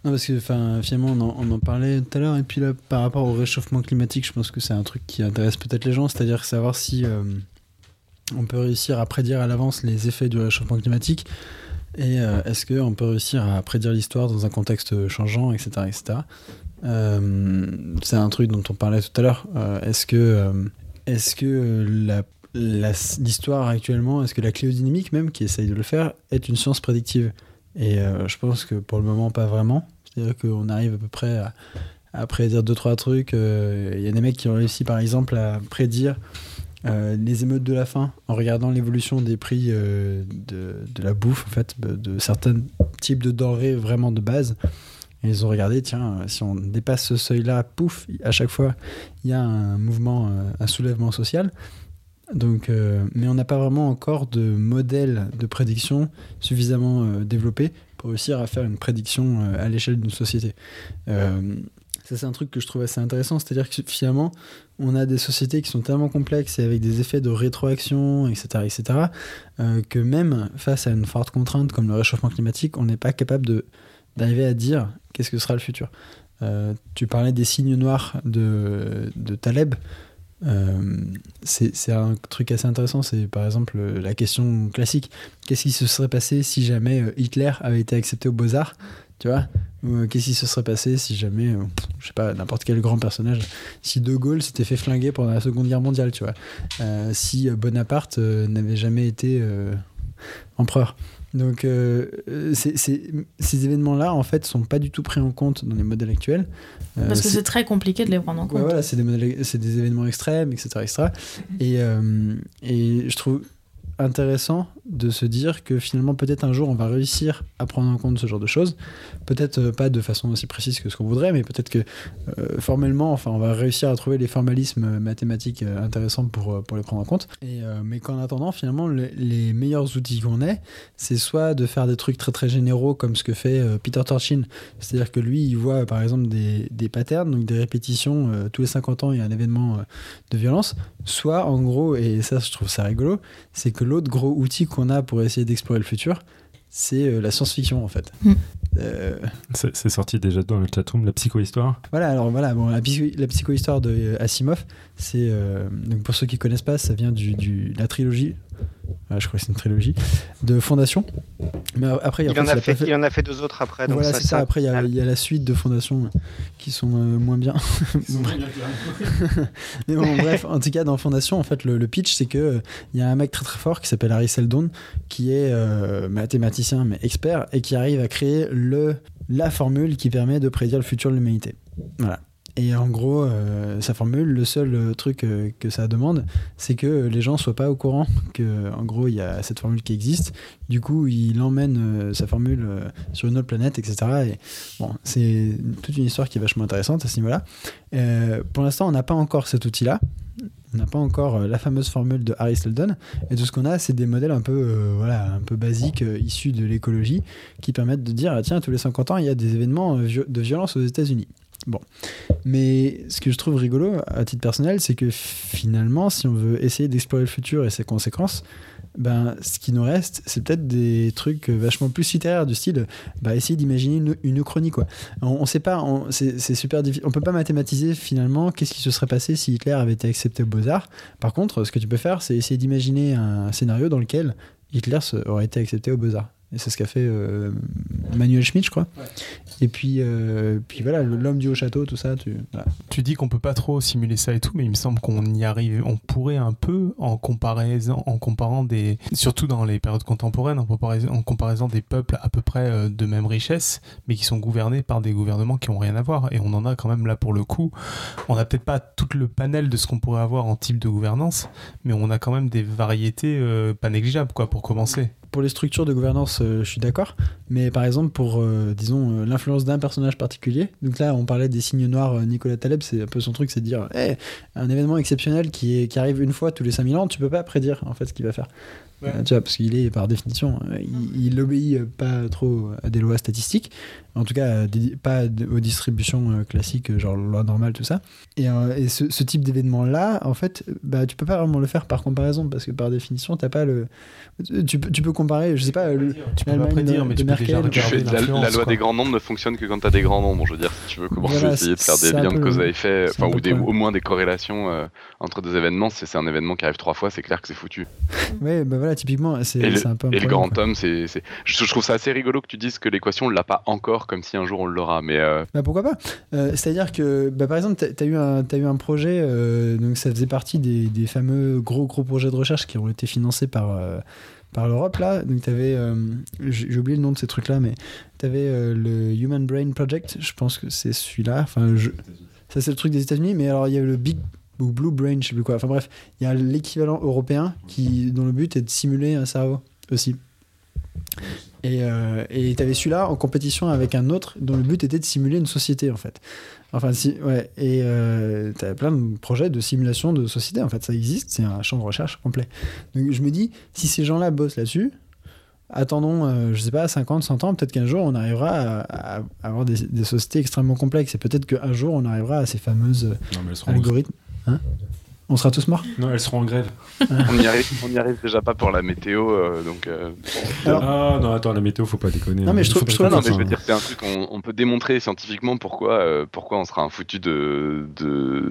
Non, parce que finalement, on en, on en parlait tout à l'heure, et puis là, par rapport au réchauffement climatique, je pense que c'est un truc qui intéresse peut-être les gens, c'est-à-dire savoir si euh, on peut réussir à prédire à l'avance les effets du réchauffement climatique, et euh, est-ce qu'on peut réussir à prédire l'histoire dans un contexte changeant, et cetera, et cetera. Euh, c'est un truc dont on parlait tout à l'heure. Euh, est-ce que, euh, est-ce que la, la, l'histoire actuellement, est-ce que la cléodynamique même, qui essaye de le faire, est une science prédictive ? Et euh, je pense que pour le moment, pas vraiment. C'est-à-dire qu'on arrive à peu près à, à prédire deux, trois trucs. Il euh, y a des mecs qui ont réussi, par exemple, à prédire euh, les émeutes de la faim en regardant l'évolution des prix euh, de, de la bouffe, en fait, de, de certains types de denrées vraiment de base. Et ils ont regardé, tiens, si on dépasse ce seuil-là, pouf, à chaque fois, il y a un mouvement, un soulèvement social. Donc, euh, mais on n'a pas vraiment encore de modèle de prédiction suffisamment euh, développé pour réussir à faire une prédiction euh, à l'échelle d'une société. Euh, ça, c'est un truc que je trouve assez intéressant, c'est-à-dire que finalement, on a des sociétés qui sont tellement complexes et avec des effets de rétroaction, et cetera, et cetera, euh, que même face à une forte contrainte comme le réchauffement climatique, on n'est pas capable de, d'arriver à dire qu'est-ce que sera le futur. Euh, tu parlais des signes noirs de, de Taleb. Euh, c'est, c'est un truc assez intéressant, c'est par exemple la question classique, qu'est-ce qui se serait passé si jamais Hitler avait été accepté aux Beaux-Arts, tu vois, ou euh, qu'est-ce qui se serait passé si jamais euh, je sais pas, n'importe quel grand personnage, si De Gaulle s'était fait flinguer pendant la Seconde Guerre mondiale, tu vois, euh, si Bonaparte euh, n'avait jamais été euh, empereur. Donc euh, c'est, c'est, ces événements-là, en fait, sont pas du tout pris en compte dans les modèles actuels. Euh, Parce que c'est, c'est très compliqué de les prendre en compte. Ouais, voilà, c'est des, modèles, c'est des événements extrêmes, et cetera, et cetera. Et, euh, et je trouve intéressant de se dire que finalement peut-être un jour on va réussir à prendre en compte ce genre de choses, peut-être pas de façon aussi précise que ce qu'on voudrait, mais peut-être que euh, formellement, enfin on va réussir à trouver les formalismes mathématiques euh, intéressants pour, pour les prendre en compte, et, euh, mais qu'en attendant finalement le, les meilleurs outils qu'on ait, c'est soit de faire des trucs très très généraux comme ce que fait euh, Peter Turchin, c'est-à-dire que lui il voit par exemple des, des patterns, donc des répétitions, euh, tous les cinquante ans il y a un événement euh, de violence, soit en gros, et ça je trouve ça rigolo, c'est que l'autre gros outil qu'on a pour essayer d'explorer le futur, c'est euh, la science-fiction en fait. Mm. Euh... C'est, c'est sorti déjà dans le chatroom, la psychohistoire. Voilà, alors voilà, bon, la, psycho, la psychohistoire de euh, Asimov, c'est, euh, donc pour ceux qui connaissent pas, ça vient du, du la trilogie, ah, je crois que c'est une trilogie, de Fondation. Mais après, il, en, en, fait, a fait, fait... il en a fait deux autres après. Donc voilà, ça, c'est ça. ça. Après, il y, y a la suite de Fondation qui sont euh, moins bien. Sont moins bien Mais bon, bref, en tout cas, dans Fondation, en fait, le, le pitch, c'est que il y a un mec très très fort qui s'appelle Harry Seldon, qui est euh, mathématicien mais expert et qui arrive à créer le la formule qui permet de prédire le futur de l'humanité. Voilà. Et en gros, euh, sa formule, le seul euh, truc euh, que ça demande, c'est que les gens soient pas au courant que, en gros, il y a cette formule qui existe. Du coup, il emmène euh, sa formule euh, sur une autre planète, et cetera. Et bon, c'est toute une histoire qui est vachement intéressante à ce niveau-là. Euh, pour l'instant, on n'a pas encore cet outil-là. On n'a pas encore euh, la fameuse formule de Harry Seldon. Et tout ce qu'on a, c'est des modèles un peu, euh, voilà, un peu basiques, euh, issus de l'écologie, qui permettent de dire, ah, tiens, tous les cinquante ans, il y a des événements euh, de violence aux États-Unis. Bon, mais ce que je trouve rigolo à titre personnel, c'est que finalement, si on veut essayer d'explorer le futur et ses conséquences, ben, ce qui nous reste, c'est peut-être des trucs vachement plus littéraires du style, bah, essayer d'imaginer une, une uchronie, quoi. On, on sait pas, on, c'est, c'est super difficile. On peut pas mathématiser finalement qu'est-ce qui se serait passé si Hitler avait été accepté aux Beaux-Arts. Par contre, ce que tu peux faire, c'est essayer d'imaginer un scénario dans lequel Hitler aurait été accepté aux Beaux-Arts. Et c'est ce qu'a fait euh, Manuel Schmitt, je crois. Ouais. Et puis, euh, puis voilà, l'homme du haut château, tout ça. Tu, voilà. Tu dis qu'on peut pas trop simuler ça et tout, mais il me semble qu'on y arrive. On pourrait un peu en comparaison, en comparant des, surtout dans les périodes contemporaines, en comparaison, en comparaison des peuples à peu près euh, de même richesse, mais qui sont gouvernés par des gouvernements qui ont rien à voir. Et on en a quand même là pour le coup. On a peut-être pas tout le panel de ce qu'on pourrait avoir en type de gouvernance, mais on a quand même des variétés euh, pas négligeables, quoi, pour commencer. Pour les structures de gouvernance, euh, je suis d'accord, mais par exemple pour, euh, disons, euh, l'influence d'un personnage particulier, donc là on parlait des signes noirs, euh, Nicolas Taleb, c'est un peu son truc, c'est de dire, hey, un événement exceptionnel qui, est, qui arrive une fois tous les cinq mille ans, tu peux pas prédire en fait ce qu'il va faire. Ouais. Euh, tu vois, parce qu'il est par définition, euh, il, il obéit pas trop à des lois statistiques, en tout cas des, pas aux distributions euh, classiques, genre loi normale, tout ça. Et, euh, et ce, ce type d'événement-là, en fait, bah, tu peux pas vraiment le faire par comparaison, parce que par définition, t'as pas le... Tu, tu peux comparer, je sais pas, le, tu peux pas prédire, mais tu peux Merkel. déjà Tu fais, regarder la, la l'influence, loi quoi. des grands nombres ne fonctionne que quand tu as des grands nombres. Je veux dire, si tu veux commencer Voilà, à essayer de faire c'est des un liens de peu- cause à effet, c'est un enfin, peu ou des, le problème. au moins des corrélations euh, entre deux événements, c'est c'est un événement qui arrive trois fois, c'est clair que c'est foutu. Ouais, bah voilà, typiquement, c'est Et le, c'est un peu un et le problème, grand quoi. homme, c'est, c'est... Je, je trouve ça assez rigolo que tu dises que l'équation, on l'a pas encore, comme si un jour on l'aura. Mais euh, Bah pourquoi pas. Euh, C'est-à-dire que, bah, par exemple, t'as as eu un, t'as eu un projet, euh, donc ça faisait partie des, des fameux gros gros projets de recherche qui ont été financés par euh, par l'Europe là. Donc t'avais, euh, j'ai j'ai oublié le nom de ces trucs là, mais t'avais euh, le Human Brain Project. Je pense que c'est celui-là. Enfin, je... ça c'est le truc des États-Unis, mais alors il y a le Big ou Blue Brain, je sais plus quoi. Enfin bref, il y a l'équivalent européen qui, dont le but est de simuler un cerveau aussi. Et euh, et t'avais celui-là en compétition avec un autre dont le but était de simuler une société en fait. Enfin si, ouais. Et euh, t'avais plein de projets de simulation de société en fait, ça existe, c'est un champ de recherche complet. Donc je me dis, si ces gens-là bossent là-dessus, attendons, euh, je sais pas, cinquante, cent ans, peut-être qu'un jour on arrivera à, à avoir des, des sociétés extrêmement complexes et peut-être qu'un jour on arrivera à ces fameuses Non, mais elles seront, en... algorithmes. Hein, on sera tous morts. non, elles seront en grève. on n'y arrive, on n'y arrive déjà pas pour la météo, euh, donc. Euh... Alors- Ah non, attends, la météo, faut pas déconner. Non, mais je Il faut trouve- pas je qu'on trouve- Non, non, mais fasse je veux un- dire, c'est un truc, on, on peut démontrer scientifiquement pourquoi, euh, pourquoi on sera un foutu de, de,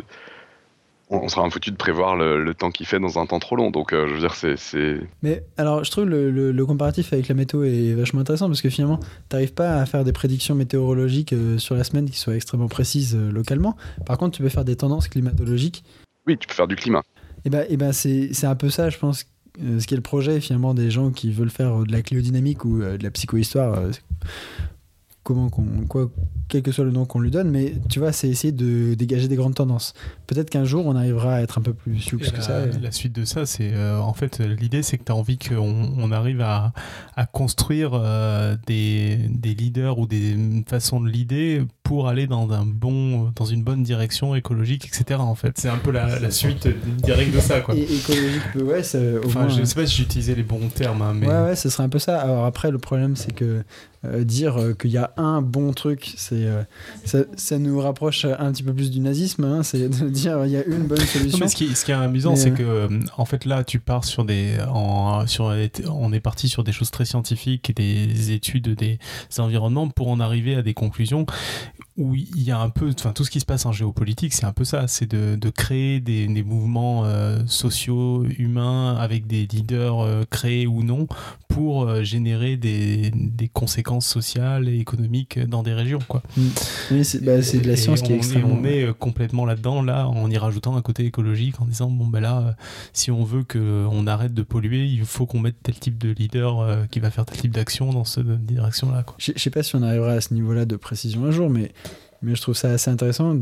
on, on sera un foutu de prévoir le, le temps qu'il fait dans un temps trop long. Donc, euh, je veux dire, c'est, c'est, Mais alors, je trouve le, le, le comparatif avec la météo est vachement intéressant parce que finalement, t'arrives pas à faire des prédictions météorologiques euh, sur la semaine qui soient extrêmement précises euh, localement. Par contre, tu peux faire des tendances climatologiques. oui, tu peux faire du climat. Et ben, et ben c'est, c'est un peu ça, je pense, euh, ce qui est le projet finalement des gens qui veulent faire euh, de la cliodynamique ou euh, de la psychohistoire. euh, comment qu'on, quoi, quel que soit le nom qu'on lui donne, mais tu vois, c'est essayer de dégager des grandes tendances. Peut-être qu'un jour, on arrivera à être un peu plus souple Et que la, ça. et- la suite de ça, c'est euh, en fait l'idée, c'est que tu as envie qu'on on arrive à, à construire euh, des, des leaders ou des façons de leader pour aller dans un bon, dans une bonne direction écologique, et cetera. En fait, c'est un peu la, la suite directe de ça, quoi. Et écologique, ouais, c'est au Enfin, moins, je ne sais pas si j'utilisais les bons termes, hein, mais Ouais, ouais, ce serait un peu ça. Alors après, le problème, c'est que euh, dire euh, qu'il y a un bon truc, c'est euh, ça, ça nous rapproche un petit peu plus du nazisme. Hein, c'est de dire il y a une bonne Non, solution. mais ce qui, ce qui est amusant, Mais, c'est euh, que euh, en fait là, tu pars sur des, en, sur, on est parti sur des choses très scientifiques et des études des environnements pour en arriver à des conclusions où il y a un peu, enfin tout ce qui se passe en géopolitique, c'est un peu ça, c'est de, de créer des, des mouvements euh, sociaux, humains, avec des leaders euh, créés ou non, pour euh, générer des, des conséquences sociales et économiques dans des régions, quoi. Oui, c'est, bah, c'est de la Et science on, qui est et extrêmement. on est euh, complètement là-dedans, là, en y rajoutant un côté écologique, en disant bon ben là, euh, si on veut qu'on arrête de polluer, il faut qu'on mette tel type de leader euh, qui va faire tel type d'action dans cette direction-là, quoi. Je je sais pas si on arrivera à ce niveau-là de précision un jour, mais, mais je trouve ça assez intéressant.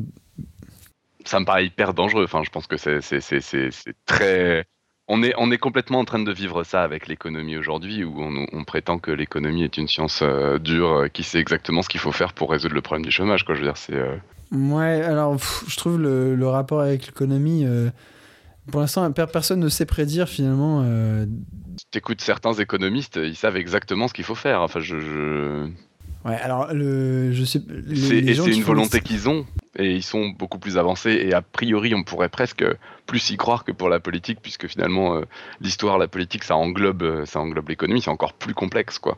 Ça me paraît hyper dangereux. Enfin, je pense que c'est, c'est, c'est, c'est, c'est très. On est, on est complètement en train de vivre ça avec l'économie aujourd'hui, où on, on prétend que l'économie est une science euh, dure, euh, qui sait exactement ce qu'il faut faire pour résoudre le problème du chômage, quoi. Je veux dire, c'est. euh, Ouais, alors pff, je trouve le, le rapport avec l'économie. euh, pour l'instant, per- personne ne sait prédire finalement. euh, Si t'écoutes certains économistes, ils savent exactement ce qu'il faut faire. Enfin, je. je... Ouais, alors le, je sais. les- C'est, les et gens c'est qui une font volonté des- qu'ils ont, et ils sont beaucoup plus avancés, et a priori on pourrait presque plus y croire que pour la politique, puisque finalement euh, l'histoire, la politique, ça englobe, euh, ça englobe l'économie, c'est encore plus complexe, quoi.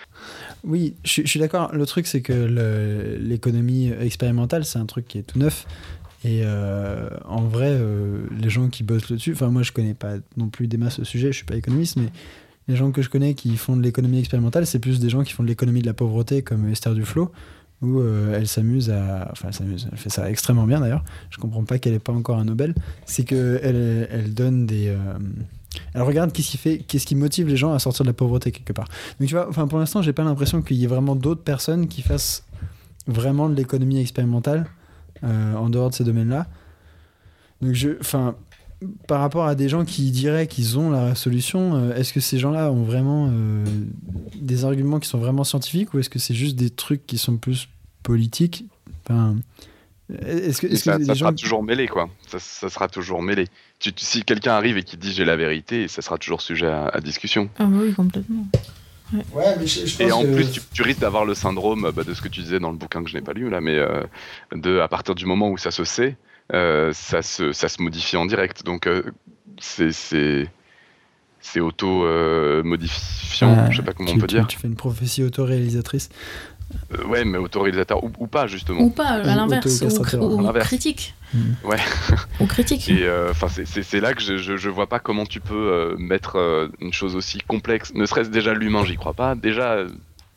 Oui, je, suis- je suis d'accord. Le truc, c'est que le- l'économie expérimentale, c'est un truc qui est tout neuf. Et euh, en vrai, euh, les gens qui bossent là-dessus, enfin moi je connais pas non plus des masses au sujet, je suis pas économiste, mais les gens que je connais qui font de l'économie expérimentale, c'est plus des gens qui font de l'économie de la pauvreté, comme Esther Duflo, où euh, elle s'amuse à... Enfin, elle s'amuse, elle fait ça extrêmement bien d'ailleurs. Je comprends pas qu'elle ait pas encore un Nobel. C'est qu'elle elle donne des... euh, Elle regarde qu'est-ce qui fait, qu'est-ce qui motive les gens à sortir de la pauvreté quelque part. Donc tu vois, enfin pour l'instant, j'ai pas l'impression qu'il y ait vraiment d'autres personnes qui fassent vraiment de l'économie expérimentale euh, en dehors de ces domaines-là. Donc je, enfin, par rapport à des gens qui diraient qu'ils ont la solution, euh, est-ce que ces gens-là ont vraiment euh, des arguments qui sont vraiment scientifiques ou est-ce que c'est juste des trucs qui sont plus politiques? Enfin, est-ce que, Et est-ce ça, que ça les sera gens... toujours mêlé, quoi. Ça, ça sera toujours mêlé. Tu- tu- si quelqu'un arrive et qui dit j'ai la vérité, ça sera toujours sujet à, à discussion. Ah bah oui, complètement. Ouais, mais je, je pense Et en que... plus, tu, tu risques d'avoir le syndrome bah, de ce que tu disais dans le bouquin que je n'ai pas lu là, mais euh, de à partir du moment où ça se sait, euh, ça se ça se modifie en direct. Donc euh, c'est c'est c'est auto-modifiant, Ah, je sais pas comment tu, on peut tu- dire. Tu fais une prophétie auto-réalisateur. Euh, ouais, mais autoréalisateur ou, ou pas, justement. Ou pas, à Ou l'inverse, ou, auto-castrateur, ou à l'inverse. critique. Ouais. Ou critique. Et enfin, c'est- c'est c'est là que je, je, je vois pas comment tu peux euh, mettre euh, une chose aussi complexe. Ne serait-ce déjà l'humain, j'y crois pas. Déjà, euh,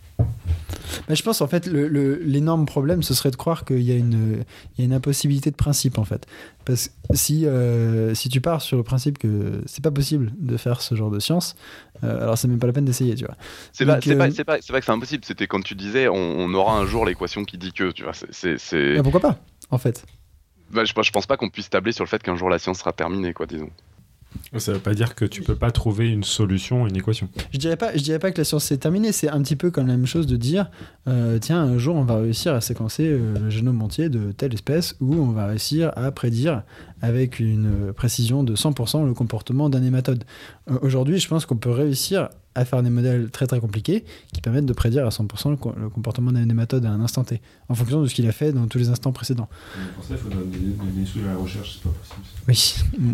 Bah, je pense en fait le, le- l'énorme problème ce serait de croire qu'il y a une, il y a une impossibilité de principe en fait. Parce que si, euh, si tu pars sur le principe que c'est pas possible de faire ce genre de science, euh, alors c'est même pas la peine d'essayer, tu vois. c'est pas, Donc, c'est euh, pas, c'est pas, c'est pas que c'est impossible. C'était quand tu disais, on, on aura un jour l'équation qui dit que, tu vois. C'est, c'est, c'est- Bah, pourquoi pas en fait. Bah, je, je pense pas qu'on puisse tabler sur le fait qu'un jour la science sera terminée, quoi, disons. Ça veut pas dire que tu peux pas trouver une solution, une équation. Je dirais pas, je dirais pas que la science c'est terminé, c'est un petit peu comme la même chose de dire euh, tiens, un jour on va réussir à séquencer euh, le génome entier de telle espèce ou on va réussir à prédire avec une précision de cent pour cent le comportement d'un nématode. Euh, aujourd'hui, je pense qu'on peut réussir à faire des modèles très très compliqués qui permettent de prédire à cent pour cent le, co- le comportement d'un nématode à un instant T, en fonction de ce qu'il a fait dans tous les instants précédents. Pour ça, il faut donner des sous à la recherche, c'est pas possible. Oui.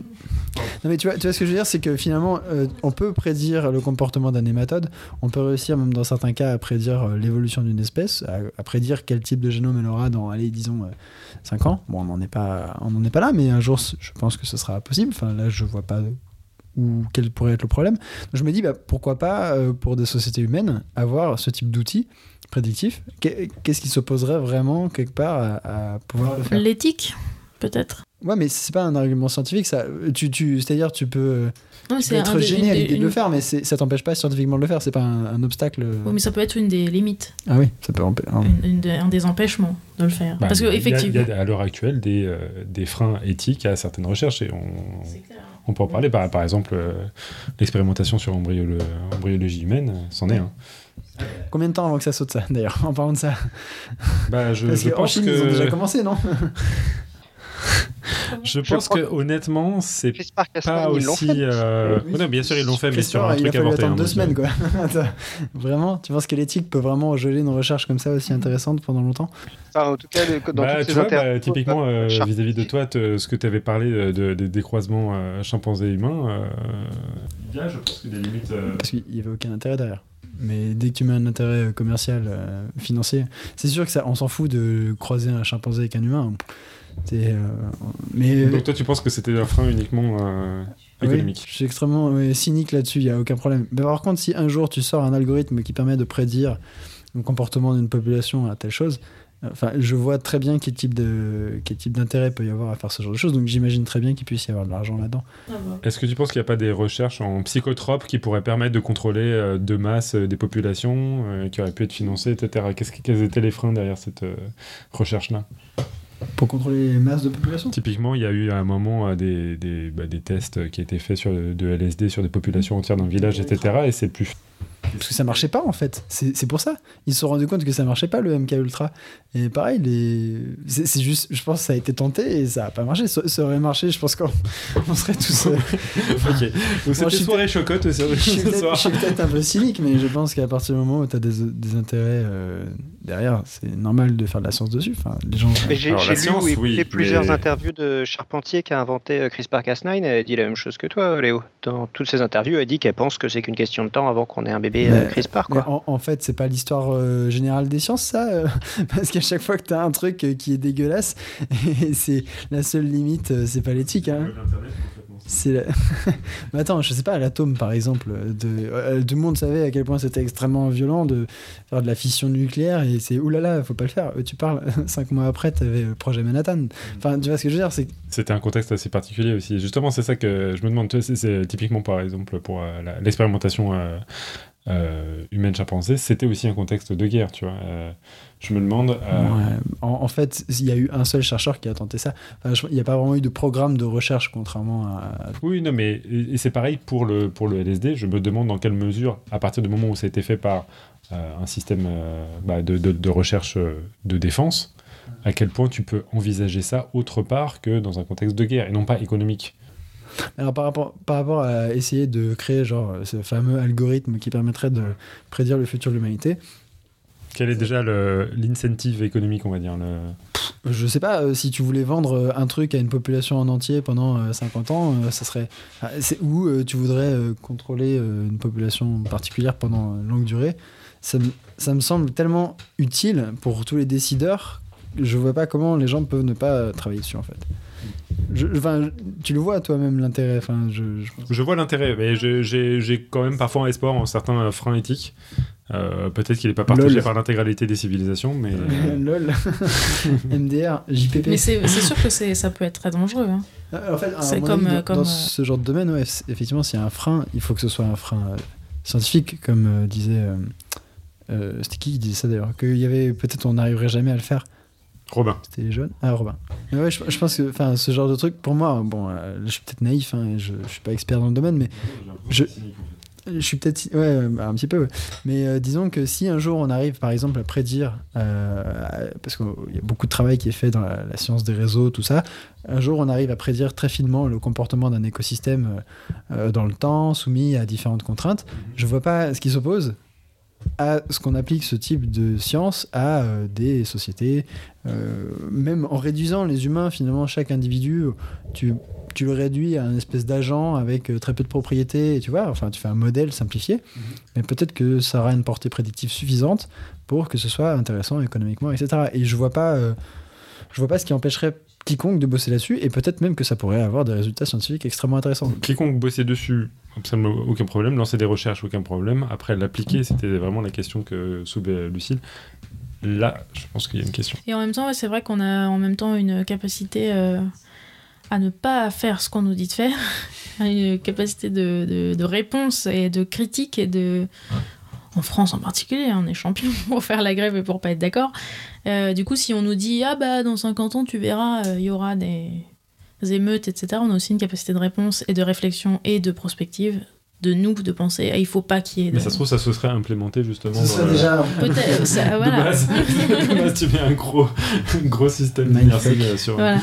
Non mais tu vois, tu vois ce que je veux dire, c'est que finalement, euh, on peut prédire le comportement d'un nématode, on peut réussir même dans certains cas à prédire euh, l'évolution d'une espèce, à, à prédire quel type de génome elle aura dans, allez, disons, euh, cinq ans. Bon, on n'en est pas, on n'en est pas là, mais un jour, c- je pense que ce sera possible. Enfin, là, je vois pas où, quel pourrait être le problème. Donc, je me dis, bah, pourquoi pas, euh, pour des sociétés humaines, avoir ce type d'outils prédictifs. Qu'est- Qu'est-ce qui s'opposerait vraiment, quelque part, à, à pouvoir le faire? L'éthique, peut-être. Ouais, mais c'est pas un argument scientifique, ça. Tu, tu, c'est-à-dire, tu peux, Non, mais tu peux c'est être un des- gêné une à des- l'idée de le une- faire, mais c'est- ça t'empêche pas scientifiquement de le faire. C'est pas un, un obstacle. Oui, mais ça peut être une des limites, Ah oui, ça peut empêcher. une- une des- un des empêchements de le faire. Bah, Parce il y que a- effectivement. Il y a à l'heure actuelle des, euh, des freins éthiques à certaines recherches et on, C'est clair. on peut en parler. Par, par exemple, euh, l'expérimentation sur embryolo- embryologie humaine, euh, c'en est un. Combien de temps avant que ça saute, ça, d'ailleurs, en parlant de ça? Bah, je, Parce je qu'en pense Chine, ils ont déjà que, commencé, non? je Je pense crois que honnêtement, c'est CRISPR pas Cas neuf, ils l'ont aussi. fait. euh, Oui. non, bien sûr, ils l'ont fait, mais sur CRISPR, un il a truc fallu avorté. attendre hein, deux donc, semaines, quoi. Attends, vraiment? Tu penses que l'éthique peut vraiment geler une recherche comme ça aussi intéressante pendant longtemps? Enfin, en tout cas, le- dans Bah, toutes tu ces vois, interviews, bah, typiquement, euh, Char- vis-à-vis de toi, te- ce que tu avais parlé de, de- des décroisements euh, chimpanzés humains, euh, il y a, je pense que des limites. euh, Parce qu'il n'y avait aucun intérêt derrière. Mais dès que tu mets un intérêt commercial, euh, financier, c'est sûr que ça, on s'en fout de croiser un chimpanzé avec un humain. C'est, euh, mais Donc, toi, tu penses que c'était un frein uniquement euh, oui, économique? je suis extrêmement ouais, cynique là-dessus, il n'y a aucun problème. Mais par contre, si un jour tu sors un algorithme qui permet de prédire le comportement d'une population à telle chose, enfin, je vois très bien quel type de quel type d'intérêt peut y avoir à faire ce genre de choses. Donc j'imagine très bien qu'il puisse y avoir de l'argent là-dedans. Ah bah. Est-ce que tu penses qu'il n'y a pas des recherches en psychotropes qui pourraient permettre de contrôler euh, de masse euh, des populations, euh, qui auraient pu être financées, et cetera. Qu'est-ce que- quels étaient les freins derrière cette euh, recherche-là? Pour contrôler les masses de population. Typiquement, il y a eu à un moment euh, des, des, bah, des tests qui étaient faits sur, de L S D sur des populations entières d'un village, et cetera. Et c'est plus. Parce que ça marchait pas en fait, c'est c'est pour ça. Ils se sont rendus compte que ça marchait pas le M K Ultra. Et pareil, les... c'est c'est juste, je pense que ça a été tenté et ça a pas marché. Ça, ça aurait marché, je pense qu'on on serait tous. euh, Ok. Donc je c'était suis soirée chocotte ce Je suis ce peut-être soir. je suis peut-être un peu cynique, mais je pense qu'à partir du moment où tu as des, des intérêts euh, derrière, c'est normal de faire de la science dessus. Enfin, les gens. Mais j'ai Alors, j'ai la lu science, ou écouté oui, plusieurs mais- interviews de Charpentier qui a inventé euh, CRISPR Cas neuf et elle dit la même chose que toi, Léo. Dans toutes ses interviews, elle dit qu'elle pense que c'est qu'une question de temps avant qu'on ait un bébé Mais- euh, CRISPR. Mais Quoi. en, en fait, c'est pas l'histoire euh, générale des sciences, ça. euh, parce qu'à chaque fois que tu as un truc euh, qui est dégueulasse, et c'est la seule limite, euh, c'est pas l'éthique. Hein. C'est la- Mais attends, je sais pas, l'atome par exemple, de... euh, tout le monde savait à quel point c'était extrêmement violent de faire de la fission nucléaire et c'est oulala, faut pas le faire. Euh, Tu parles, cinq mois après, t'avais le projet Manhattan. Enfin, tu vois ce que je veux dire, c'est que- C'était un contexte assez particulier aussi. Justement, c'est ça que je me demande. Tu vois, c'est- c'est typiquement, par exemple, pour euh, la- l'expérimentation euh, euh, humaine chimpanzé, c'était aussi un contexte de guerre, tu vois. Euh, je me demande... euh, Ouais, en, en fait, il y a eu un seul chercheur qui a tenté ça. Enfin, je- il n'y a pas vraiment eu de programme de recherche, contrairement à. Oui, non, mais et et c'est pareil pour le, pour le L S D. Je me demande dans quelle mesure, à partir du moment où ça a été fait par euh, un système euh, bah, de, de, de recherche euh, de défense, à quel point tu peux envisager ça autre part que dans un contexte de guerre, et non pas économique. Alors, par rapport, par rapport à essayer de créer genre, ce fameux algorithme qui permettrait de prédire le futur de l'humanité, Quel est déjà le, l'incentive économique, on va dire le... Je sais pas, euh, si tu voulais vendre un truc à une population en entier pendant euh, cinquante ans, euh, ça serait. Ah, c'est, ou euh, tu voudrais euh, contrôler euh, une population particulière pendant une longue durée. Ça me, ça me semble tellement utile pour tous les décideurs. Je vois pas comment les gens peuvent ne pas travailler dessus en fait. Je, enfin, tu le vois toi-même l'intérêt. Enfin, je, je, pense... je vois l'intérêt, mais je, j'ai, j'ai quand même parfois un espoir en certains freins éthiques. Euh, peut-être qu'il n'est pas partagé Lol. par l'intégralité des civilisations, mais... Euh... Lol. M D R, J P P. Mais c'est, c'est sûr que c'est, ça peut être très dangereux. Hein. En fait, c'est comme, avis, dans, comme... dans ce genre de domaine, ouais, effectivement, s'il y a un frein, il faut que ce soit un frein euh, scientifique, comme euh, disait... Euh, euh, c'était qui qui disait ça d'ailleurs ? Qu'il y avait... Peut-être on n'arriverait jamais à le faire. Robin. C'était les jeunes. Ah, Robin. Mais ouais, je, je pense que ce genre de truc, pour moi, bon, euh, je suis peut-être naïf, hein, et je ne suis pas expert dans le domaine, mais je... Je suis peut-être... Ouais, un petit peu, ouais. Mais euh, disons que si un jour on arrive, par exemple, à prédire... Euh, parce qu'il y a beaucoup de travail qui est fait dans la, la science des réseaux, tout ça. Un jour, on arrive à prédire très finement le comportement d'un écosystème euh, dans le temps, soumis à différentes contraintes. Je ne vois pas ce qui s'oppose à ce qu'on applique ce type de science à euh, des sociétés, euh, même en réduisant les humains, finalement, chaque individu, tu, tu le réduis à une espèce d'agent avec euh, très peu de propriété, tu vois, enfin, tu fais un modèle simplifié, mmh. mais peut-être que ça aura une portée prédictive suffisante pour que ce soit intéressant économiquement, et cetera. Et je vois pas, euh, je vois pas ce qui empêcherait quiconque de bosser là-dessus, et peut-être même que ça pourrait avoir des résultats scientifiques extrêmement intéressants. Quiconque bosser dessus, ça me aucun problème. Lancer des recherches, aucun problème. Après, l'appliquer, c'était vraiment la question que soulevait Lucille. Là, je pense qu'il y a une question. Et en même temps, ouais, c'est vrai qu'on a en même temps une capacité euh, à ne pas faire ce qu'on nous dit de faire, une capacité de, de, de réponse et de critique et de... En France en particulier, on est champion pour faire la grève et pour pas être d'accord. Euh, du coup, si on nous dit « Ah bah, dans cinquante ans, tu verras, il euh, y aura des émeutes, et cetera » On a aussi une capacité de réponse et de réflexion et de prospective de nous, de penser ah, « Il faut pas qu'il y ait... » de... Mais ça se trouve, ça se serait implémenté justement... Ce serait déjà... Peut-être, ça, voilà. De base, de base, tu mets un gros, un gros système universel sur... Voilà.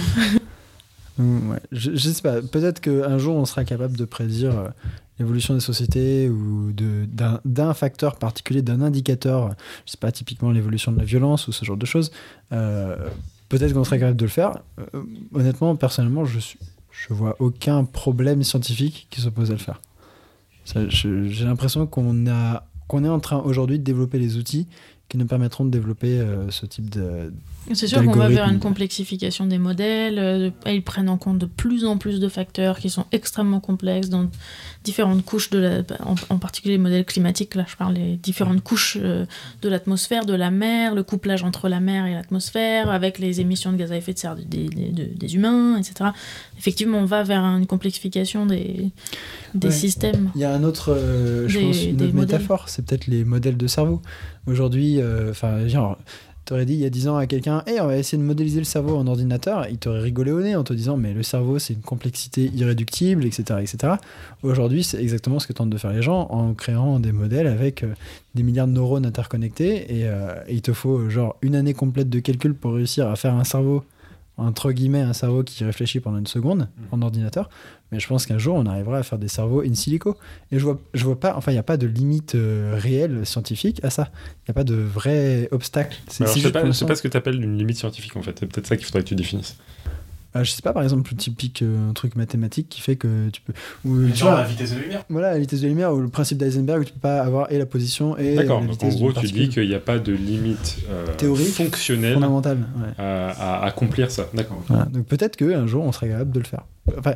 Ouais. Je, je sais pas, peut-être qu'un jour, on sera capable de prédire... Euh, l'évolution des sociétés ou de, d'un, d'un facteur particulier, d'un indicateur, je sais pas, typiquement l'évolution de la violence ou ce genre de choses, euh, peut-être qu'on serait capable de le faire. Euh, honnêtement, personnellement, je suis, je vois aucun problème scientifique qui s'oppose à le faire. Ça, je, j'ai l'impression qu'on, a, qu'on est en train aujourd'hui de développer les outils qui nous permettront de développer euh, ce type de... C'est sûr qu'on va vers une complexification des modèles, euh, ils prennent en compte de plus en plus de facteurs qui sont extrêmement complexes dans différentes couches, de la, en, en particulier les modèles climatiques, là je parle des différentes couches euh, de l'atmosphère, de la mer, le couplage entre la mer et l'atmosphère, avec les émissions de gaz à effet de serre des, des, des, des humains, et cetera. Effectivement, on va vers une complexification des, des ouais. systèmes. Il y a un autre, euh, je des, pense, une autre métaphore, c'est peut-être les modèles de cerveau. Aujourd'hui, enfin, euh, genre... T'aurais dit il y a dix ans à quelqu'un hey, on va essayer de modéliser le cerveau en ordinateur, il t'aurait rigolé au nez en te disant mais le cerveau c'est une complexité irréductible, et cetera, et cetera. Aujourd'hui c'est exactement ce que tentent de faire les gens en créant des modèles avec euh, des milliards de neurones interconnectés et, euh, et il te faut genre une année complète de calcul pour réussir à faire un cerveau, entre guillemets un cerveau qui réfléchit pendant une seconde en ordinateur. Mais je pense qu'un jour on arrivera à faire des cerveaux in silico. Et je vois, je vois pas, enfin il n'y a pas de limite euh, réelle scientifique à ça. Il n'y a pas de vrai obstacle. C'est, Alors, c'est je sais pas, sais pas ce que tu appelles une limite scientifique en fait. C'est peut-être ça qu'il faudrait que tu définisses. Euh, je sais pas, par exemple, typique euh, un truc mathématique qui fait que tu peux. Ou, tu vois, la vitesse de la lumière. Voilà, la vitesse de la lumière ou le principe d'Eisenberg où tu peux pas avoir et la position et D'accord, la vitesse. D'accord, en gros, tu dis qu'il n'y a pas de limite euh, théorique fonctionnelle fondamentale ouais. à, à accomplir ça. D'accord. Voilà, donc peut-être qu'un jour on sera capable de le faire. Enfin,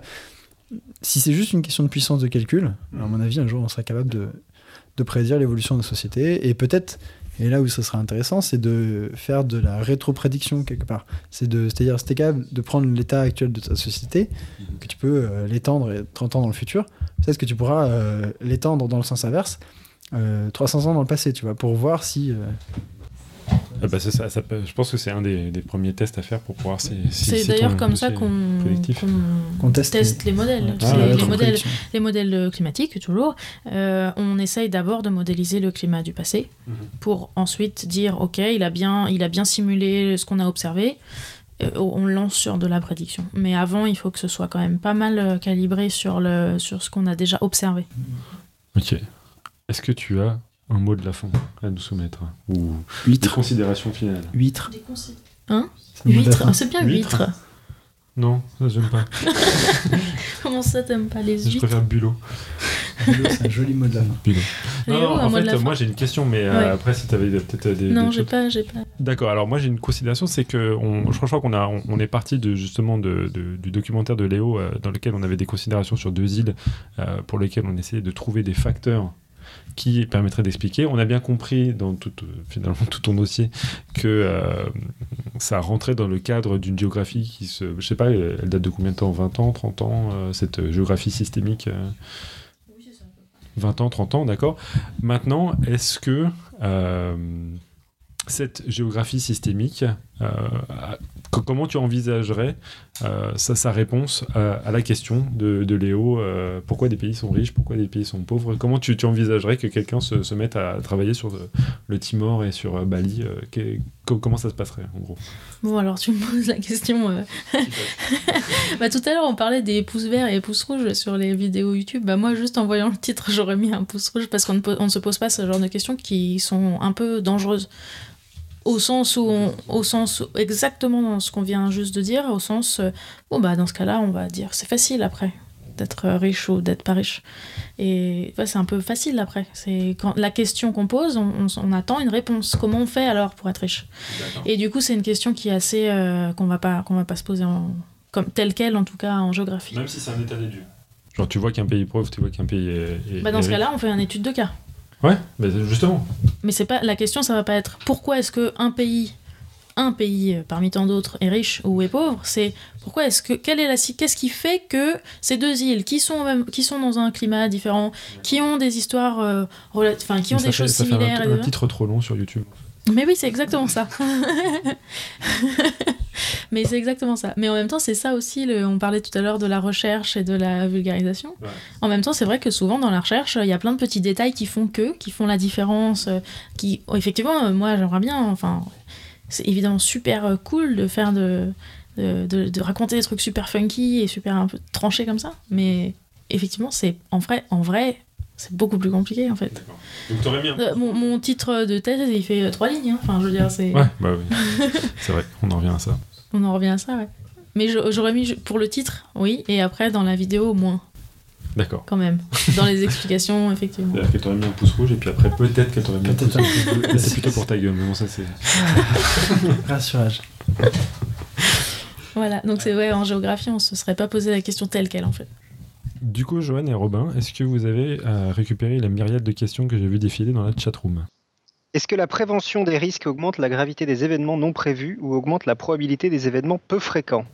si c'est juste une question de puissance de calcul, mmh. à mon avis, un jour on sera capable de, de prédire l'évolution de la société et peut-être. Et là où ça sera intéressant, c'est de faire de la rétro-prédiction quelque part. C'est de, c'est-à-dire, si tu es capable de prendre l'état actuel de ta société, que tu peux euh, l'étendre trente ans dans le futur, peut-être que tu pourras euh, l'étendre dans le sens inverse, euh, trois cents ans dans le passé, tu vois, pour voir si... Euh... Ah bah c'est ça, ça peut, je pense que c'est un des, des premiers tests à faire pour pouvoir si, si c'est si d'ailleurs comme ça qu'on, qu'on, qu'on teste, teste les, les modèles ouais. ah, les, les modèles les modèles climatiques toujours euh, on essaye d'abord de modéliser le climat du passé mm-hmm. pour ensuite dire ok il a bien il a bien simulé ce qu'on a observé euh, on lance sur de la prédiction mais avant il faut que ce soit quand même pas mal calibré sur le sur ce qu'on a déjà observé. Ok, est-ce que tu as un mot de la fin à nous soumettre. Ou des Huître. considérations finales. Huître. Hein C'est le mot de la Huître, fin. ah, c'est bien Huître. huître. Non, ça j'aime pas. Comment ça, t'aimes pas les Je huîtres? préfère bulot. Bulot, c'est un joli mot de la fin. Bulot. Léo, Non, non, un en mot de fait, la fin. moi j'ai une question, mais euh, Ouais. après, si tu avais peut-être des. Non, des j'ai choses- pas, j'ai pas. D'accord, alors moi j'ai une considération, c'est que on, je crois qu'on a, on, on est parti de, justement de, de- du documentaire de Léo euh, dans lequel on avait des considérations sur deux îles euh, pour lesquelles on essayait de trouver des facteurs qui permettraient d'expliquer. On a bien compris dans tout, euh, finalement tout ton dossier que euh, ça rentrait dans le cadre d'une géographie qui se... Je sais pas, elle date de combien de temps? vingt ans, trente ans, euh, cette géographie systémique euh, vingt ans, trente ans, d'accord. Maintenant, est-ce que euh, cette géographie systémique, euh, co- comment tu envisagerais euh, sa, sa réponse à, à la question de, de Léo, euh, pourquoi des pays sont riches, pourquoi des pays sont pauvres? Comment tu, tu envisagerais que quelqu'un se, se mette à travailler sur le, le Timor et sur euh, Bali euh, que- co- Comment ça se passerait, en gros? Bon, alors tu me poses la question. euh. Bah, tout à l'heure, on parlait des pouces verts et pouces rouges sur les vidéos YouTube. Bah, moi, juste en voyant le titre, j'aurais mis un pouce rouge parce qu'on ne, po- on ne se pose pas ce genre de questions qui sont un peu dangereuses. Au sens où, on, au sens où- exactement dans ce qu'on vient juste de dire, au sens, euh, bon, bah, dans ce cas-là, on va dire c'est facile après d'être riche ou d'être pas riche. Et ouais, c'est un peu facile après. C'est quand la question qu'on pose, on, on, on attend une réponse. Comment on fait alors pour être riche? Et du coup, c'est une question qui est assez euh, qu'on va pas qu'on va pas se poser en, comme telle quelle en tout cas en géographie. Même si c'est un état des lieux. Genre, tu vois qu'un pays est pauvre, tu vois qu'un pays est. est- Bah, dans est ce riche. cas-là, on fait une étude de cas. Ouais, mais justement. Mais c'est pas la question, ça va pas être pourquoi est-ce que un pays un pays euh, parmi tant d'autres est riche ou est pauvre, c'est pourquoi est-ce que quelle est la si- qu'est-ce qui fait que ces deux îles qui sont même, qui sont dans un climat différent, qui ont des histoires euh, relat- enfin qui ont Ça des fait- choses ça fait similaires un, et un de- titre trop long sur YouTube. Mais oui, c'est exactement ça. Mais c'est exactement ça. Mais en même temps, c'est ça aussi, le... on parlait tout à l'heure de la recherche et de la vulgarisation. Ouais. En même temps, c'est vrai que souvent dans la recherche, il y a plein de petits détails qui font que, qui font la différence, euh, qui, oh, effectivement, euh, moi j'aimerais bien, enfin, c'est évidemment super euh, cool de faire de... De, de, de raconter des trucs super funky et super un peu tranchés comme ça. Mais effectivement, c'est en vrai, en vrai, c'est beaucoup plus compliqué en fait. D'accord. Donc t'aurais mis un... Euh, mon, mon titre de thèse, il fait euh, trois lignes. Hein. Enfin, je veux dire, c'est. Ouais, bah oui. C'est vrai, on en revient à ça. On en revient à ça, ouais. Mais je- j'aurais mis je- pour le titre, oui, et après dans la vidéo, moins, D'accord. quand même. Dans les explications, effectivement. C'est-à-dire qu'elle t'aurait mis un pouce rouge et puis après peut-être qu'elle t'aurait mis un pouce Peut-être un rouge. peu Mais c'est plutôt pour ta gueule, mais bon ça c'est... rassurage. Voilà, donc c'est ouais, en géographie, on se serait pas posé la question telle qu'elle, en fait. Du coup, Johan et Robin, est-ce que vous avez euh, récupéré la myriade de questions que j'ai vu défiler dans la chatroom? Est-ce que la prévention des risques augmente la gravité des événements non prévus ou augmente la probabilité des événements peu fréquents?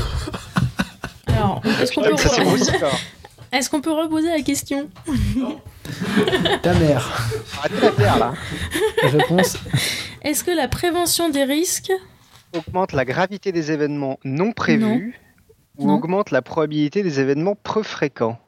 Alors, est-ce qu'on peut, Ça, c'est re- beau, c'est fort. est-ce qu'on peut reposer la question? Ta mère. Arrêtez la bière, là. Réponse. Est-ce que la prévention des risques... Augmente la gravité des événements non prévus ou Non. augmente la probabilité des événements peu fréquents?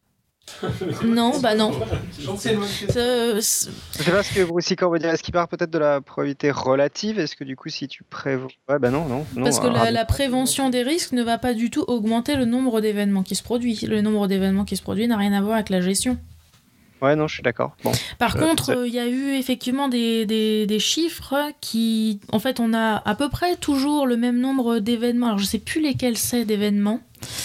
Non, bah non. C'est- c'est- Je sais pas ce que Broussicor veut dire. Est-ce qu'il part peut-être de la probabilité relative? Est-ce que du coup, si tu prévois... Ouais, bah non, non. non Parce que ah, la, la prévention des risques ne va pas du tout augmenter le nombre d'événements qui se produisent. Le nombre d'événements qui se produisent n'a rien à voir avec la gestion. Ouais, non, je suis d'accord. Bon. Par Euh, contre, c'est- euh, il y a eu effectivement des, des, des chiffres qui... En fait, on a à peu près toujours le même nombre d'événements. Alors, je sais plus lesquels c'est d'événements.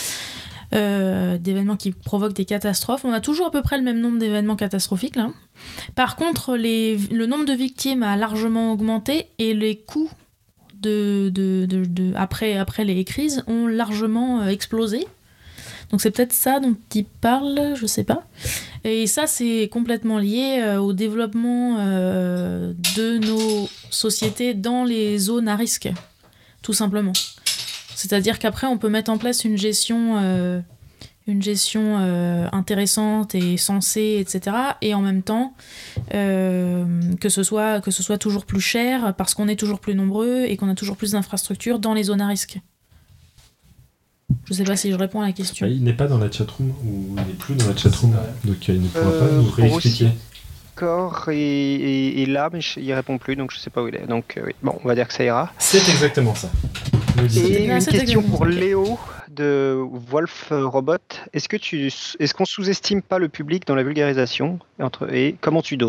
Euh, d'événements qui provoquent des catastrophes. On a toujours à peu près le même nombre d'événements catastrophiques, là. Par contre, les, le nombre de victimes a largement augmenté et les coûts de, de, de, de- après, après les crises ont largement euh, explosé. Donc c'est peut-être ça dont il parle, je sais pas. Et ça, c'est complètement lié euh, au développement euh, de nos sociétés dans les zones à risque, tout simplement. C'est-à-dire qu'après, on peut mettre en place une gestion, euh, une gestion euh, intéressante et sensée, et cetera. Et en même temps, euh, que ce soit, que ce soit toujours plus cher parce qu'on est toujours plus nombreux et qu'on a toujours plus d'infrastructures dans les zones à risque. Je sais pas si je réponds à la question. Ah, il n'est pas dans la chatroom, ou il n'est plus dans la chatroom, donc euh, il ne pourra pas Euh, nous réexpliquer. Corps est, est- est là, mais je- il répond plus, donc je sais pas où il est. Donc euh, oui, bon, on va dire que ça ira. C'est exactement ça. Nous le dites. Et Ah, une c'est question exactement pour ça. Léo de Wolf Robot. Est-ce que tu, est-ce qu'on sous-estime pas le public dans la vulgarisation entre, et comment tu doses?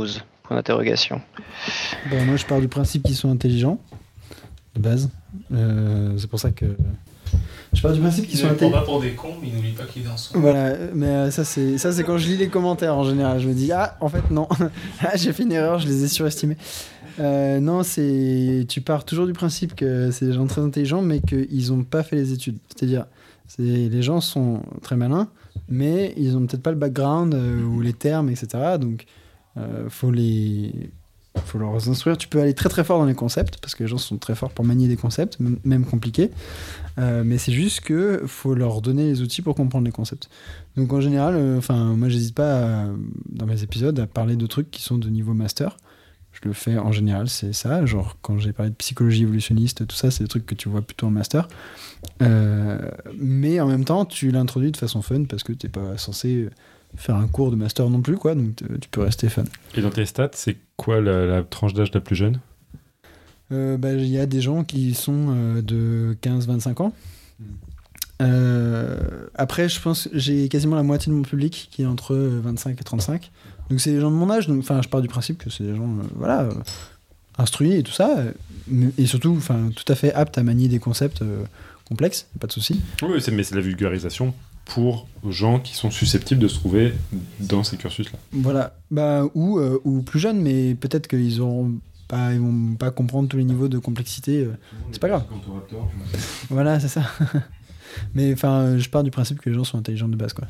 Point d'interrogation. Bon, moi, je pars du principe qu'ils sont intelligents, de base. Euh, c'est pour ça que... Je pars du principe qu'ils Ils sont ne prennent intelligents. pas pour des cons, mais ils n'oublient pas qu'ils dansent. Voilà, mais euh, ça, c'est, ça, c'est quand je lis les commentaires, en général. Je me dis, ah, en fait, non. Ah, j'ai fait une erreur, je les ai surestimés. Euh, non, c'est... Tu pars toujours du principe que c'est des gens très intelligents, mais qu'ils n'ont pas fait les études. C'est-à-dire, c'est... les gens sont très malins, mais ils n'ont peut-être pas le background euh, ou les termes, et cetera. Donc, euh, faut les... faut leur instruire. Tu peux aller très très fort dans les concepts, parce que les gens sont très forts pour manier des concepts, même, même compliqués. Euh, mais c'est juste que faut leur donner les outils pour comprendre les concepts. Donc en général, enfin euh, moi j'hésite pas à, dans mes épisodes à parler de trucs qui sont de niveau master. Je le fais en général, c'est ça. Genre quand j'ai parlé de psychologie évolutionniste, tout ça, c'est des trucs que tu vois plutôt en master. Euh, mais en même temps, tu l'introduis de façon fun parce que t'es pas censé faire un cours de master non plus, quoi. Donc tu peux rester fun. Et dans tes stats, c'est quoi la, la tranche d'âge la plus jeune ? Euh, bah, y a des gens qui sont euh, de quinze à vingt-cinq ans. Euh, après, je pense que j'ai quasiment la moitié de mon public qui est entre vingt-cinq et trente-cinq. Donc, c'est des gens de mon âge. Donc, je pars du principe que c'est des gens euh, voilà, euh, instruits et tout ça. Euh, et surtout, tout à fait aptes à manier des concepts euh, complexes. Pas de souci. Oui, c'est, mais c'est la vulgarisation pour gens qui sont susceptibles de se trouver dans ces cursus-là. Voilà. Bah, ou, euh, ou plus jeunes, mais peut-être qu'ils auront. Pas, ils vont pas comprendre tous les niveaux de complexité. Euh, c'est pas grave. Voilà, c'est ça. Mais enfin, je pars du principe que les gens sont intelligents de base, quoi.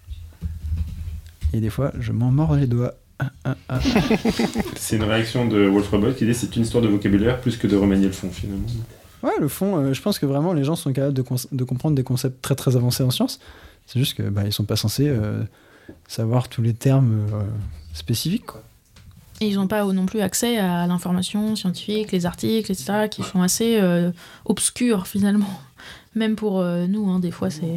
Et des fois, je m'en mords les doigts. Ah, ah, ah. C'est une réaction de Wolf Robot qui dit c'est une histoire de vocabulaire plus que de remanier le fond, finalement. Ouais, le fond, euh, je pense que vraiment les gens sont capables de, con- de comprendre des concepts très très avancés en sciences. C'est juste que bah, ils sont pas censés euh, savoir tous les termes euh, spécifiques, quoi. Et ils n'ont pas non plus accès à l'information scientifique, les articles, et cetera, qui sont assez euh, obscurs finalement. Même pour euh, nous, hein, des fois, c'est...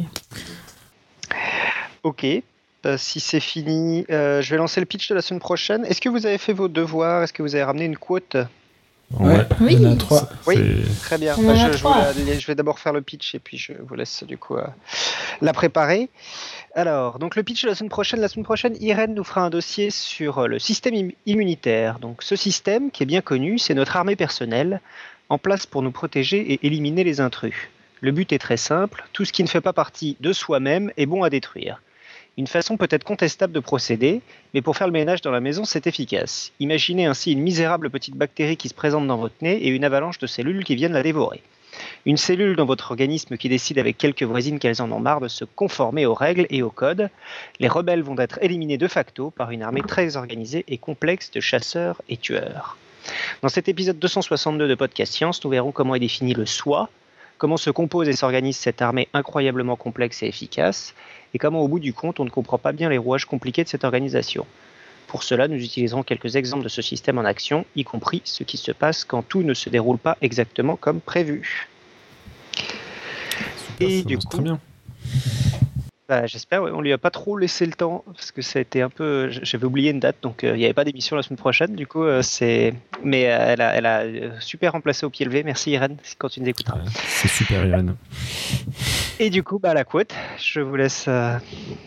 Ok, euh, si c'est fini, euh, je vais lancer le pitch de la semaine prochaine. Est-ce que vous avez fait vos devoirs ? Est-ce que vous avez ramené une quote ? Ouais, Oui. il y en a trois. Oui, C'est... très bien. On Bah, en a je, je, vous trois. la- je vais d'abord faire le pitch et puis je vous laisse du coup euh, la préparer. Alors, donc le pitch de la semaine prochaine. La semaine prochaine, Irène nous fera un dossier sur euh, le système im- immunitaire. Donc ce système, qui est bien connu, c'est notre armée personnelle, en place pour nous protéger et éliminer les intrus. Le but est très simple, tout ce qui ne fait pas partie de soi-même est bon à détruire. Une façon peut-être contestable de procéder, mais pour faire le ménage dans la maison, c'est efficace. Imaginez ainsi une misérable petite bactérie qui se présente dans votre nez et une avalanche de cellules qui viennent la dévorer. Une cellule dans votre organisme qui décide avec quelques voisines qu'elles en ont marre de se conformer aux règles et aux codes. Les rebelles vont être éliminés de facto par une armée très organisée et complexe de chasseurs et tueurs. Dans cet épisode deux cent soixante-deux de Podcast Science, nous verrons comment est défini le soi, comment se compose et s'organise cette armée incroyablement complexe et efficace, et comment au bout du compte on ne comprend pas bien les rouages compliqués de cette organisation. Pour cela, nous utiliserons quelques exemples de ce système en action, y compris ce qui se passe quand tout ne se déroule pas exactement comme prévu. Super, Et ça du marche coup, très bien. Bah, j'espère, ouais. On lui a pas trop laissé le temps parce que ça a été un peu. J'avais oublié une date, donc euh, il n'y avait pas d'émission la semaine prochaine. Du coup, euh, c'est. Mais euh, elle a, elle a euh, super remplacé au pied levé. Merci Irène, quand tu nous écouteras. Ouais, c'est super, Irène. Et du coup, bah la quote. Je vous laisse. Euh...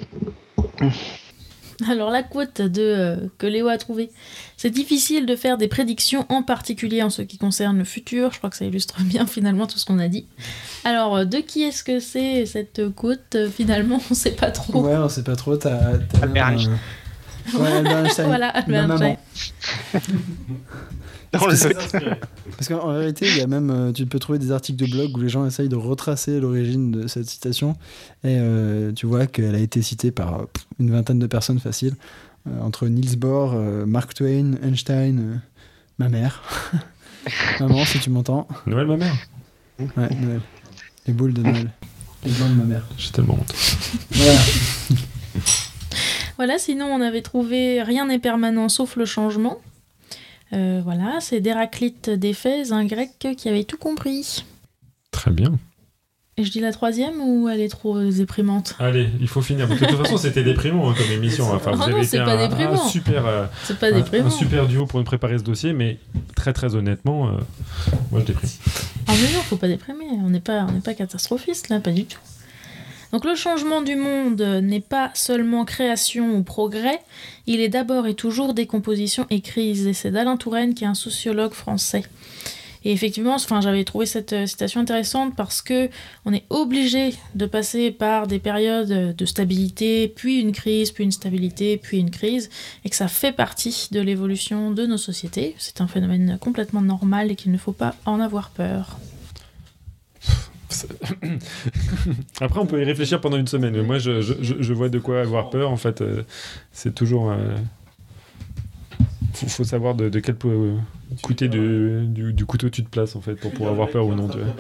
Alors la quote de, euh, que Léo a trouvée. C'est difficile de faire des prédictions, en particulier en ce qui concerne le futur. Je crois que ça illustre bien finalement tout ce qu'on a dit. Alors, euh, de qui est-ce que c'est cette quote ? euh, Finalement, on sait pas trop. Ouais, on sait pas trop. T'as, t'as Albert même, Einstein. euh, Ouais, Albert Einstein. Voilà, Albert Ma maman. Einstein. Dans le doute. Parce qu'en vérité, il y a même, euh, tu peux trouver des articles de blog où les gens essayent de retracer l'origine de cette citation. Et euh, tu vois qu'elle a été citée par euh, une vingtaine de personnes facile. Euh, entre Niels Bohr, euh, Mark Twain, Einstein, euh, ma mère. Maman, si tu m'entends. Noël, ma mère. Ouais, Noël. Les boules de Noël. Les blancs de ma mère. J'ai tellement honte. Voilà. Voilà, sinon on avait trouvé Rien n'est permanent sauf le changement. Euh, voilà, c'est d'Héraclite d'Éphèse, un grec qui avait tout compris. Très bien. Et je dis la troisième ou elle est trop déprimante ? Allez, il faut finir. De toute façon, c'était déprimant hein, comme émission. Enfin, vous Oh avez non, été c'est un, pas un déprimant. super, euh, C'est pas un, déprimant. un super duo pour nous préparer ce dossier, mais très très honnêtement, euh, moi je déprime. Ah mais non, faut pas déprimer, on n'est pas, on n'est pas catastrophiste là, pas du tout. Donc le changement du monde n'est pas seulement création ou progrès, il est d'abord et toujours décomposition et crise. Et c'est d'Alain Touraine qui est un sociologue français. Et effectivement, enfin, j'avais trouvé cette euh, citation intéressante parce que on est obligé de passer par des périodes de stabilité, puis une crise, puis une stabilité, puis une crise, et que ça fait partie de l'évolution de nos sociétés. C'est un phénomène complètement normal et qu'il ne faut pas en avoir peur. Après, on peut y réfléchir pendant une semaine, mais moi, je, je, je vois de quoi avoir peur. En fait, euh, c'est toujours... Euh... Faut, faut savoir de, de quel euh, côté de, du, du couteau tu te places en fait pour pouvoir avoir peur ou non. Tu vois.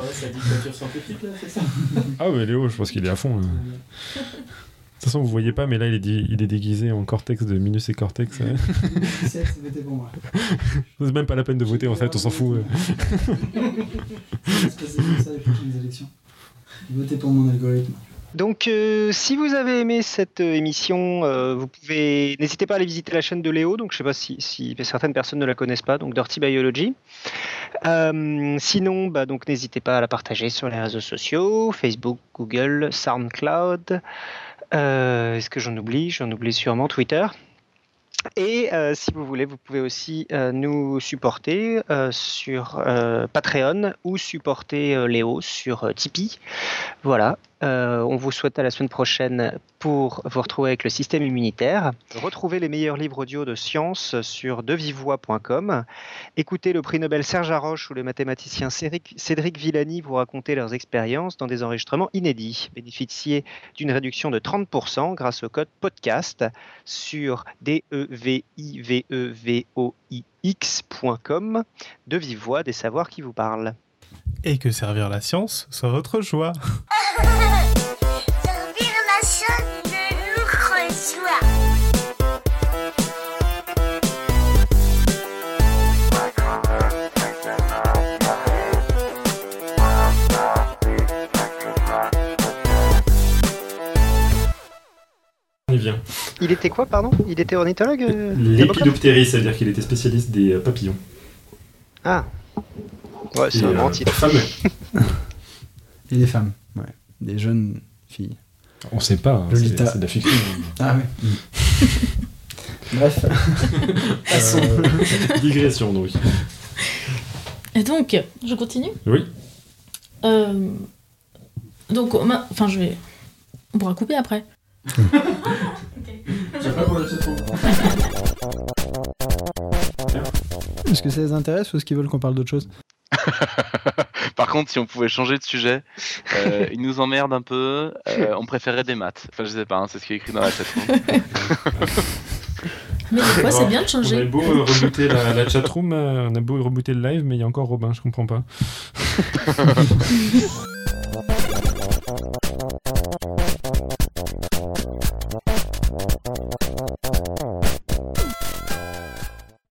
Ah ouais, Léo, je pense qu'il est à fond. Là. De toute façon, vous voyez pas, mais là, il est, di- il est déguisé en Cortex de Minus et Cortex. Ouais. C'est pour moi. C'est même pas la peine de voter en fait, on s'en fout. C'est comme ça les prochaines élections. Votez pour mon algorithme. Donc, euh, si vous avez aimé cette euh, émission, euh, vous pouvez n'hésitez pas à aller visiter la chaîne de Léo. Donc, je sais pas si, si certaines personnes ne la connaissent pas. Donc, Dirty Biology. Euh, sinon, bah, donc n'hésitez pas à la partager sur les réseaux sociaux, Facebook, Google, SoundCloud. Euh, est-ce que j'en oublie? J'en oublie sûrement Twitter. Et euh, si vous voulez, vous pouvez aussi euh, nous supporter euh, sur euh, Patreon ou supporter euh, Léo sur euh, Tipeee. Voilà. Euh, on vous souhaite à la semaine prochaine pour vous retrouver avec le système immunitaire. Retrouvez les meilleurs livres audio de science sur de vive voix point com. Écoutez le prix Nobel Serge Haroche ou le mathématicien Cédric, Cédric Villani vous raconter leurs expériences dans des enregistrements inédits. Bénéficiez d'une réduction de trente pour cent grâce au code podcast sur d e v i v e v o i x point com. De vive voix, des savoirs qui vous parlent. Et que servir la science soit votre joie. Servir la science de notre joie. On y vient. Il était quoi, pardon? Il était ornithologue euh, Lépidoptérie, ça veut dire qu'il était spécialiste des euh, papillons. Ah. Ouais, c'est Et, un euh, grand titre. fameux. Et des femmes, ouais. Des jeunes filles. On sait pas, hein, c'est, Lolita. c'est de la fiction. Ah oui. Bref. Passons. Euh, digression donc. Et donc, je continue. Oui. Euh, donc, on m'a- enfin, je vais. On pourra couper après. Est-ce que ça les intéresse ou est-ce qu'ils veulent qu'on parle d'autre chose? Par contre, si on pouvait changer de sujet, euh, ils nous emmerdent un peu. euh, on préférerait des maths. Enfin, je sais pas, hein, c'est ce qui est écrit dans la chatroom. Mais des fois, c'est bien de On a changer. beau euh, rebooter la, la chatroom, euh, on a beau rebooter le live, mais il y a encore Robin, je comprends pas.